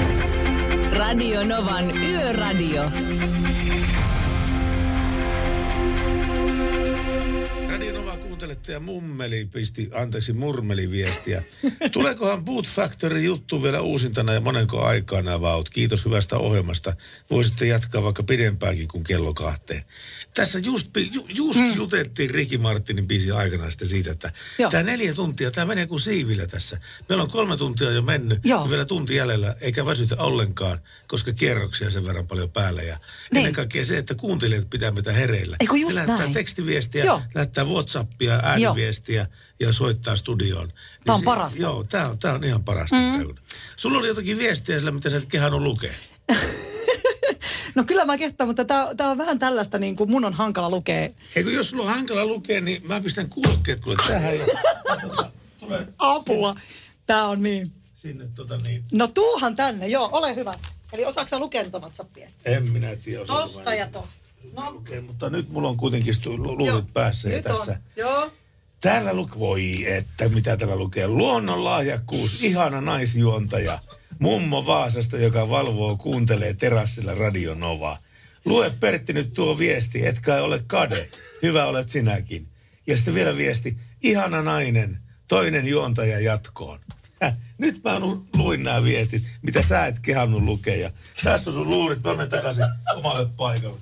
Radio Novan Yöradio. Radio Nova kuuntelet Soittaja Murmeli viestiä. Tuleekohan Boot Factory juttu vielä uusintana ja monenko aikaa nämä vaut? Kiitos hyvästä ohjelmasta. Voisitte jatkaa vaikka pidempäänkin kuin kello 2. Tässä just jutettiin Ricky Martinin biisin aikana sitten siitä, että tämä 4 tuntia, tämä menee kuin siivillä tässä. Meillä on 3 tuntia jo mennyt ja vielä tunti jäljellä, eikä väsytä ollenkaan, koska kierroksia sen verran paljon päällä. Ja ennen kaikkea se, että kuuntelijat pitää meitä hereillä. Ne lähettää tekstiviestiä, lähettää WhatsAppia, ääniviestiä ja soittaa studioon. Tämä on parasta. Joo, tämä on ihan parasta. Sulla oli jotakin viestiä sillä, mitä sä et kehannut lukea. No kyllä mä kehtaan, mutta tää on vähän tällaista niin kuin mun on hankala lukea. Eikö jos sulla on hankala lukea, niin mä pistän kuulokkeet kuule tähän ja tulee. Apua. Tää on niin. Sinne niin. No tuuhan tänne, joo, ole hyvä. Eli osaatko sä lukea nyt WhatsAppia? En minä tiedä. Tosta ja tosta. No. Lukee, mutta nyt mulla on kuitenkin luurit päässä ja tässä. Joo. Täällä voi että mitä täällä lukee. Luonnonlahjakkuus, ihana naisjuontaja. Mummo Vaasasta, joka kuuntelee terassilla Radio Novaa. Lue Pertti nyt tuo viesti, etkä ole kade. Hyvä olet sinäkin. Ja sitten vielä viesti, ihana nainen, toinen juontaja jatkoon. Nyt mä luin nämä viestit, mitä sä et kehannut lukea. Ja tässä on sun luurit, mä menen takaisin omalle paikalle.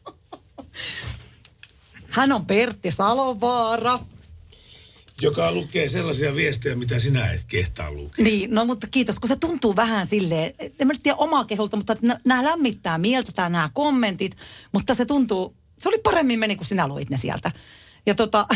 Hän on Pertti Salovaara. Joka lukee sellaisia viestejä, mitä sinä et kehtaa lukea. Niin, no mutta kiitos, kun se tuntuu vähän silleen, en mä nyt tiedä omaa keholta, mutta nämä lämmittää mieltä, nämä kommentit, mutta se tuntuu, se oli paremmin meni, kun sinä luit ne sieltä. Ja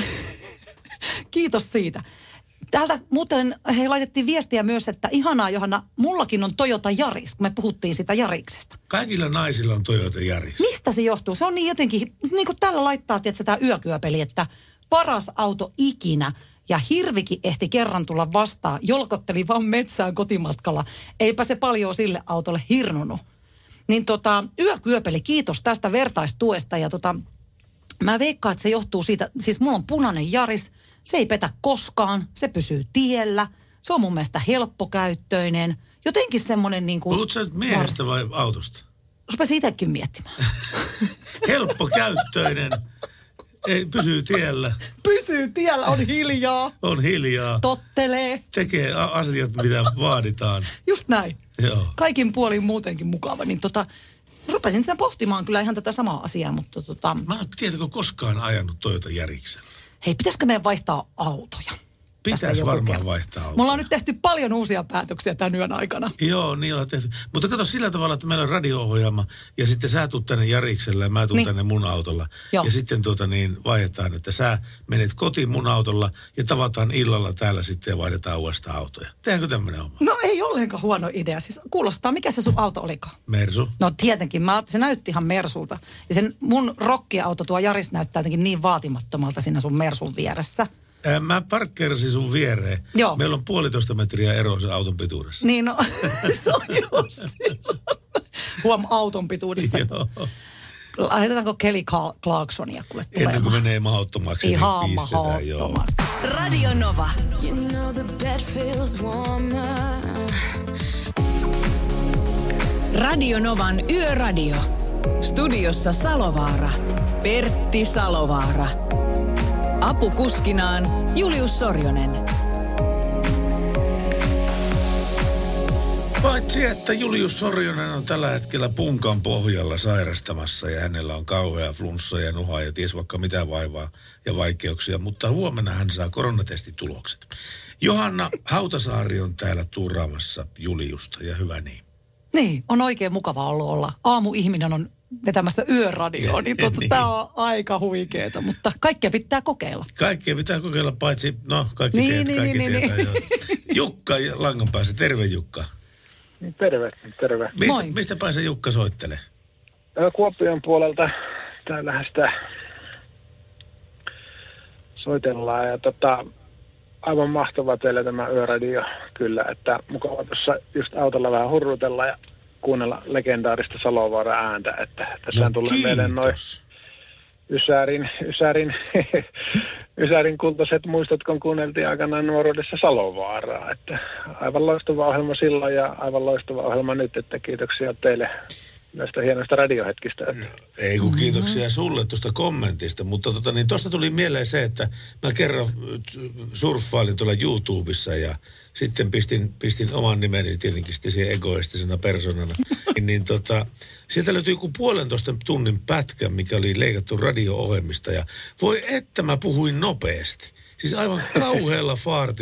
kiitos siitä. Täältä muuten he laitettiin viestiä myös, että ihanaa Johanna, mullakin on Toyota Yaris, kun me puhuttiin sitä Yariksesta. Kaikilla naisilla on Toyota Yaris. Mistä se johtuu? Se on niin jotenkin, niin kuin tällä laittaa, tietysti tämä yökyöpeli, että paras auto ikinä. Ja hirvikin ehti kerran tulla vastaan, jolkotteli vaan metsään kotimatkalla. Eipä se paljon sille autolle hirnunut. Niin yökyöpeli, kiitos tästä vertaistuesta. Ja mä veikkaan, että se johtuu siitä, siis mulla on punainen Yaris, se ei petä koskaan, se pysyy tiellä. Se on mun mielestä helppokäyttöinen. Jotenkin semmoinen niin kuin... Puhutko sä nyt miehestä vai autosta? Rupesin itsekin miettimään. Helppokäyttöinen. Ei, pysyy tiellä. Pysyy tiellä, on hiljaa. On hiljaa. Tottelee. Tekee asiat, mitä vaaditaan. Just näin. Joo. Kaikin puolin muutenkin mukava. Niin rupesin sitä pohtimaan kyllä ihan tätä samaa asiaa, mutta Mä en ole tiedätkö koskaan ajanut Toyota Yariksella. Hei, pitäisikö meidän vaihtaa autoja? Pitäisi varmaan vaihtaa autoja. Mulla on nyt tehty paljon uusia päätöksiä tämän yön aikana. Joo, niin on tehty. Mutta kato sillä tavalla, että meillä on radio-ohjelma ja sitten sä tuut tänne Yariksella ja mä tuun tänne mun autolla. Joo. Ja sitten vaihdetaan, että sä menet kotiin mun autolla ja tavataan illalla täällä sitten ja vaihdetaan uudestaan autoja. Tehdäänkö tämmöinen homma? No ei ollenkaan huono idea. Siis kuulostaa, mikä se sun auto olikaan? Mersu. No tietenkin, se näytti ihan Mersulta. Ja sen mun rokkiauto tuo Yaris näyttää jotenkin niin vaatimattomalta siinä sun Mersun vieressä. Mä parkkeerasin sun viereen. Joo. Meillä on 1,5 metriä eroa sen auton pituudessa. Niin no, se on just. Huom auton pituudesta. Joo. Laitetaanko Kelly Clarksonia kuule tulemaan? Ennen kuin menee mahdottomaksi, ihan niin pistetään. Joo. Radio Nova. You know the bed feels warmer. Radio Novan Yöradio. Studiossa Salovaara. Pertti Salovaara. Apukuskinaan Julius Sorjonen. Paitsi, että Julius Sorjonen on tällä hetkellä punkan pohjalla sairastamassa ja hänellä on kauhea flunssa ja nuha ja ties vaikka mitä vaivaa ja vaikeuksia, mutta huomenna hän saa koronatestitulokset. Johanna Hautasaari on täällä tuuraamassa Juliusta ja hyvä niin. Niin, on oikein mukava ollut olla. Aamuihminen on vetämässä yöradioon, niin niin. Tämä on aika huikeeta, mutta kaikkea pitää kokeilla. Kaikkea pitää kokeilla, paitsi, kaikki tietää. Jukka langan päässä, terve Jukka. Terve. Mistä päin se Jukka soittelee? Kuopion puolelta täällähän sitä soitellaan ja aivan mahtava teille tämä yöradio kyllä, että mukava tuossa just autolla vähän hurrutella ja kuunnella legendaarista Salovaaran ääntä, että tässä tulee meille noin Ysärin kultaiset muistot, kun kuunneltiin aikanaan nuoruudessa Salovaaraa, että aivan loistava ohjelma silloin ja aivan loistava ohjelma nyt, että kiitoksia teille näistä hienoista radiohetkistä. Ei kun kiitoksia sulle tuosta kommentista, mutta tuosta tuli mieleen se, että mä kerran surffailin tuolla YouTubessa ja sitten pistin oman nimeni tietenkin sitten siihen egoistisena persoonana. Sieltä löytyi joku 1,5 tunnin pätkä, mikä oli leikattu radio-ohjelmista ja voi että mä puhuin nopeasti. Siis aivan kauhealla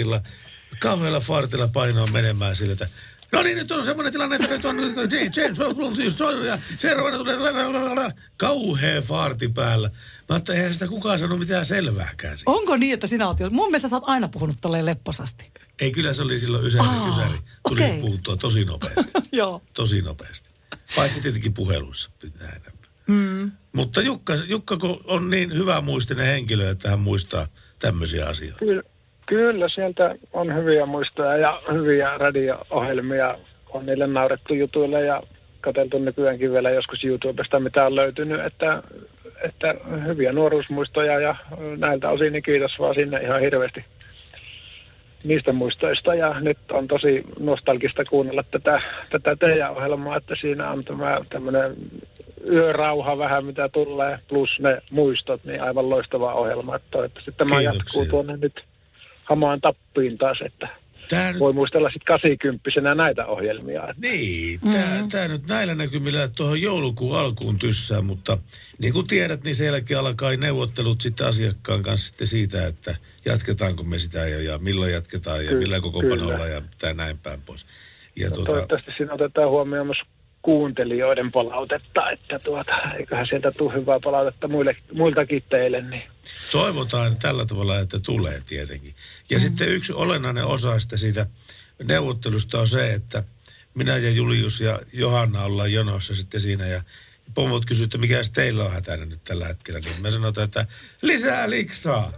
faartilla painoa menemään sille, että no niin, nyt on semmoinen tilanne, että nyt on James Bond just soinut ja seuraavana tulee kauhea faarti päällä. Mä ajattelin, eihän sitä kukaan sanonut mitään selvääkään. Onko niin, että sinä oot mun mielestä sä oot aina puhunut tolleen lepposasti. Ei, kyllä se oli silloin ysäri. Tuli puhuttua tosi nopeasti. Joo. Tosi nopeasti. Paitsi tietenkin puheluissa pitää enemmän. Mutta Jukka, kun on niin hyvä muistinen henkilö, että hän muistaa tämmöisiä asioita. Kyllä, sieltä on hyviä muistoja ja hyviä radio-ohjelmia. On niille naurettu jutuille ja katseltu nykyäänkin vielä joskus YouTubesta, mitä on löytynyt, että hyviä nuoruusmuistoja ja näiltä osin niin kiitos vaan sinne ihan hirveästi niistä muistoista. Ja nyt on tosi nostalgista kuunnella tätä teidän ohjelmaa, että siinä on tämmöinen yörauha vähän mitä tulee, plus ne muistot, niin aivan loistava ohjelma. Toivottavasti tämä jatkuu tuonne nyt hamaan tappiin taas, että voi muistella sitten 80-vuotiaana näitä ohjelmia. Että. Niin, tämä nyt näillä näkymillä tuohon joulukuun alkuun tyssää, mutta niin kuin tiedät, niin sen jälkeen alkaa neuvottelut sitten asiakkaan kanssa sitten siitä, että jatketaanko me sitä ja milloin jatketaan ja millä kokoonpanolla ja näin päin pois. Ja toivottavasti siinä otetaan huomioon myös kuuntelijoiden palautetta, että eiköhän sieltä tule hyvää palautetta muiltakin teille. Niin. Toivotaan tällä tavalla, että tulee tietenkin. Ja sitten yksi olennainen osa siitä neuvottelusta on se, että minä ja Julius ja Johanna ollaan jonossa sitten siinä ja pomot kysyy, että mikä teillä on hätänä nyt tällä hetkellä. Niin mä sanotaan, että lisää liksaa.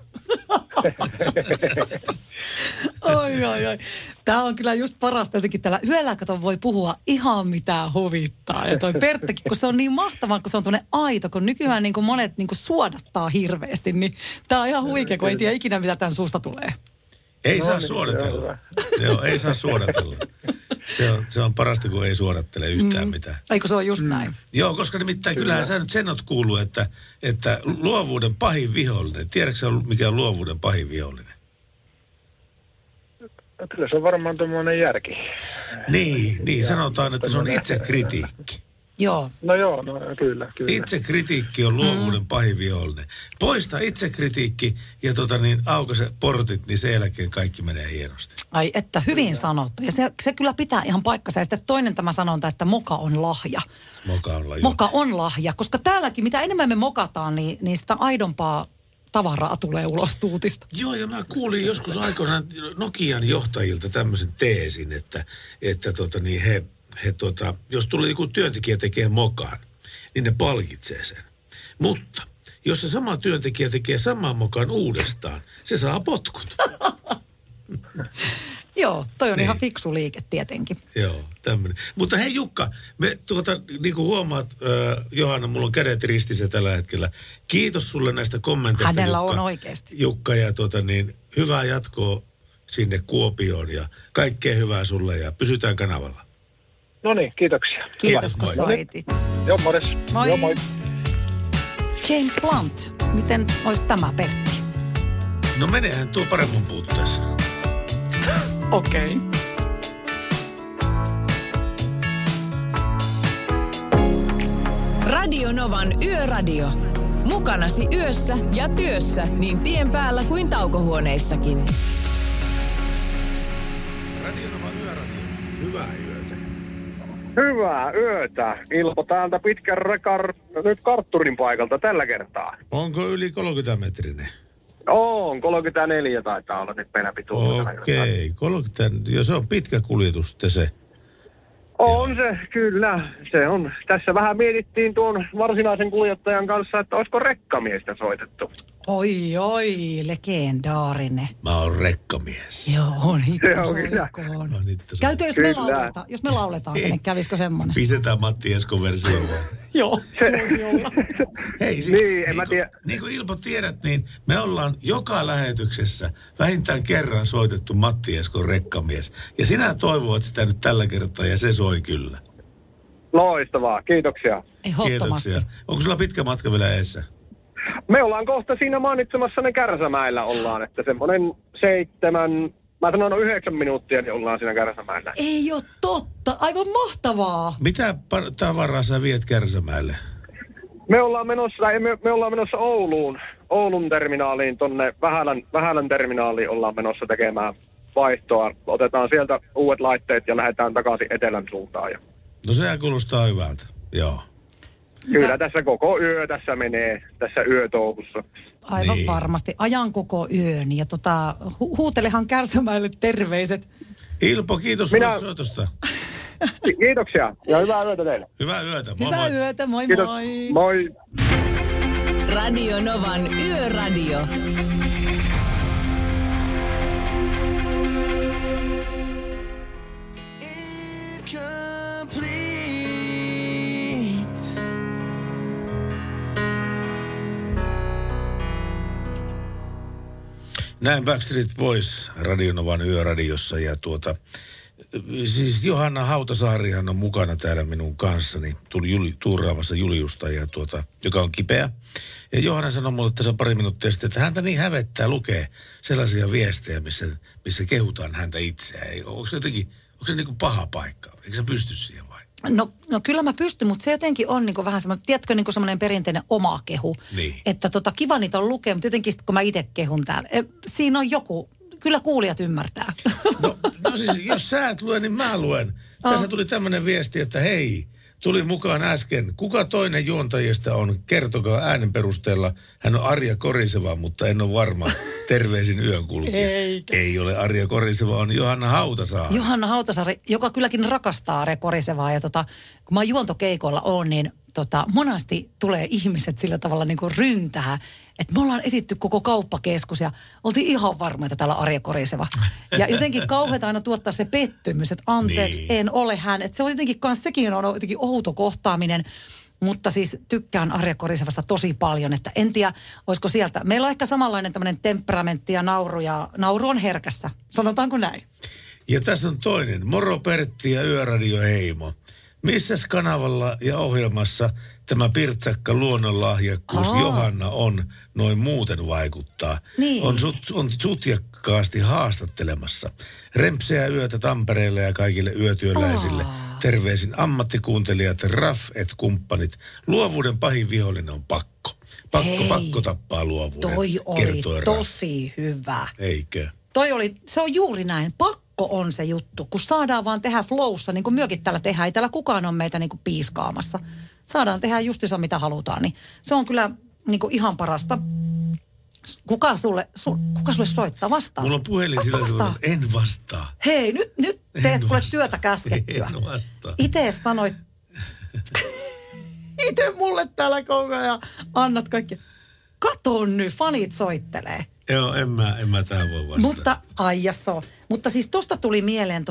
Oi. Tämä on kyllä just parasta jotenkin tällä. Yöllä kato voi puhua ihan mitä huvittaa. Ja toi Perttekin, kun se on niin mahtavaa, kun se on tuonne aito, kun nykyään niin kuin monet niin kuin suodattaa hirveästi, niin tämä on ihan huikea, kun ei tiedä ikinä mitä tämän suusta tulee. Ei saa suodatella. Joo, ei saa suodatella. Se on parasta, kun ei suodattele yhtään mitään. Eikö se on just näin? Joo, koska nimittäin kyllähän sä nyt sen oot kuullut, että luovuuden pahin vihollinen. Tiedätkö sä, mikä on luovuuden pahin vihollinen? Kyllä se on varmaan tommoinen järki. Niin sanotaan, että se on itsekritiikki. Joo. No kyllä. Itsekritiikki on luovuuden pahin vihollinen. Poista itsekritiikki ja aukaise portit, niin sen jälkeen kaikki menee hienosti. Ai että hyvin sanottu. Ja se kyllä pitää ihan paikkansa. Ja sitten toinen tämä sanonta, että moka on lahja. Moka on lahja, koska täälläkin mitä enemmän me mokataan, niin sitä aidompaa tavaraa tulee ulos tuutista. Joo, ja mä kuulin joskus aikoinaan Nokian johtajilta tämmöisen teesin, että jos tulee joku työntekijä tekee mokan, niin ne palkitsee sen. Mutta jos se sama työntekijä tekee saman mokan uudestaan, se saa potkut. Joo, toi on ihan fiksu liike tietenkin. Joo, tämmöinen. Mutta hei Jukka, me niin kuin huomaat, Johanna, mulla on kädet ristissä tällä hetkellä. Kiitos sulle näistä kommenteista. Hänellä on oikeasti. Jukka, ja hyvää jatkoa sinne Kuopioon ja kaikkea hyvää sulle ja pysytään kanavalla. No niin, kiitoksia. Kiitos, kun soitit. Joo, morjes. Moi. Joo, moi. James Blunt, miten olisi tämä Pertti? No meneehän tuo paremman puutteessa. Okei. Radio Novan Yöradio. Mukanasi yössä ja työssä niin tien päällä kuin taukohuoneissakin. Radio Novan Yöradio. Hyvää yötä. Hyvää yötä. Ilpo täältä pitkän nyt kartturin paikalta tällä kertaa. Onko yli 30 metrinen? On, 34 taitaa olla nyt peräpituudella. Okei, 30, jo se on pitkä kuljetus se. On se, kyllä. Se on. Tässä vähän mietittiin tuon varsinaisen kuljettajan kanssa, että olisiko rekkamiestä soitettu. Oi, legendaarinen. Mä oon rekkamies. Joo, se on kyllä. Käykö, jos me lauletaan sen, niin kävisikö semmoinen? Pistetään Matti Eskon versio. Joo, suosiolla. Hei, niin kuin Ilpo tiedät, niin me ollaan joka lähetyksessä vähintään kerran soitettu Matti Eskon rekkamies. Ja sinä toivoit sitä nyt tällä kertaa ja se soi kyllä. Loistavaa, kiitoksia. Ehdottomasti. Kiitoksia. Onko sulla pitkä matka vielä edessä? Me ollaan kohta siinä mainitsemassanne Kärsämäellä ollaan, että semmoinen 9 minuuttia, niin ollaan siinä Kärsämäellä. Ei ole totta, aivan mahtavaa. Mitä tavaraa sä viet Kärsämäelle? Me ollaan menossa Oulun terminaaliin, tonne Vähälän terminaaliin ollaan menossa tekemään vaihtoa. Otetaan sieltä uudet laitteet ja lähdetään takaisin etelän suuntaan. No sehän kuulostaa hyvältä, joo. Kyllä tässä koko yö tässä menee, tässä yötouhussa. Aivan varmasti, ajan koko yön. Ja huutelehan Kärsämäelle terveiset. Ilpo, kiitos sulle soitosta. Kiitoksia ja hyvää yötä teille. Hyvää yötä, moi Hyvää moi. yötä, moi Kiitos. moi. Moi. Radio Novan Yöradio. Näin Backstreet Boys Radio Novan Yöradiossa ja siis Johanna Hautasaarihan on mukana täällä minun kanssani, tuli tuuraamassa Juliusta ja joka on kipeä. Ja Johanna sanoi mulle tässä pari minuuttia sitten, että häntä niin hävettää lukea sellaisia viestejä, missä kehutaan häntä itseään. Onko se niin kuin paha paikka? Eikö sä pysty siihen vai? No kyllä mä pystyn, mutta se jotenkin on niin kuin vähän semmoinen, tiedätkö, niin kuin semmoinen perinteinen oma kehu. Niin. Että kiva niitä on lukea, mutta jotenkin kun mä itse kehun täällä, siinä on joku, kyllä kuulijat ymmärtää. No siis, jos sä et lue, niin mä luen. Tässä tuli tämmöinen viesti, että hei, tuli mukaan äsken. Kuka toinen juontajista on? Kertokaa äänen perusteella. Hän on Arja Koriseva, mutta en ole varma. Terveisin yönkulkija. Ei ole Arja Koriseva, on Johanna Hautasaari. Johanna Hautasaari, joka kylläkin rakastaa Arja Korisevaa. Ja kun mä juontokeikoilla oon, niin monasti tulee ihmiset sillä tavalla niin kuin ryntää, että me ollaan etitty koko kauppakeskus ja oltiin ihan varma, että täällä on Arja Koriseva. Ja jotenkin kauheata aina tuottaa se pettymys, että anteeksi, en ole hän. Että se on jotenkin kanssa, sekin on jotenkin outo kohtaaminen. Mutta siis tykkään Arja Korisevasta tosi paljon, että en tiedä, olisiko sieltä. Meillä on ehkä samanlainen tämmöinen temperamentti ja nauru on herkässä. Sanotaanko näin? Ja tässä on toinen. Moro Pertti ja Yöradio Heimo. Missäs kanavalla ja ohjelmassa tämä pirtsakka luonnonlahjakkuus Johanna on noin muuten vaikuttaa? Niin. On sutjakkaasti haastattelemassa. Rempseä yötä Tampereelle ja kaikille yötyöläisille. Terveisin ammattikuuntelijat, Raff et kumppanit. Luovuuden pahin vihollinen on pakko. Pakko tappaa luovuuden. Toi oli tosi hyvä. Eikö? Se on juuri näin. Pakko on se juttu, kun saadaan vaan tehdä flowssa, niin kuin myökin täällä tehdään. Ei täällä kukaan on meitä niin kuin piiskaamassa. Saadaan tehdä justiinsa mitä halutaan, niin se on kyllä niin kuin ihan parasta. Kuka sulle soittaa? Vastaa. Mulla on puhelin sillä, en vastaa. Hei, nyt teet kuule työtä käskettyä. En vastaa. Itse sanoit, itse mulle täällä koko ajan annat kaikki. Kato nyt, fanit soittelee. Joo, en mä tähän voi vastata. Mutta, mutta siis tosta tuli mieleen,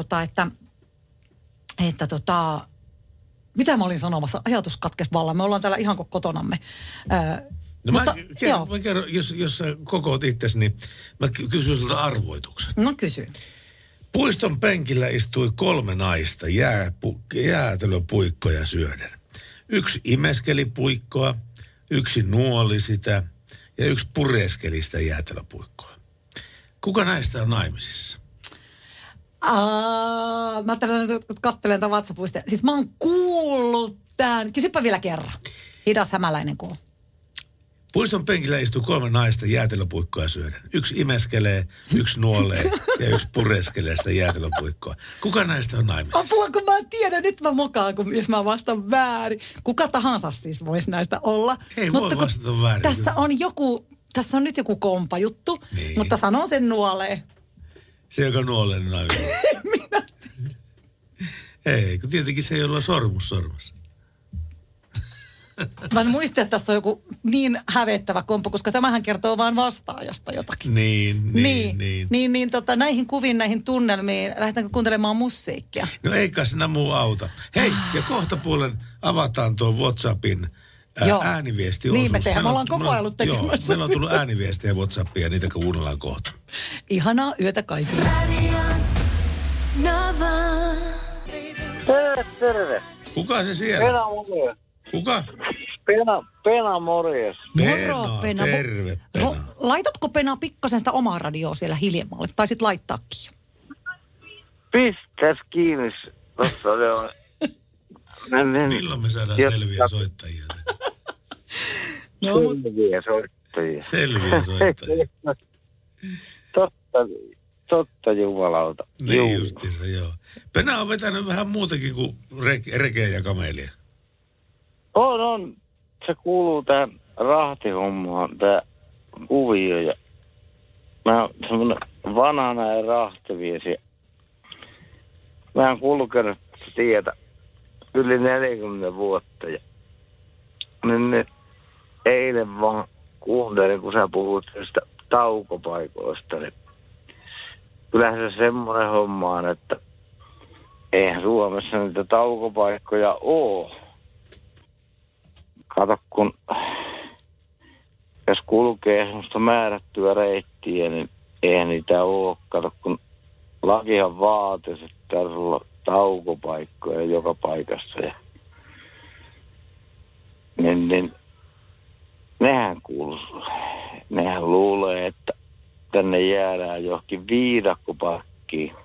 että mitä mä olin sanomassa? Ajatus katkesi vallan. Me ollaan täällä ihan kotonamme. Mä kerron, jos sä kokoot itsesi, niin mä kysyn sulta arvoituksen. No kysy. Puiston penkillä istui 3 naista jäätelöpuikkoja syöden. 1 imeskeli puikkoa, 1 nuoli sitä ja 1 pureskeli sitä jäätelöpuikkoa. Kuka näistä on naimisissa? Mä katselen tämän WhatsAppista. Siis mä oon kuullut tämän. Kysypä vielä kerran. Hidas hämäläinen kuulu. Puiston penkillä istuu 3 naista jäätelöpuikkoa syöden. 1 imeskelee, 1 nuolee ja 1 pureskelee sitä jäätelöpuikkoa. Kuka näistä on naimisissa? Apua, kun mä tiedän, nyt mä mokaan, jos mä vastaan väärin. Kuka tahansa siis voisi näistä olla. Ei voi vastata väärin. Tässä on nyt joku kompajuttu, niin. Mutta sanon sen nuolee. Se, joka nuolee, niin naimissa. Minä Ei, kun tietenkin se ei ole sormus sormassa. Mä muistin, että tässä on joku niin hävettävä kompo, koska tämähän kertoo vaan vastaajasta jotakin. Niin. Näihin kuviin, näihin tunnelmiin, lähdetäänkö kuuntelemaan musiikkia? No eikä sinä muu auta. Hei, ja kohtapuolen avataan tuon WhatsAppin ääniviestiosuus. Niin me tehdään, me ollaan koko ajan ollut tekemässä. Meillä on tullut ääniviestiä WhatsAppia ja niitä kuunnellaan kohta. Ihanaa yötä kaikille. Terve. Kuka se siellä? Pena morjes. Kuka? Pena morjes. Moro, Pena. Terve, Pena. Laitatko, Pena, pikkasen sitä omaa radioa siellä hiljemmalle? Taisit laittaakin jo. Pistäs kiinni. Tossa se on. Milloin me saadaan selviä soittajia? Selviä soittajia. Totta jumalauta. Niin justiinsa, joo. Pena on vetänyt vähän muutakin kuin rekeä ja kamelia. On. Se kuuluu tähän rahtihommaan, tää kuvio. Ja mä oon semmonen vanhanainen rahtiviesi. Mä oon kulkenut tietä yli 40 vuotta. Ja niin eilen vaan kuuntelin, kun sä puhut sitä taukopaikoista, niin kyllähän se semmoinen homma on, että eihän Suomessa niitä taukopaikkoja ole. Kato, kun jos kulkee semmoista määrättyä reittiä, niin eihän niitä ole. Kato, kun lakihan vaatisi, että tarvitsee olla taukopaikkoja joka paikassa. Ja niin nehän luulee, että tänne jäädään johonkin viidakkopakkiin.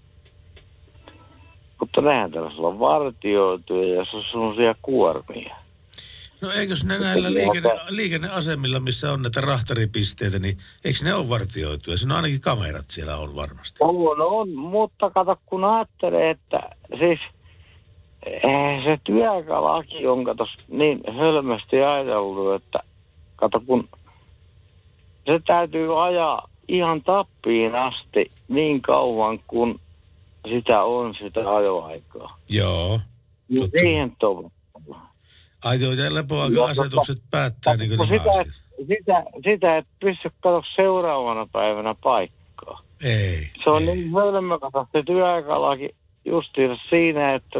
Mutta nehän tällaisia olla vartioituja, jos on sellaisia kuormia. No eikös ne näillä liikenneasemilla, missä on näitä rahtaripisteitä, niin eikö ne ole vartioituja? Siinä on ainakin kamerat siellä on varmasti. On, mutta kato kun ajattelee, että siis se työaikalaki on niin hölmästi ajatellut, että kato kun se täytyy ajaa ihan tappiin asti niin kauan, kun sitä on sitä ajoaikaa. Joo. Niin siihen toivottavaa. Ajo- ja lepoaika-asetukset päättää niin kuin nämä asiat. Sitä et pysty katsoa seuraavana päivänä paikkaa. Ei. Se on niin hölmö katsoa se työaikalaki justiinsa siinä, että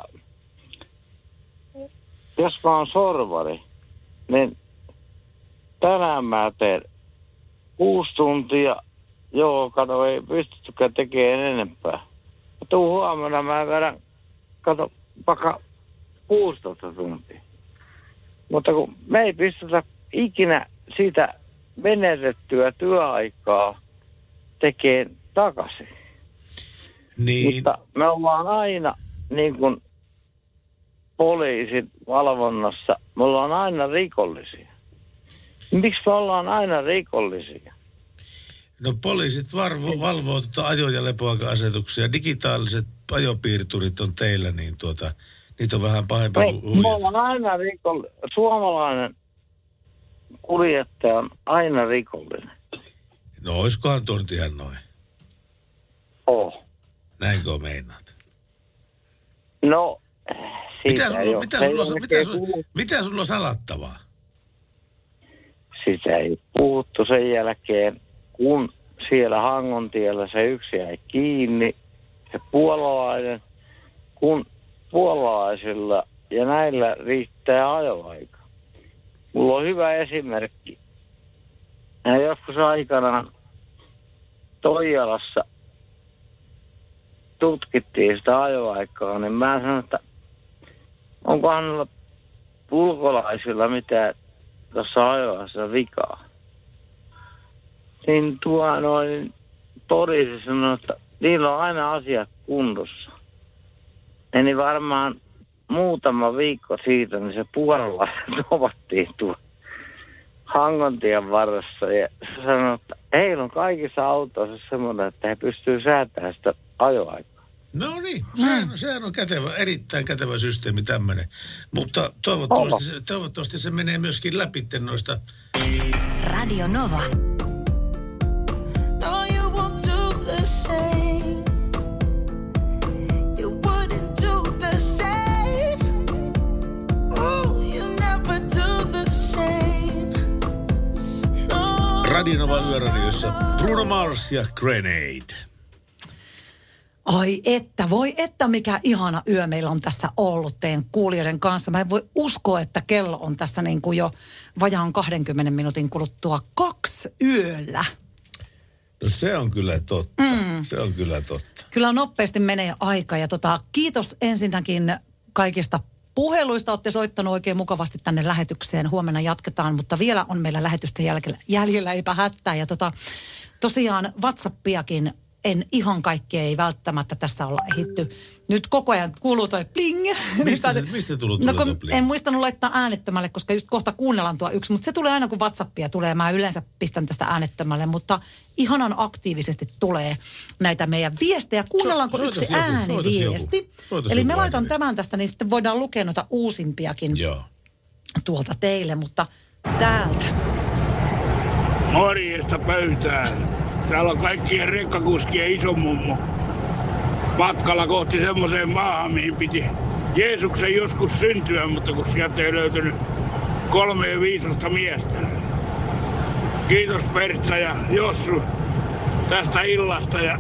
jos mä oon sorvari, niin tänään mä teen 6 tuntia. Joo, kato, ei pystytykään tekemään enempää. Ja huomenna mä vedän, kato, vaikka 16 tuntia. Mutta kun me ei pystytä ikinä sitä menetettyä työaikaa tekemään takaisin. Niin. Mutta me ollaan aina, niin kuin poliisin valvonnassa, me ollaan aina rikollisia. Miksi me ollaan aina rikollisia? No poliisit valvoo ajo- ja lepoaika-asetuksia. Digitaaliset ajopiirturit on teillä, niin niitä on vähän pahempi kuin huijat. Me ollaan aina suomalainen kuljettaja on aina rikollinen. No oiskohan tuo nyt ihan noin? Näinkö meinaat? No, siitä mitä sulla on salattavaa? Sitä ei puhuttu sen jälkeen, kun siellä Hangontiellä se yksi jäi kiinni, se puolalainen, kun puolalaisilla ja näillä riittää ajoaika. Mulla on hyvä esimerkki. Ja joskus aikanaan Toijalassa tutkittiin sitä ajoaikaa, niin mä sanoin, että onkohan noilla ulkolaisilla mitään tuossa ajoassa vikaa. Niin poliisi sanoi, että niillä on aina asiat kunnossa. Eli varmaan muutama viikko siitä, niin se puolalaiset ovattiin tuo Hangontien varressa. Ja se sanoi, että heillä on kaikissa autoissa semmoinen, että he pystyy säätämään sitä ajoaikaa. No niin, sehän on erittäin kätevä systeemi tämmöinen. Mutta toivottavasti se menee myöskin läpi noista. Radio Nova. No, you won't do the same. You wouldn't do the same. Oh, you never do the same. No. Radio Nova Yöradiossa Bruno Mars ja Grenade. Ai että, voi että mikä ihana yö meillä on tässä ollut teidän kuulijoiden kanssa. Mä en voi uskoa, että kello on tässä niin kuin jo vajaan 20 minuutin kuluttua 2 yöllä. No se on kyllä totta. Se on kyllä totta. Kyllä nopeasti menee aika ja kiitos ensinnäkin kaikista puheluista. Olette soittanut oikein mukavasti tänne lähetykseen. Huomenna jatketaan, mutta vielä on meillä lähetysten jäljellä eipä hättää. Ja tosiaan WhatsAppiakin ihan kaikkea ei välttämättä tässä olla ehditty. Nyt koko ajan kuuluu toi pling. Mistä tullut pling? En muistanut laittaa äänettömälle, koska just kohta kuunnellaan tuo yksi. Mutta se tulee aina, kun WhatsAppia tulee. Mä yleensä pistän tästä äänettömälle, mutta ihanan aktiivisesti tulee näitä meidän viestejä. Kuunnellaanko yksi ääniviesti? Eli me laitan tämän tästä, niin sitten voidaan lukea noita uusimpiakin tuolta teille, mutta täältä. Morjesta pöytään. Täällä on kaikkien rekkakuskien iso mummo. Matkalla kohti semmoiseen maahan, mihin piti Jeesuksen joskus syntyä, mutta kun sieltä ei löytynyt 3 viisasta miestä. Kiitos Pertsa ja Jossu tästä illasta ja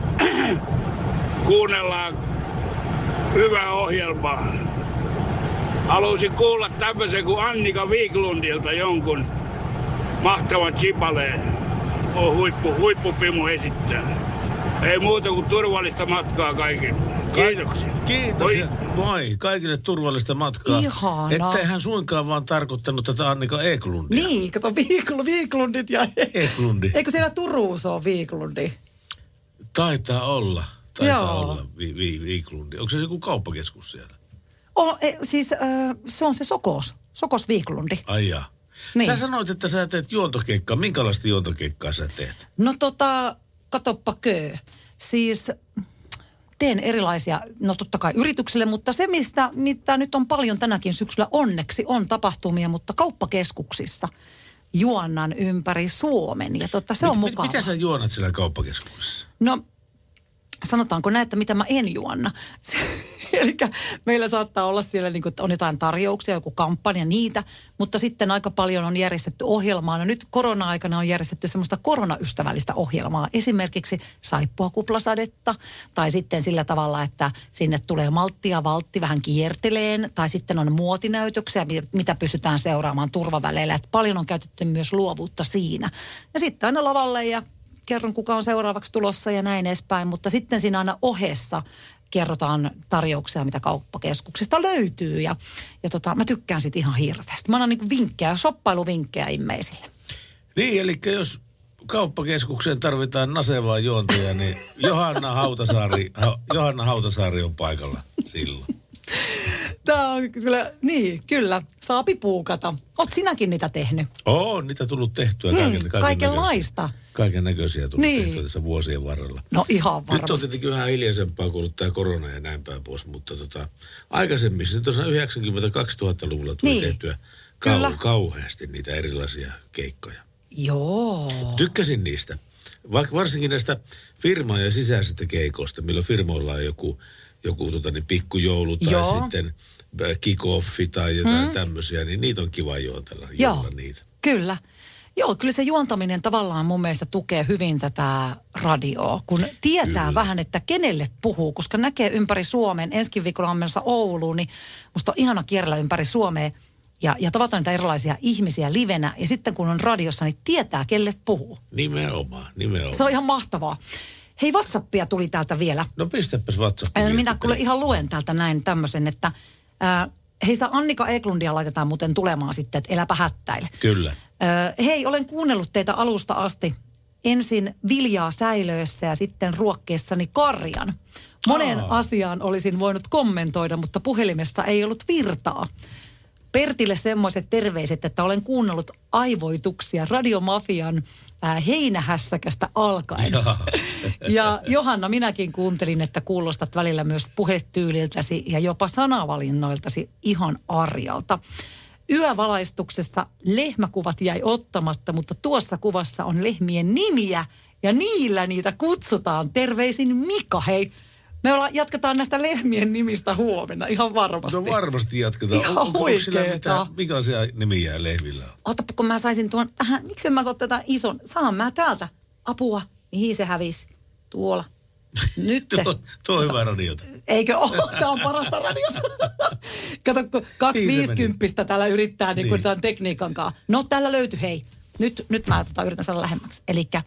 kuunnellaan hyvää ohjelmaa. Haluaisin kuulla tämmöisen kuin Annika Wiklundilta jonkun mahtavan chipaleen. Huippupimu esittää. Ei muuta kuin turvallista matkaa kaikille. Kiitoksia. Kiitos. Moi. Kaikille turvallista matkaa. Ihana. Ettei hän suinkaan vaan tarkoittanut tätä Annika Eklundia. Niin, kato Wiklundit ja Eklundi. Eikö siellä Turussa ole Wiklundi? Taitaa olla Wiklundi. Onko se joku kauppakeskus siellä? Se on se Sokos Wiklundi. Ai jaa. Niin. Sä sanoit, että sä teet juontokeikkaa. Minkälaista juontokeikkaa sä teet? No katoppa Siis teen erilaisia, no totta kai yrityksille, mutta se mitä nyt on paljon tänäkin syksyllä onneksi on tapahtumia, mutta kauppakeskuksissa juonnan ympäri Suomen ja se on mukava. Mitä sä juonat siellä kauppakeskuksessa? No sanotaanko näin, että mitä mä en juonna. Eli meillä saattaa olla siellä, niin kuin, että on jotain tarjouksia, joku kampanja, niitä, mutta sitten aika paljon on järjestetty ohjelmaa. No nyt korona-aikana on järjestetty semmoista koronaystävällistä ohjelmaa. Esimerkiksi saippua kuplasadetta, tai sitten sillä tavalla, että sinne tulee malttia valtti vähän kierteleen, tai sitten on muotinäytöksiä, mitä pystytään seuraamaan turvaväleillä. Että paljon on käytetty myös luovuutta siinä. Ja sitten aina lavalle ja kerron, kuka on seuraavaksi tulossa ja näin edespäin, mutta sitten siinä aina ohessa kerrotaan tarjouksia, mitä kauppakeskuksista löytyy ja mä tykkään sit ihan hirveästi. Mä annan niinku vinkkejä, shoppailuvinkkejä ihmisille. Niin, eli jos kauppakeskukseen tarvitaan nasevaa juontaja, niin Johanna Hautasaari on paikalla silloin. Tämä on kyllä. Saapi puukata. Oot sinäkin niitä tehnyt? On niitä tullut tehtyä. Kaikenlaista. Kaiken näköisiä tullut tehtyä tässä vuosien varrella. No ihan varmasti. Nyt on tietenkin vähän hiljaisempaa, kun ollut tämä korona ja näin päin pois, mutta aikaisemmin, se tuossa 90-2000-luvulla tuli tehtyä kauheasti niitä erilaisia keikkoja. Joo. Tykkäsin niistä. Varsinkin näistä firma- ja sisäisistä keikoista, milloin firmoilla on joku pikkujoulu tai sitten kick-offi tai jotain tämmöisiä, niin niitä on kiva juontella niitä. Kyllä. Joo, kyllä se juontaminen tavallaan mun mielestä tukee hyvin tätä radioa, kun tietää vähän, että kenelle puhuu, koska näkee ympäri Suomen. Ensi viikolla on menossa Ouluun, niin musta on ihana kierrellä ympäri Suomea ja tavata niitä erilaisia ihmisiä livenä. Ja sitten kun on radiossa, niin tietää, kelle puhuu. Nimenomaan. Se on ihan mahtavaa. Hei, WhatsAppia tuli täältä vielä. No pistäpäs WhatsAppia. Minä kuule ihan luen täältä näin tämmöisen, että heistä Annika Eklundia laitetaan muuten tulemaan sitten, että eläpä hättäile. Kyllä. Hei, olen kuunnellut teitä alusta asti. Ensin viljaa säilöessä ja sitten ruokkeessani karjan. Moneen asiaan olisin voinut kommentoida, mutta puhelimessa ei ollut virtaa. Pertille semmoiset terveiset, että olen kuunnellut aivoituksia Radiomafian heinähässäkästä alkaen. Ja Johanna, minäkin kuuntelin, että kuulostat välillä myös puhetyyliltäsi ja jopa sanavalinnoiltasi ihan arjalta. Yövalaistuksessa lehmäkuvat jäi ottamatta, mutta tuossa kuvassa on lehmien nimiä ja niillä niitä kutsutaan. Terveisin Mika, hei. Jatketaan näistä lehmien nimistä huomenna, ihan varmasti. No varmasti jatketaan. Ihan oikeeta. Minkälaisia nimiä lehmillä on? Ootapa, kun mä saisin tuon, miksi mä saa tätä ison, saan mä täältä. Apua, mihin se hävisi? Tuolla. Nyt. Tuo on hyvä radiota. Eikö ole? Tämä on parasta radiota. Kato, kun 250 täällä yrittää niin. Tämän tekniikan kanssa. No, täällä löytyi, hei. Nyt mä yritän saada lähemmäksi. Elikkä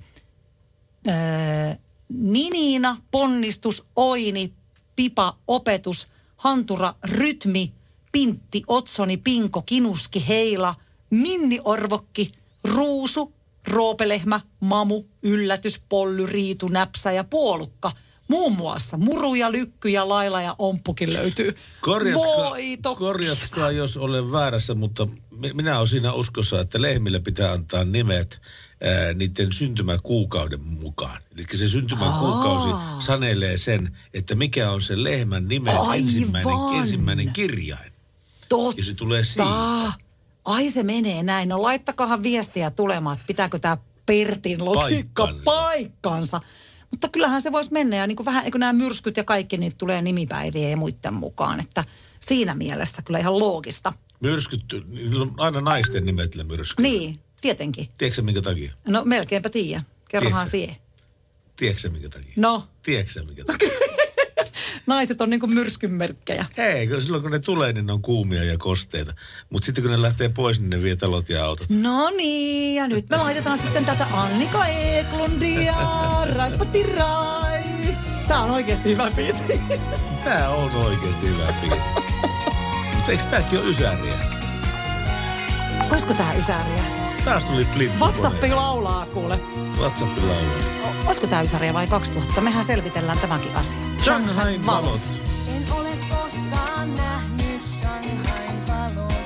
Niniina, ponnistus, oini, pipa, opetus, hantura, rytmi, pintti, otsoni, pinko, kinuski, heila, minni, orvokki, ruusu, roopelehmä, mamu, yllätys, polly, riitu, näpsä ja puolukka. Muun muassa muruja, lykkyjä, laila ja omppukin löytyy. Korjatkaa, jos olen väärässä, mutta minä olen siinä uskossa, että lehmille pitää antaa nimet niiden syntymäkuukauden mukaan. Eli se syntymäkuukausi sanelee sen, että mikä on se lehmän nimen ensimmäinen kirjain. Totta. Ja se tulee siitä. Ai se menee näin. No laittakahan viestiä tulemaan, että pitääkö tämä Pertin logiikka paikkansa. Mutta kyllähän se voisi mennä ja niin kuin vähän, eikö nämä myrskyt ja kaikki, niin tulee nimipäiviä ja muiden mukaan. Että siinä mielessä kyllä ihan loogista. Myrskyt, niillä on aina naisten nimetillä myrskyt. Niin, tietenkin. Tiedätkö minkä takia? No melkeinpä tiedä. Kerrohan siihen. Tiedätkö minkä takia? No. Tiedätkö minkä takia? Naiset on niin kuin myrskynmerkkejä. Ei, kun silloin kun ne tulee, niin ne on kuumia ja kosteita. Mutta sitten kun ne lähtee pois, niin ne vie talot ja autot. No niin, ja nyt me laitetaan sitten tätä Annika Eklundia, Raipatirai. Tää on oikeesti hyvä biisi. Tää on oikeesti hyvä biisi. Mutta eikö tääkin ole ysäriä? Olisiko tää ysäriä? Taas tuli plippu. WhatsAppi laulaa, kuule. WhatsAppi laulaa. Olisiko tää ysäriä vai 2000? Mehän selvitellään tämäkin asia. Shanghain valot. En ole koskaan nähnyt Shanghain valoja.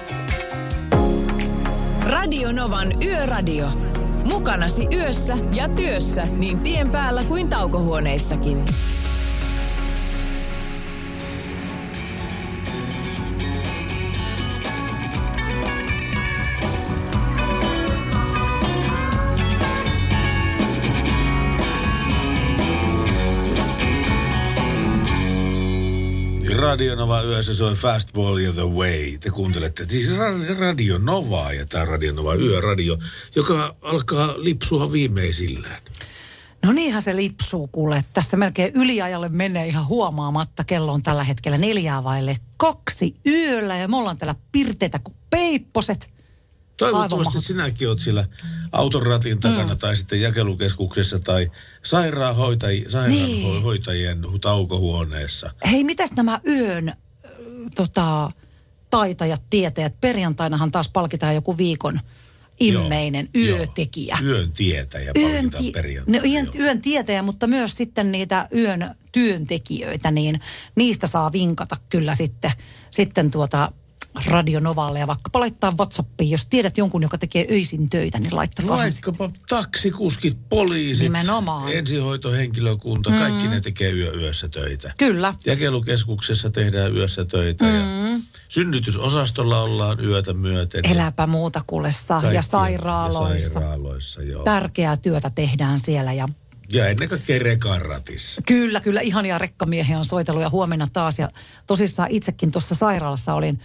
Radio Novan Yöradio. Mukanasi yössä ja työssä niin tien päällä kuin taukohuoneissakin. Radio Nova yössä soi Fastball ja The Way. Te kuuntelette siis Radio Novaa ja tämä Radio Nova yöradio, joka alkaa lipsua viimeisillään. No niinhän se lipsuu, kuule. Tässä melkein yliajalle menee ihan huomaamatta. Kello on tällä hetkellä 1:04 yöllä ja me ollaan täällä pirteitä kuin peipposet. Toivottavasti sinäkin oot siellä auton ratin takana tai sitten jakelukeskuksessa tai sairaanhoitajien taukohuoneessa. Hei, mitäs nämä yön taitajat, tietäjät? Perjantainahan taas palkitaan joku viikon immeinen yötekijä. Yön tietäjä palkitaan perjantaina. Yön tietäjä, mutta myös sitten niitä yön työntekijöitä, niin niistä saa vinkata kyllä sitten Radio Novalle ja vaikkapa laittaa WhatsAppiin, jos tiedät jonkun, joka tekee öisin töitä, niin laittakaa. Vaikkapa taksikuskit, poliisit, nimenomaan, ensihoitohenkilökunta, kaikki ne tekee yössä töitä. Kyllä. Jakelukeskuksessa tehdään yössä töitä ja synnytysosastolla ollaan yötä myöten. Eläpä muuta kuulessa ja sairaaloissa. Joo. Tärkeää työtä tehdaan siellä ja ennen kaikkea rekan ratissa. Kyllä, ihania rekkamiehiä on soitellut ja huomenna taas. Ja tosissaan itsekin tuossa sairaalassa olin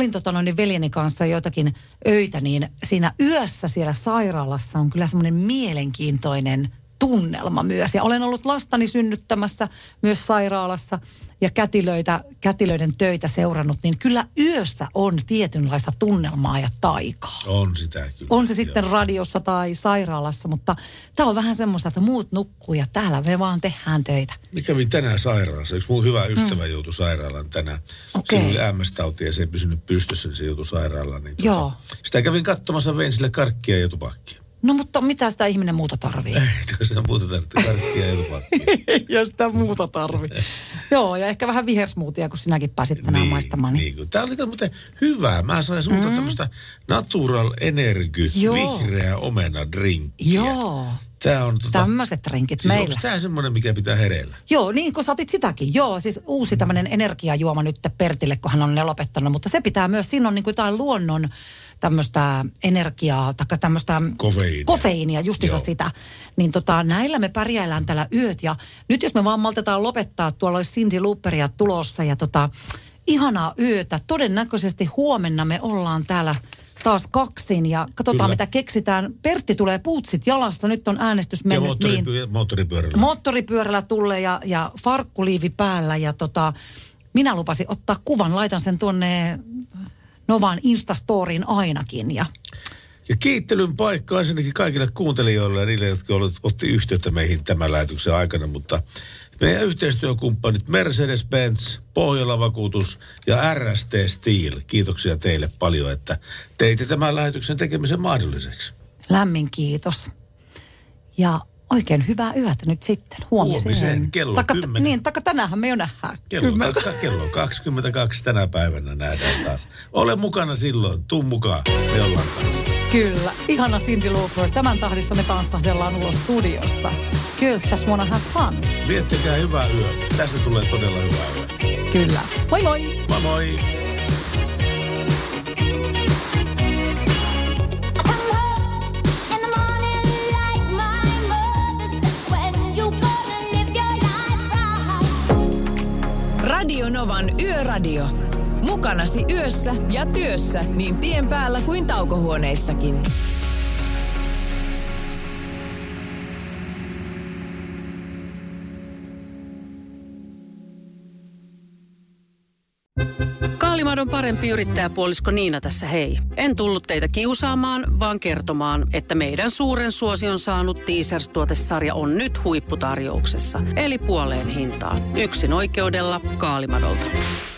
veljeni kanssa joitakin öitä, niin siinä yössä siellä sairaalassa on kyllä semmoinen mielenkiintoinen tunnelma myös. Ja olen ollut lastani synnyttämässä myös sairaalassa ja kätilöiden töitä seurannut, niin kyllä yössä on tietynlaista tunnelmaa ja taikaa. On sitä kyllä. On se sitten radiossa tai sairaalassa, mutta tämä on vähän semmoista, että muut nukkuu ja täällä me vaan tehdään töitä. Mä kävin tänään sairaalassa. Yksi mun hyvä ystävä joutui sairaalaan tänään. Okay. Sillä oli MS-tauti ja se ei pysynyt pystyssä, niin se joutui sairaalaan. Niin joo. Sitä kävin katsomassa, vein sille karkkia ja tupakkia. No mutta mitä sitä ihminen muuta tarvii? Ei sitä muuta tarvitse, karkkia ja tupakkia. Ja sitä muuta tarvii. Joo, ja ehkä vähän vihersmoothia, kun sinäkin pääsit tänään maistamaan. Niin. Tämä oli muuten hyvää. Mä sain sulta tämmöistä Natural Energy vihreä omena-drinkkiä. Joo. Tää on tämmöiset drinkit siis meillä. Onko tää semmoinen, mikä pitää hereillä? Joo, niin kun sä otit sitäkin. Joo, siis uusi tämmöinen energiajuoma nyt Pertille, kun hän on ne lopettanut. Mutta se pitää myös, siinä on niin kuin jotain luonnon tämmöistä energiaa, tai tämmöistä kofeiinia, justiinsa sitä. Niin näillä me pärjäillään täällä yöt. Ja nyt jos me vaan maltetaan lopettaa, tuolla olisi Cindy Looperia tulossa ja ihanaa yötä. Todennäköisesti huomenna me ollaan täällä taas kaksin ja katsotaan mitä keksitään. Pertti tulee puutsit jalassa, nyt on äänestys mennyt moottoripyörällä. Moottoripyörällä tulee ja farkkuliivi päällä ja minä lupasin ottaa kuvan, laitan sen tuonne Novan Instastoriin ainakin. Ja kiittelyn paikka ensinnäkin kaikille kuuntelijoille ja niille, jotka otti yhteyttä meihin tämän lähetyksen aikana, mutta Meidän yhteistyökumppanit Mercedes-Benz, Pohjola-vakuutus ja RST Steel. Kiitoksia teille paljon, että teitte tämän lähetyksen tekemisen mahdolliseksi. Lämmin kiitos. Ja oikein hyvää yötä nyt sitten. Huomiseen. Kello 10. Niin, tänäänhän me jo nähdään. Kello 22 tänä päivänä nähdään taas. Ole mukana silloin. Tuu mukaan. Me ollaan kanssa. Kyllä. Ihana Cyndi Lauper. Tämän tahdissa me tanssahdellaan ulos studiosta. Girls just wanna have fun. Viettäkää hyvää yötä. Tästä tulee todella hyvää yötä. Kyllä. Moi moi! Moi moi! Radio Novan Yöradio. Mukanasi yössä ja työssä niin tien päällä kuin taukohuoneissakin. Kaalimadon parempi yrittäjäpuolisko Niina tässä hei. En tullut teitä kiusaamaan, vaan kertomaan, että meidän suuren suosion saanut Teasers-tuotesarja on nyt huipputarjouksessa. Eli puoleen hintaan. Yksin oikeudella Kaalimadolta.